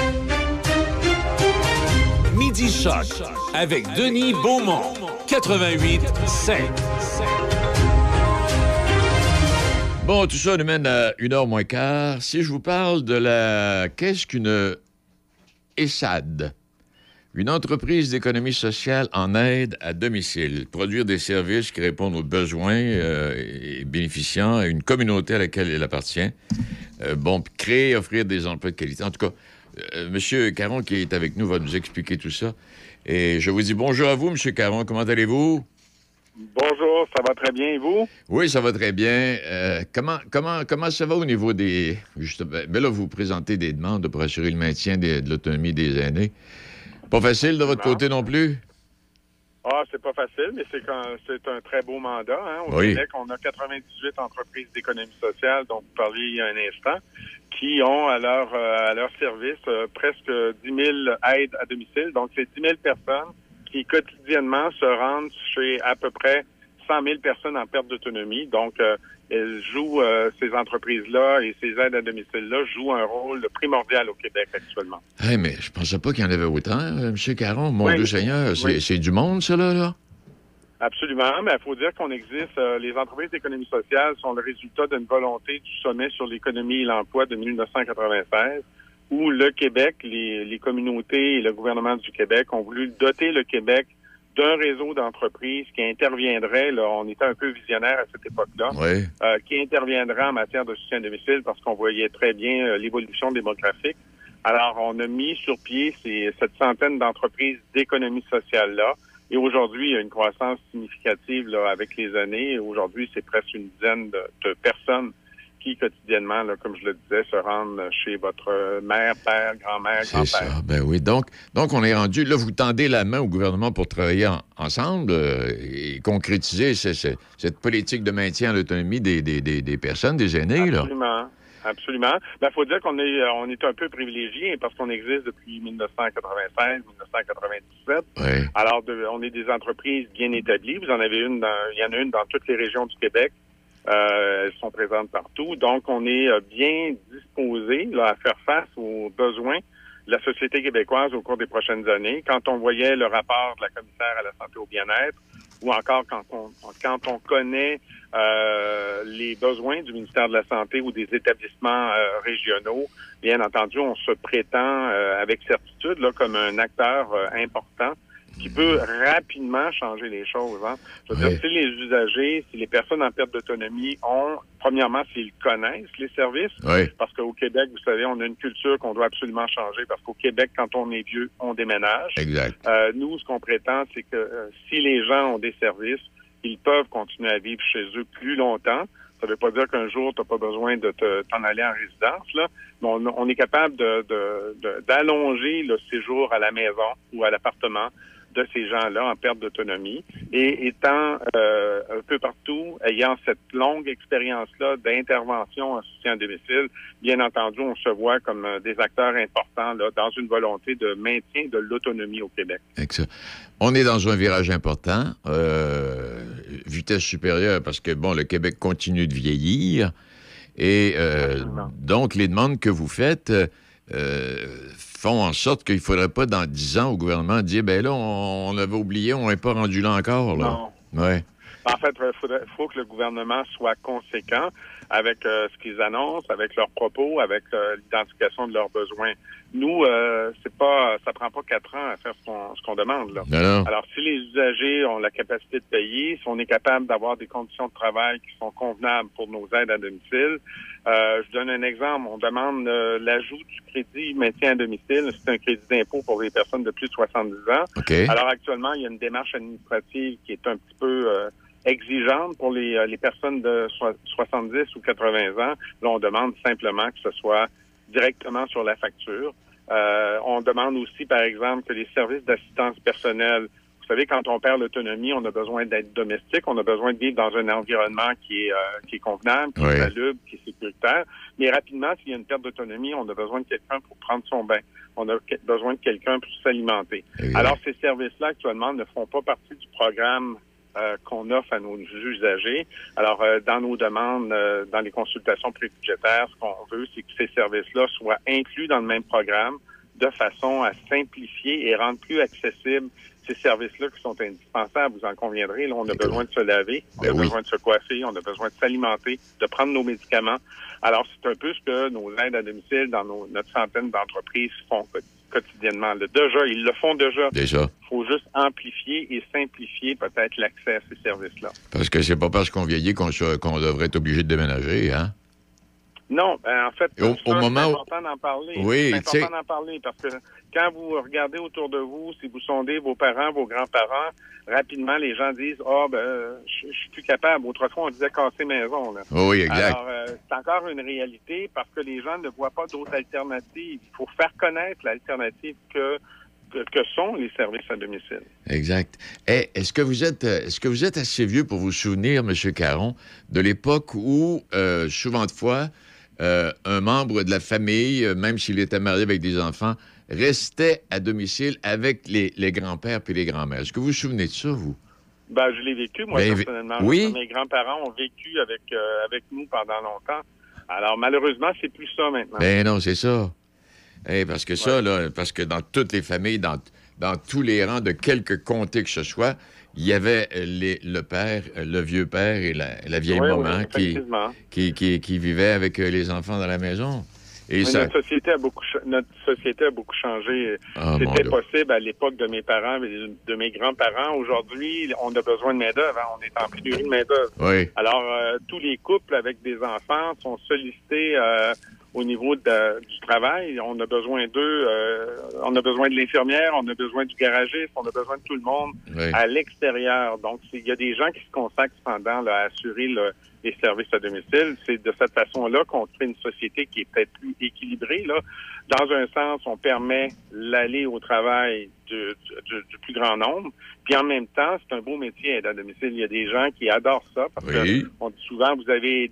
Speaker 13: Midi Choc avec Denis Beaumont, 88.7.
Speaker 9: Bon, tout ça nous mène à 1h moins quart. Si je vous parle de qu'est-ce qu'une ESSAD? Une entreprise d'économie sociale en aide à domicile. Produire des services qui répondent aux besoins et bénéficiant à une communauté à laquelle elle appartient. Créer, offrir des emplois de qualité. En tout cas, M. Caron, qui est avec nous, va nous expliquer tout ça. Et je vous dis bonjour à vous, M. Caron. Comment allez-vous?
Speaker 5: Bonjour, ça va très bien, et vous?
Speaker 9: Oui, ça va très bien. Comment ça va au niveau des... Ben là, vous présentez des demandes pour assurer le maintien de l'autonomie des aînés. Pas facile de votre côté non plus?
Speaker 5: Ah, c'est pas facile, mais c'est un très beau mandat. Hein? Au Québec, on a 98 entreprises d'économie sociale, dont vous parliez il y a un instant, qui ont à leur service presque 10 000 aides à domicile. Donc, c'est 10 000 personnes qui quotidiennement se rendent chez à peu près 100 000 personnes en perte d'autonomie. Donc, elles jouent, ces entreprises-là et ces aides à domicile-là jouent un rôle primordial au Québec actuellement.
Speaker 9: Hey, mais je pensais pas qu'il y en avait autant, M. Caron. Mon Dieu Seigneur, c'est du monde, ça, là?
Speaker 5: Absolument, mais il faut dire qu'on existe. Les entreprises d'économie sociale sont le résultat d'une volonté du sommet sur l'économie et l'emploi de 1996, où le Québec, les communautés et le gouvernement du Québec ont voulu doter le Québec d'un réseau d'entreprises qui interviendrait, là, on était un peu visionnaire à cette époque-là, qui interviendrait en matière de soutien à domicile parce qu'on voyait très bien l'évolution démographique. Alors, on a mis sur pied cette centaine d'entreprises d'économie sociale-là. Et aujourd'hui, il y a une croissance significative là, avec les années. Aujourd'hui, c'est presque une dizaine de personnes qui, quotidiennement, là, comme je le disais, se rendent chez votre mère, père, grand-mère, grand-père.
Speaker 9: C'est ça, ben oui. Donc, on est rendu... Là, vous tendez la main au gouvernement pour travailler ensemble et concrétiser cette politique de maintien à l'autonomie des personnes, des aînés, là.
Speaker 5: Absolument. Ben, faut dire qu'on est un peu privilégié parce qu'on existe depuis 1996, 1997.
Speaker 9: Oui.
Speaker 5: Alors, on est des entreprises bien établies. Il y en a une dans toutes les régions du Québec. Elles sont présentes partout. Donc, on est bien disposé là, à faire face aux besoins de la société québécoise au cours des prochaines années. Quand on voyait le rapport de la commissaire à la santé et au bien-être, ou encore quand on connaît les besoins du ministère de la Santé ou des établissements régionaux, bien entendu, on se prétend avec certitude là, comme un acteur important qui peut rapidement changer les choses. Hein. Je veux dire, si les usagers, si les personnes en perte d'autonomie premièrement, s'ils connaissent les services, parce qu'au Québec, vous savez, on a une culture qu'on doit absolument changer, parce qu'au Québec, quand on est vieux, on déménage.
Speaker 9: Exact.
Speaker 5: Nous, ce qu'on prétend, c'est que si les gens ont des services, ils peuvent continuer à vivre chez eux plus longtemps. Ça ne veut pas dire qu'un jour, tu n'as pas besoin de t'en aller en résidence, là. Mais on est capable d'allonger le séjour à la maison ou à l'appartement de ces gens-là en perte d'autonomie et étant un peu partout, ayant cette longue expérience-là d'intervention en soutien à domicile, bien entendu, on se voit comme des acteurs importants là, dans une volonté de maintien de l'autonomie au Québec.
Speaker 9: Excellent. On est dans un virage important, vitesse supérieure, parce que, bon, le Québec continue de vieillir et donc les demandes que vous faites font en sorte qu'il ne faudrait pas, dans 10 ans, au gouvernement, dire, ben là, on avait oublié, on n'est pas rendu là encore. Là.
Speaker 5: Non.
Speaker 9: Ouais.
Speaker 5: En fait, il faut que le gouvernement soit conséquent. avec ce qu'ils annoncent, avec leurs propos, avec l'identification de leurs besoins. Nous, ça prend pas 4 ans à faire ce qu'on demande, là.
Speaker 9: Non.
Speaker 5: Alors, si les usagers ont la capacité de payer, si on est capable d'avoir des conditions de travail qui sont convenables pour nos aides à domicile, je donne un exemple. On demande l'ajout du crédit maintien à domicile. C'est un crédit d'impôt pour les personnes de plus de 70 ans.
Speaker 9: Okay.
Speaker 5: Alors, actuellement, il y a une démarche administrative qui est un petit peu exigeante pour les personnes de 70 ou 80 ans. Là, on demande simplement que ce soit directement sur la facture. On demande aussi, par exemple, que les services d'assistance personnelle, vous savez, quand on perd l'autonomie, on a besoin d'aide domestique, on a besoin de vivre dans un environnement qui est convenable, qui est salubre, qui est sécuritaire. Mais rapidement, s'il y a une perte d'autonomie, on a besoin de quelqu'un pour prendre son bain. On a besoin de quelqu'un pour s'alimenter. Alors, ces services-là, actuellement, ne font pas partie du programme qu'on offre à nos usagers. Alors, dans nos demandes, dans les consultations prébudgétaires, ce qu'on veut, c'est que ces services-là soient inclus dans le même programme de façon à simplifier et rendre plus accessibles ces services-là qui sont indispensables. Vous en conviendrez, là, on a besoin de se laver, on a besoin de se coiffer, on a besoin de s'alimenter, de prendre nos médicaments. Alors, c'est un peu ce que nos aides à domicile dans notre centaine d'entreprises font quotidiennement. Déjà, ils le font déjà. Il faut juste amplifier et simplifier peut-être l'accès à ces services-là.
Speaker 9: Parce que c'est pas parce qu'on vieillit qu'on devrait être obligé de déménager, hein?
Speaker 5: Non, en fait,
Speaker 9: au moment
Speaker 5: c'est important d'en parler.
Speaker 9: Oui,
Speaker 5: c'est important d'en parler parce que quand vous regardez autour de vous, si vous sondez vos parents, vos grands-parents, rapidement, les gens disent « je suis plus capable ». Autrefois, on disait « casser maison ». Là.
Speaker 9: Oui, exact.
Speaker 5: Alors, c'est encore une réalité parce que les gens ne voient pas d'autres alternatives. Il faut faire connaître l'alternative que sont les services à domicile.
Speaker 9: Exact. Est-ce que vous êtes assez vieux pour vous souvenir, M. Caron, de l'époque où, souvent de fois, un membre de la famille, même s'il était marié avec des enfants, restait à domicile avec les grands-pères puis les grands-mères? Est-ce que vous vous souvenez de ça, vous?
Speaker 5: Ben, je l'ai vécu, moi, personnellement.
Speaker 9: Oui?
Speaker 5: Mes grands-parents ont vécu avec nous pendant longtemps. Alors, malheureusement, c'est plus ça maintenant.
Speaker 9: Ben non, c'est ça. Parce que ça, là, parce que dans toutes les familles, dans tous les rangs de quelque comté que ce soit, il y avait le père, le vieux père et la vieille maman qui vivaient avec les enfants dans la maison. Et ça...
Speaker 5: Notre société a beaucoup changé. C'était possible à l'époque de mes parents et de mes grands-parents. Aujourd'hui, on a besoin de main-d'œuvre. Hein? On est en pénurie de main-d'œuvre.
Speaker 9: Oui.
Speaker 5: Alors, tous les couples avec des enfants sont sollicités au niveau du travail. On a besoin d'eux. On a besoin de l'infirmière, on a besoin du garagiste, on a besoin de tout le monde à l'extérieur. Donc, il y a des gens qui se consacrent cependant à assurer les services à domicile. C'est de cette façon-là qu'on crée une société qui est peut-être plus équilibrée. Là. Dans un sens, on permet l'aller au travail du plus grand nombre. Puis en même temps, c'est un beau métier aide à domicile. Il y a des gens qui adorent ça parce que on dit souvent, vous avez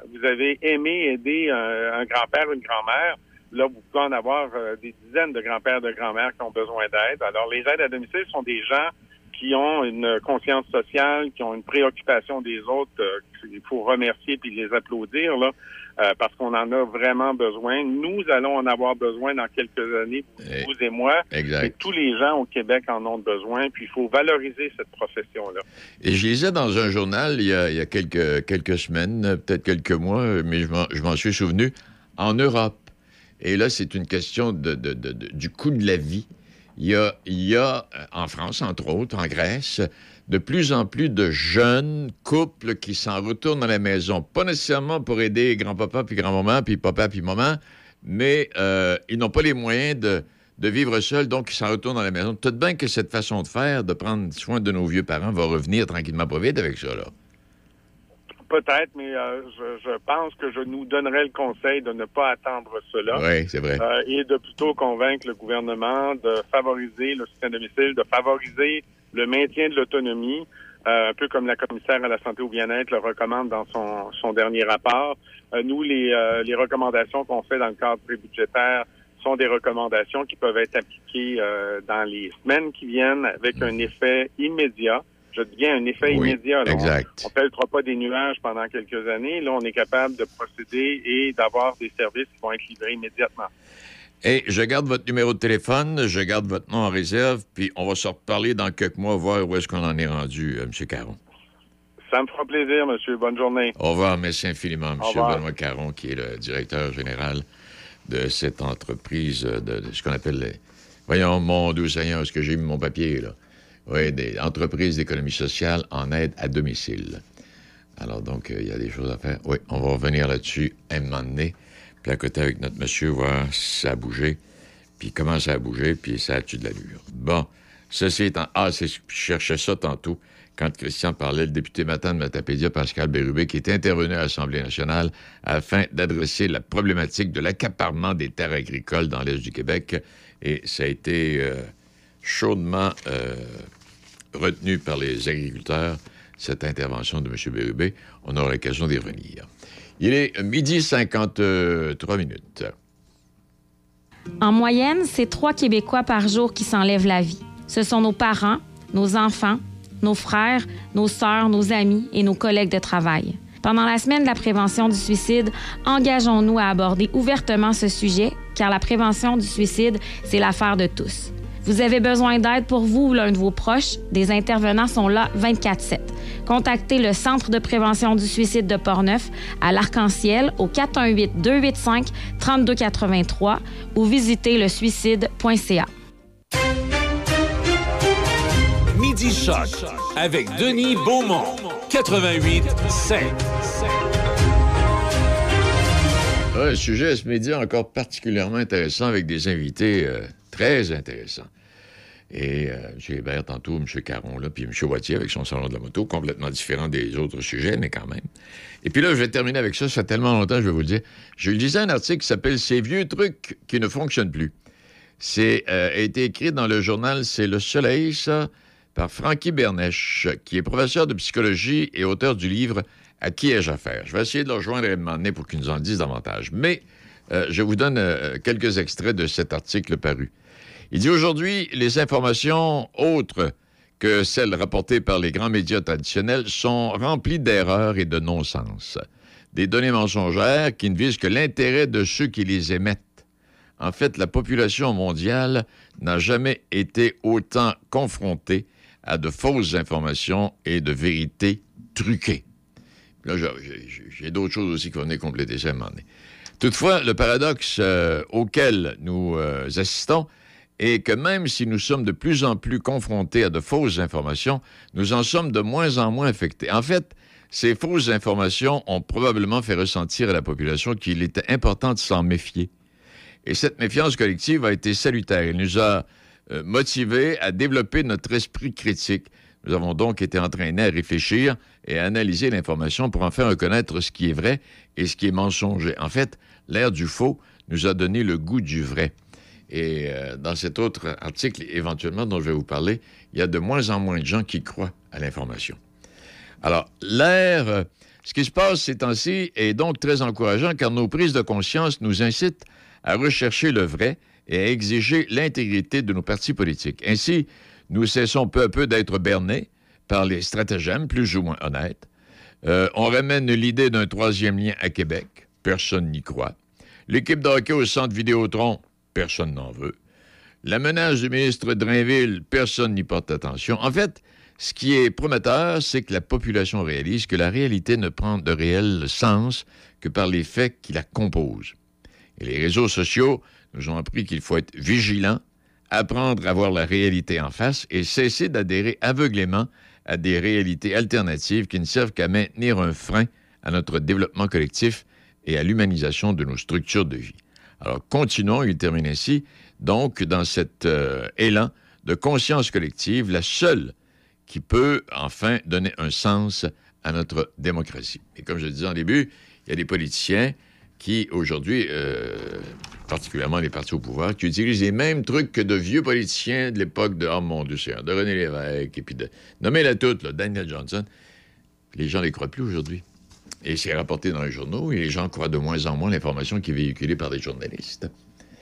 Speaker 5: aimé aider un grand-père, une grand-mère. Là, vous pouvez en avoir des dizaines de grands-pères, de grand-mères qui ont besoin d'aide. Alors, les aides à domicile sont des gens qui ont une conscience sociale, qui ont une préoccupation des autres, qu'il faut remercier puis les applaudir, là, parce qu'on en a vraiment besoin. Nous allons en avoir besoin dans quelques années, vous et moi.
Speaker 9: Exact.
Speaker 5: Et tous les gens au Québec en ont besoin, puis il faut valoriser cette profession-là.
Speaker 9: Et je lisais dans un journal, il y a quelques semaines, peut-être quelques mois, mais je m'en suis souvenu, en Europe. Et là, c'est une question du coût de la vie. Il y a, en France, entre autres, en Grèce, de plus en plus de jeunes couples qui s'en retournent à la maison. Pas nécessairement pour aider grand-papa puis grand-maman, puis papa puis maman, mais ils n'ont pas les moyens de vivre seuls, donc ils s'en retournent à la maison. Tout de bien que cette façon de faire, de prendre soin de nos vieux parents, va revenir tranquillement pas vite avec ça, là.
Speaker 5: Peut-être, mais je pense que je nous donnerais le conseil de ne pas attendre cela.
Speaker 9: Oui, c'est vrai.
Speaker 5: Et de plutôt convaincre le gouvernement de favoriser le soutien à domicile, de favoriser le maintien de l'autonomie, un peu comme la commissaire à la santé et au bien-être le recommande dans son dernier rapport. Nous, les recommandations qu'on fait dans le cadre prébudgétaire sont des recommandations qui peuvent être appliquées dans les semaines qui viennent avec un effet immédiat. Je dis bien un effet immédiat. Là.
Speaker 9: Exact.
Speaker 5: On ne pèlera pas des nuages pendant quelques années. Là, on est capable de procéder et d'avoir des services qui vont être livrés immédiatement.
Speaker 9: Et je garde votre numéro de téléphone, je garde votre nom en réserve, puis on va se reparler dans quelques mois, voir où est-ce qu'on en est rendu, M. Caron.
Speaker 5: Ça me fera plaisir, monsieur. Bonne journée.
Speaker 9: Au revoir. Merci infiniment, M.
Speaker 5: revoir.
Speaker 9: Benoît Caron, qui est le directeur général de cette entreprise de ce qu'on appelle les... Voyons, mon doux Seigneur, est-ce que j'ai mis mon papier, là? Oui, des entreprises d'économie sociale en aide à domicile. Alors, donc, il y a des choses à faire. Oui, on va revenir là-dessus un moment donné. Puis à côté avec notre monsieur, voir si ça a bougé, puis comment ça a bougé, puis ça a-tu de l'allure. Bon, ceci étant... Ah, je cherchais ça tantôt, quand Christian parlait, le député matin de Matapédia, Pascal Bérubé, qui est intervenu à l'Assemblée nationale afin d'adresser la problématique de l'accaparement des terres agricoles dans l'Est du Québec. Et ça a été chaudement retenu par les agriculteurs, cette intervention de M. Bérubé. On aura l'occasion d'y revenir. Il est 12h53.
Speaker 21: En moyenne, c'est 3 Québécois par jour qui s'enlèvent la vie. Ce sont nos parents, nos enfants, nos frères, nos sœurs, nos amis et nos collègues de travail. Pendant la semaine de la prévention du suicide, engageons-nous à aborder ouvertement ce sujet, car la prévention du suicide, c'est l'affaire de tous. Vous avez besoin d'aide pour vous ou l'un de vos proches, des intervenants sont là 24/7. Contactez le Centre de prévention du suicide de Portneuf à l'Arc-en-Ciel au 418-285-3283 ou visitez lesuicide.ca.
Speaker 13: Midi Choc avec Denis Beaumont, 88.7.
Speaker 9: Un sujet ce midi encore particulièrement intéressant avec des invités très intéressants. Et M. Hébert tantôt, M. Caron, là, puis M. Wattier avec son salon de la moto, complètement différent des autres sujets, mais quand même. Et puis là, je vais terminer avec ça. Ça fait tellement longtemps, je vais vous le dire. Je lisais un article qui s'appelle « Ces vieux trucs qui ne fonctionnent plus ». C'est a été écrit dans le journal C'est le Soleil, ça, par Francky Bernèche, qui est professeur de psychologie et auteur du livre « À qui ai-je affaire ». Je vais essayer de le rejoindre et demander pour qu'il nous en dise davantage. Mais je vous donne quelques extraits de cet article paru. Il dit aujourd'hui, les informations autres que celles rapportées par les grands médias traditionnels sont remplies d'erreurs et de non-sens. Des données mensongères qui ne visent que l'intérêt de ceux qui les émettent. En fait, la population mondiale n'a jamais été autant confrontée à de fausses informations et de vérités truquées. Là, j'ai d'autres choses aussi qui vont venir compléter ça à un moment donné. Toutefois, le paradoxe auquel nous assistons est que même si nous sommes de plus en plus confrontés à de fausses informations, nous en sommes de moins en moins affectés. En fait, ces fausses informations ont probablement fait ressentir à la population qu'il était important de s'en méfier. Et cette méfiance collective a été salutaire. Elle nous a motivés à développer notre esprit critique. Nous avons donc été entraînés à réfléchir et à analyser l'information pour en faire reconnaître ce qui est vrai et ce qui est mensonger. En fait, l'ère du faux nous a donné le goût du vrai. Et dans cet autre article, éventuellement, dont je vais vous parler, il y a de moins en moins de gens qui croient à l'information. Alors, ce qui se passe ces temps-ci est donc très encourageant car nos prises de conscience nous incitent à rechercher le vrai et à exiger l'intégrité de nos partis politiques. Ainsi, nous cessons peu à peu d'être bernés par les stratagèmes plus ou moins honnêtes. On ramène l'idée d'un troisième lien à Québec. Personne n'y croit. L'équipe de hockey au centre Vidéotron, personne n'en veut. La menace du ministre Drainville, personne n'y porte attention. En fait, ce qui est prometteur, c'est que la population réalise que la réalité ne prend de réel sens que par les faits qui la composent. Et les réseaux sociaux nous ont appris qu'il faut être vigilant, apprendre à voir la réalité en face et cesser d'adhérer aveuglément à des réalités alternatives qui ne servent qu'à maintenir un frein à notre développement collectif et à l'humanisation de nos structures de vie. Alors, continuons, il termine ainsi, donc, dans cet élan de conscience collective, la seule qui peut, enfin, donner un sens à notre démocratie. Et comme je le disais en début, il y a des politiciens qui, aujourd'hui, particulièrement les partis au pouvoir, qui utilisent les mêmes trucs que de vieux politiciens de l'époque de, oh mon Dieu, de René Lévesque, et puis de, nommez-la toute, là, Daniel Johnson. Les gens ne les croient plus aujourd'hui. Et c'est rapporté dans les journaux, et les gens croient de moins en moins l'information qui est véhiculée par des journalistes.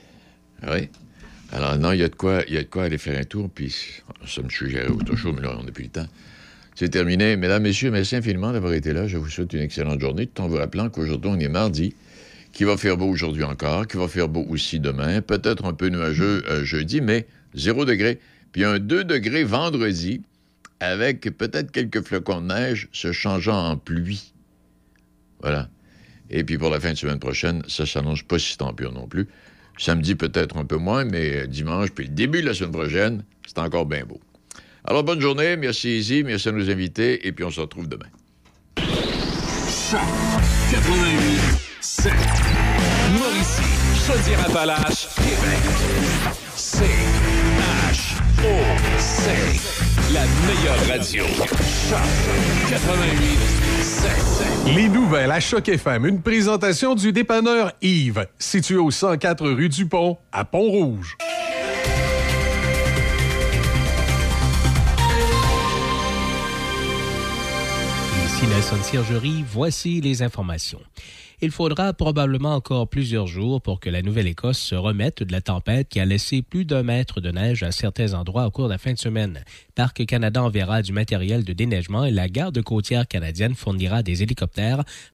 Speaker 9: Oui. Alors, non, il y a de quoi aller faire un tour, puis ça me suggérait autre chose, mais là, on n'a plus le temps. C'est terminé. Mesdames, Messieurs, merci infiniment d'avoir été là. Je vous souhaite une excellente journée, tout en vous rappelant qu'aujourd'hui, on est mardi, qu'il va faire beau aujourd'hui encore, qu'il va faire beau aussi demain, peut-être un peu nuageux jeudi, mais 0 degré. Puis un 2 degrés vendredi, avec peut-être quelques flocons de neige se changeant en pluie. Voilà. Et puis pour la fin de semaine prochaine, ça s'annonce pas si tant pire non plus. Samedi, peut-être un peu moins, mais dimanche, puis le début de la semaine prochaine, c'est encore bien beau. Alors, bonne journée, merci Izzy, merci à nos invités, et puis on se retrouve demain.
Speaker 13: Choc 88.7. Mauricie, Chaudière-Appalaches, Québec. CHOC, la meilleure radio. Choc 88.7.
Speaker 2: Les nouvelles à Choc FM, une présentation du dépanneur Yves, situé au 104 rue du Pont, à Pont-Rouge.
Speaker 8: Ici Nelson Sergerie, voici les informations. Il faudra probablement encore plusieurs jours pour que la Nouvelle-Écosse se remette de la tempête qui a laissé plus d'1 mètre de neige à certains endroits au cours de la fin de semaine. Parc Canada enverra du matériel de déneigement et la garde côtière canadienne fournira des hélicoptères